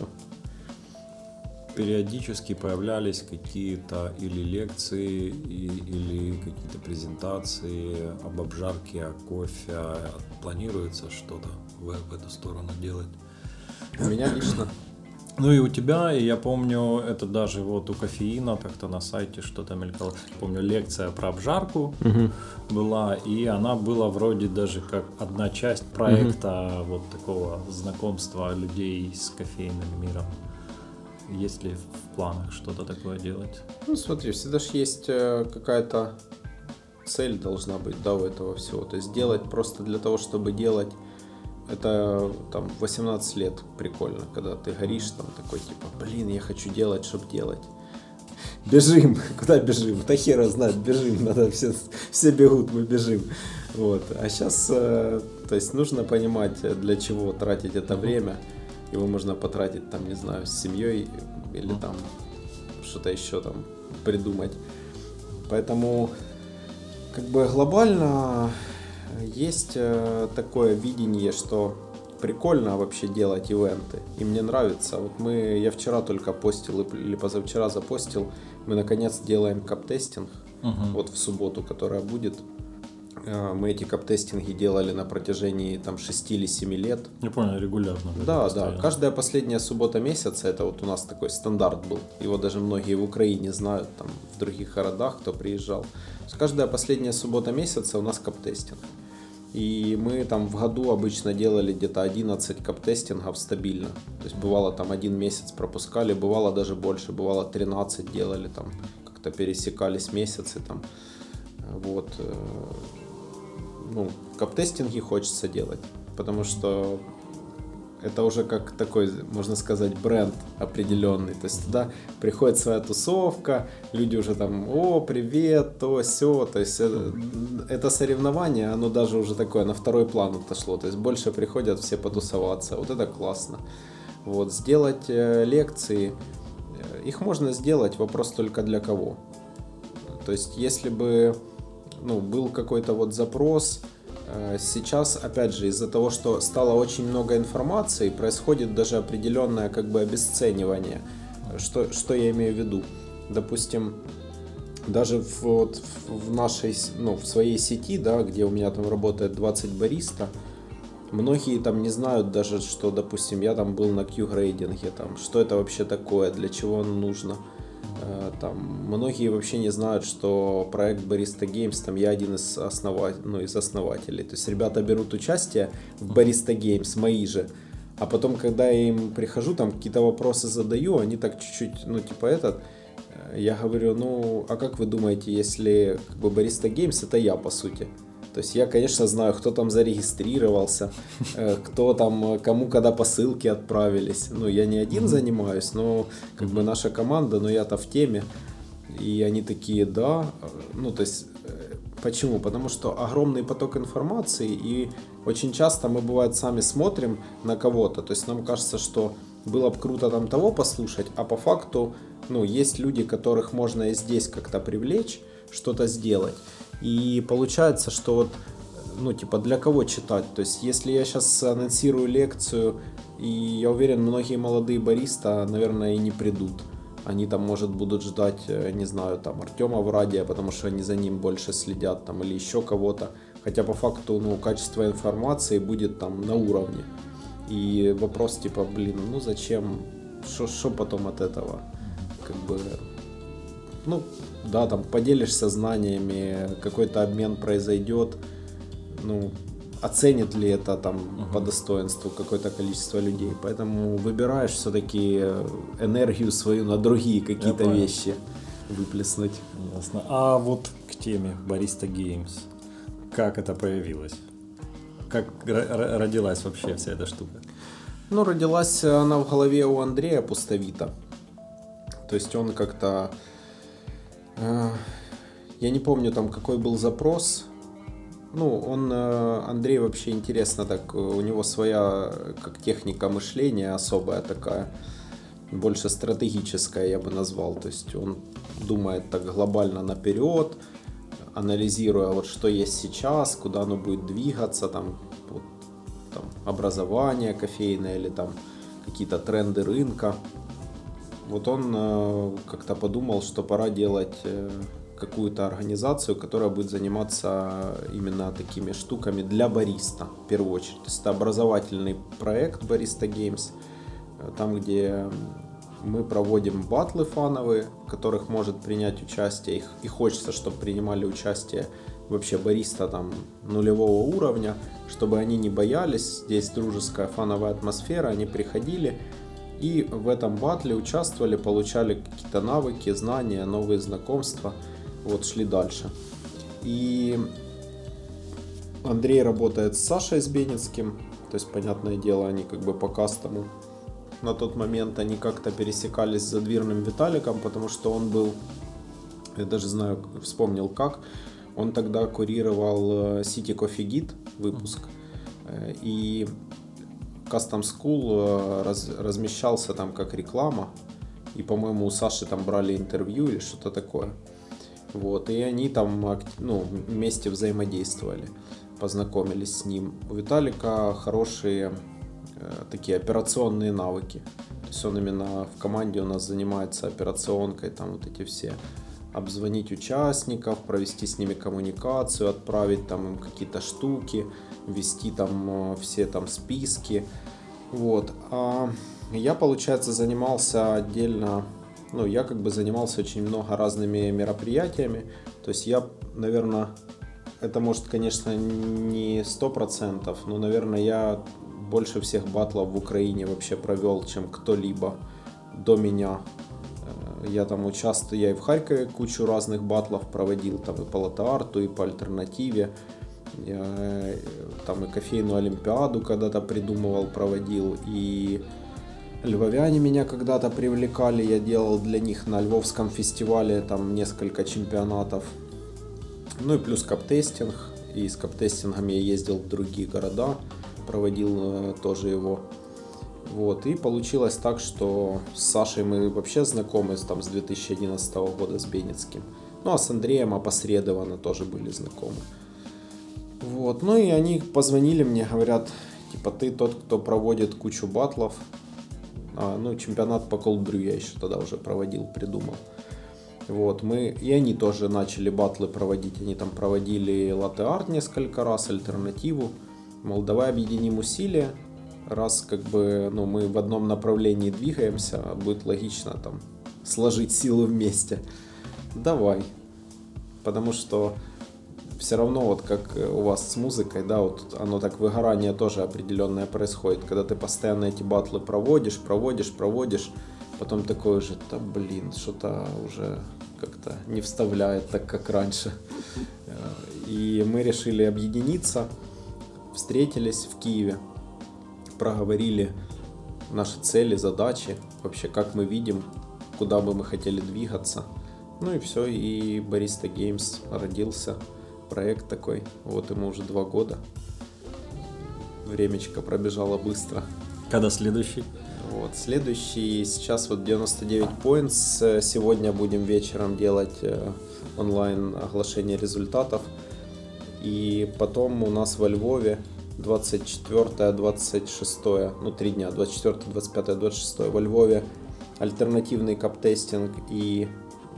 Периодически появлялись какие-то или лекции, и, или какие-то презентации об обжарке, о кофе. Планируется что-то в, в эту сторону делать? У меня лично. Ну и у тебя, и я помню, это даже вот у кофеина как-то на сайте что-то мелькало. Помню, лекция про обжарку угу. была, и она была вроде даже как одна часть проекта угу. вот такого знакомства людей с кофейным миром. Есть ли в планах что-то такое делать? Ну смотри, всегда же есть какая-то цель должна быть, да, у этого всего. То есть делать просто для того, чтобы делать. Это там восемнадцать лет прикольно, когда ты горишь там такой типа, блин, я хочу делать, чтобы делать. Бежим, куда бежим? Да хера знает, бежим, надо, все, все бегут, мы бежим. Вот. А сейчас, э, то есть нужно понимать, для чего тратить это время. Его можно потратить там, не знаю, с семьей или там что-то еще там придумать. Поэтому как бы глобально есть такое видение, что прикольно вообще делать ивенты, и мне нравится. Вот мы, я вчера только постил или позавчера запостил, мы наконец делаем кап-тестинг, uh-huh. вот в субботу, которая будет. Мы эти кап-тестинги делали на протяжении там шести или семи лет. Я понял, регулярно. Да, постоянно. Да. Каждая последняя суббота месяца, это вот у нас такой стандарт был. Его даже многие в Украине знают, там в других городах, кто приезжал. Каждая последняя суббота месяца у нас кап-тестинг. И мы там в году обычно делали где-то одиннадцать кап-тестингов стабильно. То есть бывало там один месяц пропускали, бывало даже больше, бывало тринадцать делали, там как-то пересекались месяцы там. Вот. Ну, кап-тестинги хочется делать, потому что это уже как такой, можно сказать, бренд определенный. То есть туда приходит своя тусовка, люди уже там, о, привет, то, сё. То есть это, это соревнование, оно даже уже такое на второй план отошло. То есть больше приходят все потусоваться. Вот это классно. Вот, сделать э, лекции, их можно сделать, вопрос только для кого. То есть если бы ну, был какой-то вот запрос. Сейчас, опять же, из-за того, что стало очень много информации, происходит даже определенное как бы обесценивание. Что, что я имею в виду? Допустим, даже в, вот, в нашей, ну, в своей сети, да, где у меня там работает двадцать бариста, многие там не знают даже, что, допустим, я там был на Q-грейдинге, там, что это вообще такое, для чего оно нужно. Там, многие вообще не знают, что проект Barista Games, там я один из, основа... ну, из основателей. То есть ребята берут участие в Barista Games, мои же. А потом, когда я им прихожу, там какие-то вопросы задаю, они так чуть-чуть, ну типа этот, я говорю, ну а как вы думаете, если как бы Barista Games это я по сути? То есть я, конечно, знаю, кто там зарегистрировался, кто там, кому когда посылки отправились. Ну, я не один занимаюсь, но как бы наша команда, но я-то в теме. И они такие, да. Ну, то есть, почему? Потому что огромный поток информации, и очень часто мы, бывает, сами смотрим на кого-то. То есть нам кажется, что было бы круто там того послушать, а по факту, ну, есть люди, которых можно и здесь как-то привлечь, что-то сделать. И получается, что вот, ну, типа, для кого читать? То есть, если я сейчас анонсирую лекцию, и я уверен, многие молодые бариста, наверное, и не придут. Они там, может, будут ждать, не знаю, там, Артема Врадия, потому что они за ним больше следят, там, или еще кого-то. Хотя, по факту, ну, качество информации будет там на уровне. И вопрос, типа, блин, ну, зачем? Что потом от этого? Как бы... Ну, да, там поделишься знаниями, какой-то обмен произойдет, ну, оценит ли это там uh-huh. по достоинству какое-то количество людей. Поэтому выбираешь все-таки энергию свою на другие какие-то вещи выплеснуть. Ясно. А вот к теме Barista Games, как это появилось? Как р- родилась вообще вся эта штука? Ну, родилась она в голове у Андрея Пустовита. То есть он как-то... Я не помню там какой был запрос. Ну, он, Андрей вообще интересно так, у него своя как техника мышления особая такая, больше стратегическая, я бы назвал. То есть он думает так глобально наперед, анализируя вот что есть сейчас, куда оно будет двигаться, там, вот, там образование кофейное или там какие-то тренды рынка. Вот он э, как-то подумал, что пора делать э, какую-то организацию, которая будет заниматься именно такими штуками для бариста, в первую очередь. То есть это образовательный проект Barista Games, э, там, где мы проводим батлы фановые, в которых может принять участие, их, и хочется, чтобы принимали участие вообще бариста там нулевого уровня, чтобы они не боялись, здесь дружеская фановая атмосфера, они приходили, и в этом батле участвовали, получали какие-то навыки, знания, новые знакомства, вот шли дальше. И Андрей работает с Сашей Сбеницким, то есть, понятное дело, они как бы по кастому. На тот момент они как-то пересекались с Задвирным Виталиком, потому что он был, я даже знаю, вспомнил как, он тогда курировал City Coffee Guide выпуск, и Custom School раз, размещался там как реклама, и, по-моему, у Саши там брали интервью или что-то такое. Вот, и они там, ну, вместе взаимодействовали, познакомились с ним. У Виталика хорошие э, такие операционные навыки. То есть он именно в команде у нас занимается операционкой, там вот эти все обзвонить участников, провести с ними коммуникацию, отправить там им какие-то штуки, ввести там все там списки. Вот. А я, получается, занимался отдельно, ну, я как бы занимался очень много разными мероприятиями. То есть я, наверное, это может, конечно, не сто процентов, но, наверное, я больше всех батлов в Украине вообще провел, чем кто-либо до меня. Я там участвую, я и в Харькове кучу разных батлов проводил, там и по латте-арту, и по альтернативе. Я, там и кофейную олимпиаду когда-то придумывал, проводил, и львовяне меня когда-то привлекали, я делал для них на Львовском фестивале там несколько чемпионатов. Ну и плюс каптестинг, и с каптестингом я ездил в другие города, проводил тоже его. Вот, и получилось так, что с Сашей мы вообще знакомы там, с две тысячи одиннадцатого года, с Беницким. Ну а с Андреем опосредованно тоже были знакомы. Вот, ну и они позвонили мне, говорят, типа, ты тот, кто проводит кучу батлов. А, ну, чемпионат по колд-брю я еще тогда уже проводил, придумал. Вот, мы, и они тоже начали батлы проводить. Они там проводили латте-арт несколько раз, альтернативу. Мол, давай объединим усилия. Раз как бы, ну, мы в одном направлении двигаемся, будет логично там сложить силы вместе. Давай. Потому что все равно, вот как у вас с музыкой, да, вот оно так, выгорание тоже определенное происходит. Когда ты постоянно эти батлы проводишь, проводишь, проводишь, потом такой уже, да блин, что-то уже как-то не вставляет так, как раньше. И мы решили объединиться, встретились в Киеве, проговорили наши цели, задачи, вообще как мы видим, куда бы мы хотели двигаться. Ну и все, и Barista Games родился, проект такой, вот ему уже два года. Времечко пробежало быстро. Когда следующий? Вот, следующий, сейчас вот девяносто девять Points, сегодня будем вечером делать онлайн оглашение результатов. И потом у нас во Львове двадцать четвёртое двадцать шестое, ну три дня, двадцать четвёртое двадцать пятое двадцать шестое во Львове альтернативный каптестинг и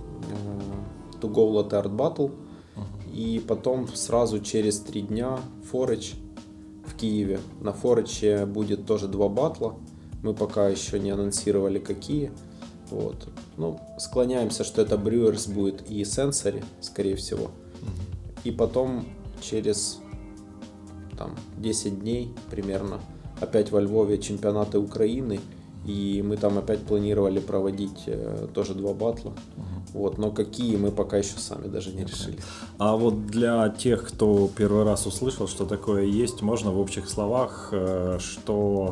э, To Go Latte Art Battle. Uh-huh. И потом сразу через три дня Forage в Киеве. На Forage будет тоже два батла. Мы пока еще не анонсировали какие. Вот. Ну, склоняемся, что это Brewers будет и Sensory, скорее всего. Uh-huh. И потом через там десять дней примерно опять во Львове чемпионаты Украины, и мы там опять планировали проводить э, тоже два батла. Uh-huh. Вот, но какие мы пока еще сами даже не okay. решили. А вот для тех, кто первый раз услышал, что такое есть, можно в общих словах, э, что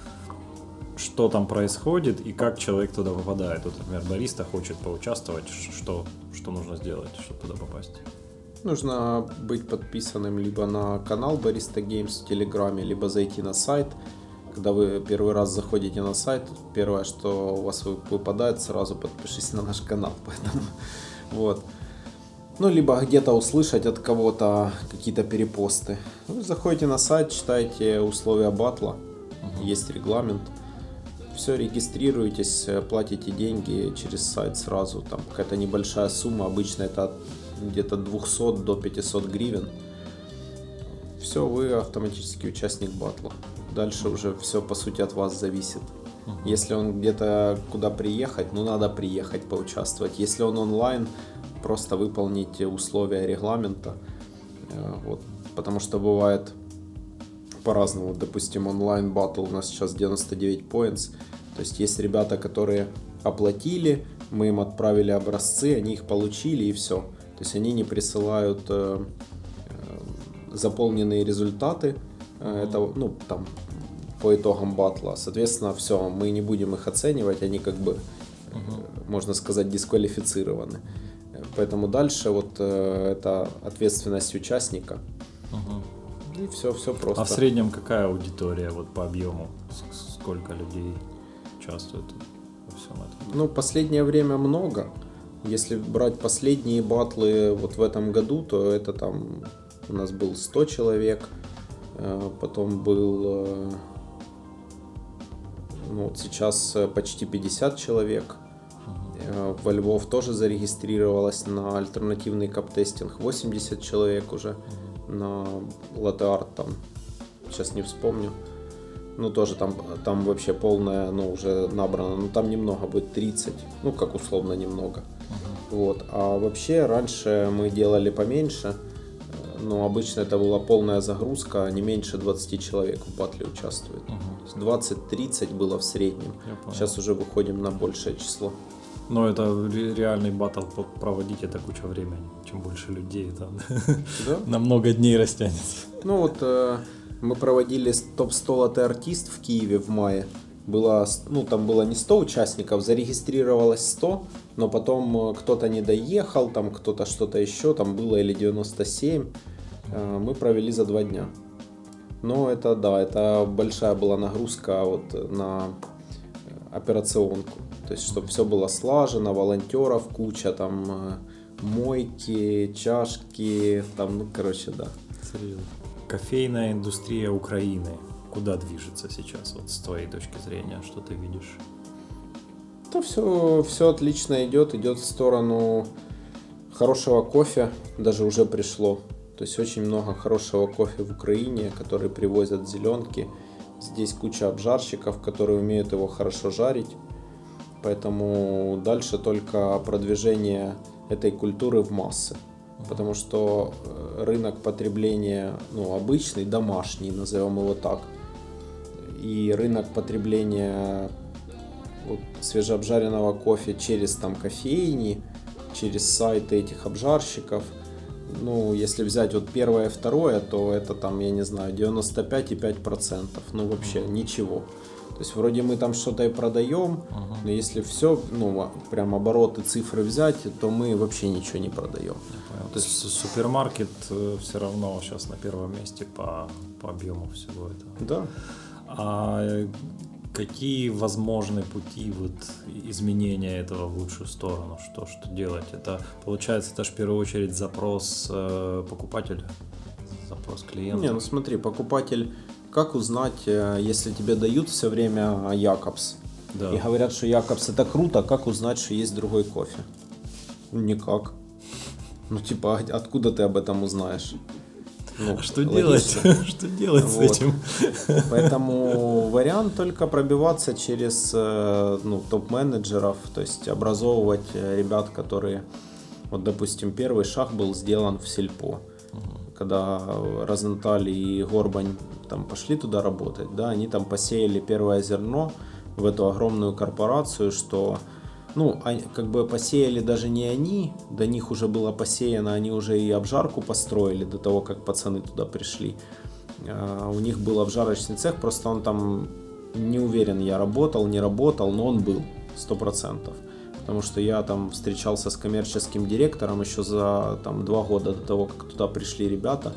что там происходит и как человек туда попадает? Вот, например, бариста хочет поучаствовать, что что нужно сделать, чтобы туда попасть? Нужно быть подписанным либо на канал Barista Games в Телеграме, либо зайти на сайт. Когда вы первый раз заходите на сайт, первое, что у вас выпадает, сразу подпишись на наш канал. Поэтому, вот. Ну, либо где-то услышать от кого-то какие-то перепосты. Вы заходите на сайт, читаете условия батла, uh-huh. есть регламент. Все, регистрируетесь, платите деньги через сайт сразу. Там какая-то небольшая сумма, обычно это где-то двести до пятьсот гривен. Все, вы автоматически участник батла. Дальше уже все по сути от вас зависит. Uh-huh. Если он где-то куда приехать, ну надо приехать поучаствовать. Если он онлайн, просто выполните условия регламента. Вот. Потому что бывает по-разному. Допустим, онлайн батл у нас сейчас девяносто девять Points. То есть есть ребята, которые оплатили, мы им отправили образцы, они их получили и все. То есть они не присылают э, э, заполненные результаты, э, это, ну, там, по итогам батла. Соответственно, все, мы не будем их оценивать, они как бы, э, можно сказать, дисквалифицированы. Поэтому дальше вот э, это ответственность участника. Uh-huh. И все, все просто. А в среднем какая аудитория вот по объему? Сколько людей участвует во всем этом? Ну, последнее время много. Если брать последние батлы вот в этом году, то это там у нас был сто человек, потом был, ну вот сейчас почти пятьдесят человек. Во Львов тоже зарегистрировалось на альтернативный кап-тестинг восемьдесят человек уже, на латте-арт там, сейчас не вспомню. Ну, тоже там, там вообще полная, ну, уже набрано, ну, там немного будет, тридцать, ну, как условно немного. Uh-huh. Вот, а вообще раньше мы делали поменьше, но обычно это была полная загрузка, не меньше двадцать человек в батле участвует. Uh-huh. двадцать-тридцать было в среднем, сейчас уже выходим на большее число. Но это реальный батл проводить, это куча времени, чем больше людей, там да? На много дней растянется. Ну вот... Мы проводили топ сто латте-артист в Киеве в мае. Было, ну, там было не сто участников, зарегистрировалось сто, но потом кто-то не доехал, там кто-то что-то еще, там было или девяносто семь. Мы провели за два дня. Но это, да, это большая была нагрузка вот на операционку. То есть, чтобы все было слажено, волонтеров куча, там мойки, чашки, там, ну, короче, да. Серьезно. Кофейная индустрия Украины куда движется сейчас, вот с твоей точки зрения, что ты видишь? Да все, все отлично идет, идет в сторону хорошего кофе, даже уже пришло. То есть очень много хорошего кофе в Украине, которые привозят зеленки. Здесь куча обжарщиков, которые умеют его хорошо жарить. Поэтому дальше только продвижение этой культуры в массы. Потому что рынок потребления, ну, обычный, домашний, назовем его так, и рынок потребления вот, свежеобжаренного кофе через там кофейни, через сайты этих обжарщиков, ну, если взять вот первое и второе, то это там, я не знаю, девяносто пять и пять процентов, ну, вообще ничего. То есть вроде мы там что-то и продаем, uh-huh. но если все, ну, прям обороты, цифры взять, то мы вообще ничего не продаем. То есть супермаркет все равно сейчас на первом месте по, по объему всего этого. Да. А какие возможны пути вот изменения этого в лучшую сторону? Что, что делать? Это получается, это же в первую очередь запрос э, покупателя, запрос клиента. Не, ну смотри, покупатель. Как узнать, если тебе дают все время Якобс, да. и говорят, что Якобс это круто, как узнать, что есть другой кофе? Ну, никак. Ну, типа, откуда ты об этом узнаешь? Ну, что делать? Что делать вот. С этим? Поэтому вариант только пробиваться через ну, топ-менеджеров, то есть образовывать ребят, которые, вот, допустим, первый шаг был сделан в Сельпо. Когда Розенталь и Горбань там пошли туда работать, да, они там посеяли первое зерно в эту огромную корпорацию, что, ну, они, как бы посеяли даже не они, до них уже было посеяно, они уже и обжарку построили до того, как пацаны туда пришли. А, у них был обжарочный цех, просто он там, не уверен, я работал, не работал, но он был, сто процентов. Потому что я там встречался с коммерческим директором еще за там, два года до того, как туда пришли ребята.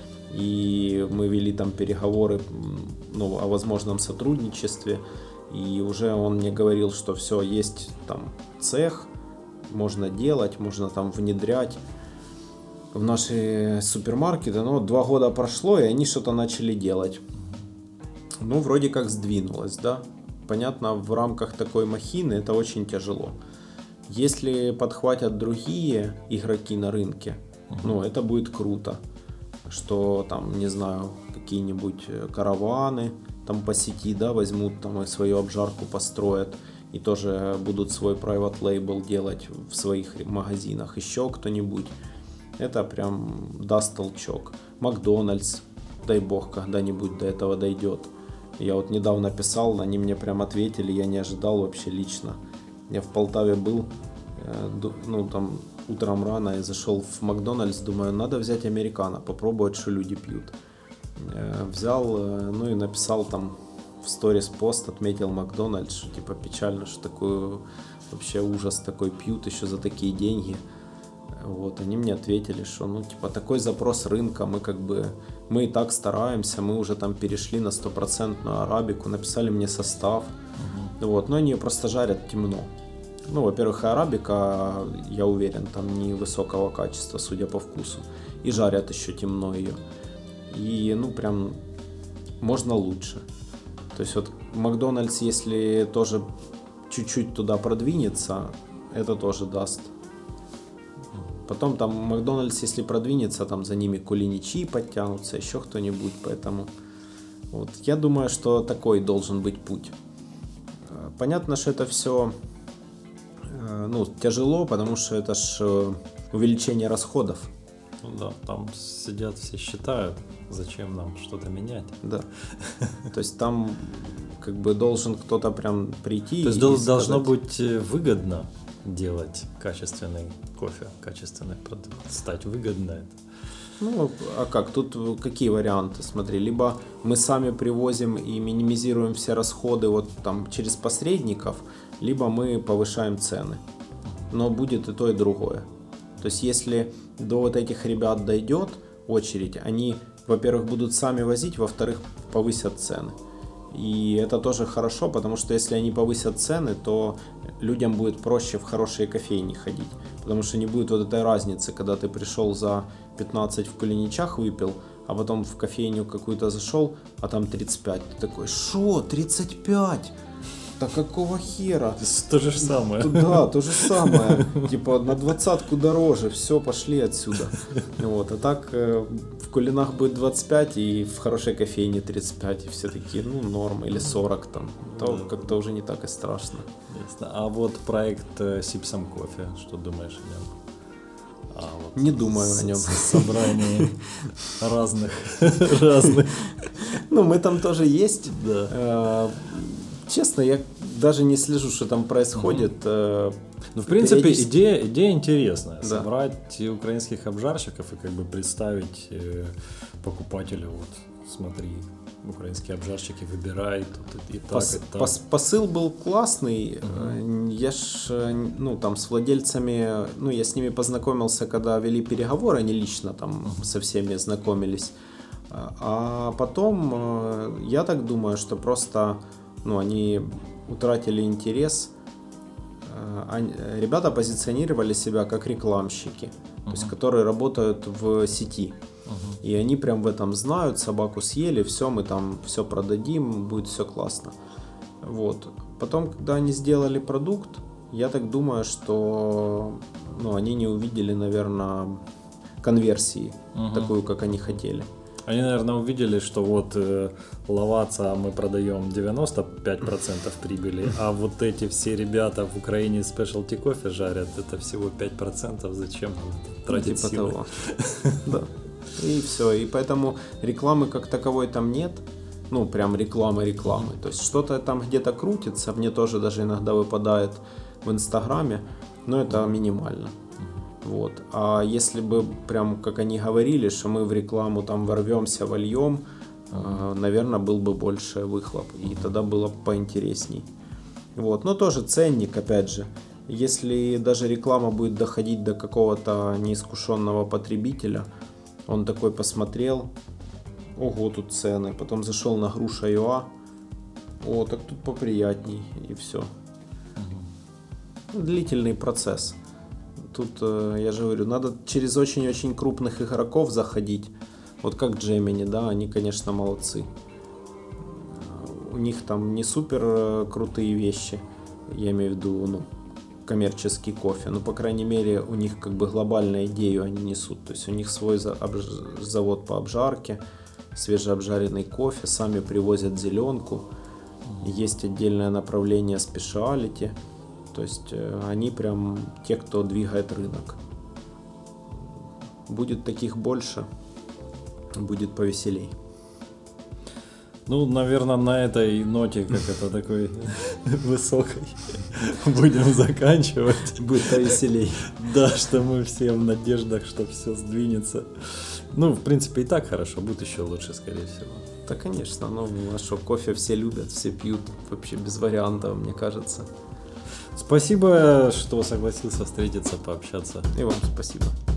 И мы вели там переговоры ну, о возможном сотрудничестве. И уже он мне говорил, что все, есть там цех, можно делать, можно там внедрять в наши супермаркеты. Но два года прошло, и они что-то начали делать. Ну, вроде как сдвинулось, да. Понятно, в рамках такой махины это очень тяжело. Если подхватят другие игроки на рынке, uh-huh. ну, это будет круто. Что там, не знаю, какие-нибудь караваны там по сети, да, возьмут там и свою обжарку построят. И тоже будут свой private label делать в своих магазинах. Еще кто-нибудь. Это прям даст толчок. Макдональдс, дай бог, когда-нибудь до этого дойдет. Я вот недавно писал, они мне прям ответили, я не ожидал вообще лично. Я в Полтаве был, ну там утром рано и зашел в Макдональдс, думаю, надо взять американо, попробовать, что люди пьют. Взял, ну и написал там в сторис пост, отметил Макдональдс, что типа печально, что такой вообще ужас такой пьют еще за такие деньги. Вот, они мне ответили, что ну типа такой запрос рынка, мы как бы, мы и так стараемся, мы уже там перешли на стопроцентную арабику, написали мне состав, uh-huh. вот, но они ее просто жарят темно. Ну, во-первых, арабика, я уверен, там невысокого качества, судя по вкусу, и жарят еще темно ее. И ну прям можно лучше. То есть вот Макдональдс, если тоже чуть-чуть туда продвинется, это тоже даст. Потом там Макдональдс, если продвинется, там за ними кулиничи подтянутся, еще кто-нибудь, поэтому вот я думаю, что такой должен быть путь. Понятно, что это все ну, тяжело, потому что это ж увеличение расходов. Ну да, там сидят все считают, зачем нам что-то менять. Да. То есть там как бы должен кто-то прям прийти. То есть и должно сказать... быть выгодно делать качественный кофе, качественный продукт, стать выгодно это. Ну, а как? Тут какие варианты? Смотри, либо мы сами привозим и минимизируем все расходы вот там через посредников, либо мы повышаем цены. Но будет и то, и другое. То есть, если до вот этих ребят дойдет очередь, они, во-первых, будут сами возить, во-вторых, повысят цены. И это тоже хорошо, потому что если они повысят цены, то людям будет проще в хорошие кофейни ходить. Потому что не будет вот этой разницы, когда ты пришел за пятнадцать в Кулиничах выпил, а потом в кофейню какую-то зашел, а там тридцать пять. Ты такой, шо, тридцать пять? Да какого хера? То же самое. Да, то же самое. Типа на двадцатку дороже, все, пошли отсюда. Вот. А так э, в Кулинах будет двадцать пять и в хорошей кофейне тридцать пять. И все такие, ну, норм, или сорок там. То как-то уже не так и страшно. А вот проект Сипсом кофе, что думаешь о нем? А вот не думаю с- о нем. Собрание разных, разных. Ну, мы там тоже есть. Да. Э, Честно, я даже не слежу, что там происходит. Ну, в принципе, Периодически- идея, идея интересная. Да. Собрать украинских обжарщиков и как бы представить э, покупателю, вот, смотри, украинские обжарщики, выбирай тут и, и так, Пос- и так. пос- посыл был классный. Э, Я ж, э, ну, там, с владельцами, ну, я с ними познакомился, когда вели переговоры, они лично там со всеми знакомились. А а потом, э, я так думаю, что просто, ну, они утратили интерес. Э, они- Ребята позиционировали себя как рекламщики, то есть, которые работают в сети. И они прям в этом знают, собаку съели, все, мы там все продадим, будет все классно. Вот. Потом, когда они сделали продукт, я так думаю, что, ну, они не увидели, наверное, конверсии, Мгм. такую, как они хотели. Они, наверное, увидели, что вот э, Лаваца мы продаем девяносто пять процентов прибыли, а вот эти все ребята в Украине спешлти кофе жарят, это всего пять процентов, зачем нам тратить Типа силы? того. Да. И все. И поэтому рекламы как таковой там нет. Ну, прям рекламы-рекламы. То есть что-то там где-то крутится. Мне тоже даже иногда выпадает в Инстаграме. Но это минимально. Вот. А если бы прям, как они говорили, что мы в рекламу там ворвемся, вольем, э, наверное, был бы больше выхлоп. И тогда было бы поинтересней. Вот. Но тоже ценник, опять же. Если даже реклама будет доходить до какого-то неискушенного потребителя, он такой посмотрел, ого, тут цены, потом зашел на груша.ua, о, так тут поприятней, и все. Длительный процесс. Тут, э, я же говорю, надо через очень-очень крупных игроков заходить. Вот как Gemini, да, они, конечно, молодцы. У них там не супер э, крутые вещи, я имею в виду, ну, коммерческий кофе, но, по крайней мере, у них как бы глобальную идею они несут. То есть у них свой за- обж- завод по обжарке, свежеобжаренный кофе, сами привозят зеленку, есть отдельное направление спешиалити. То есть э, они прям те, кто двигает рынок. Будет таких больше, будет повеселей. Ну, наверное, на этой ноте, как это такой высокой, будем заканчивать. Будет повеселей. Да, что мы все в надеждах, что все сдвинется. Ну, в принципе, и так хорошо, будет еще лучше, скорее всего. Да, конечно, ну, а что, кофе все любят, все пьют, вообще без вариантов, мне кажется. Спасибо, что согласился встретиться, пообщаться. И вам спасибо.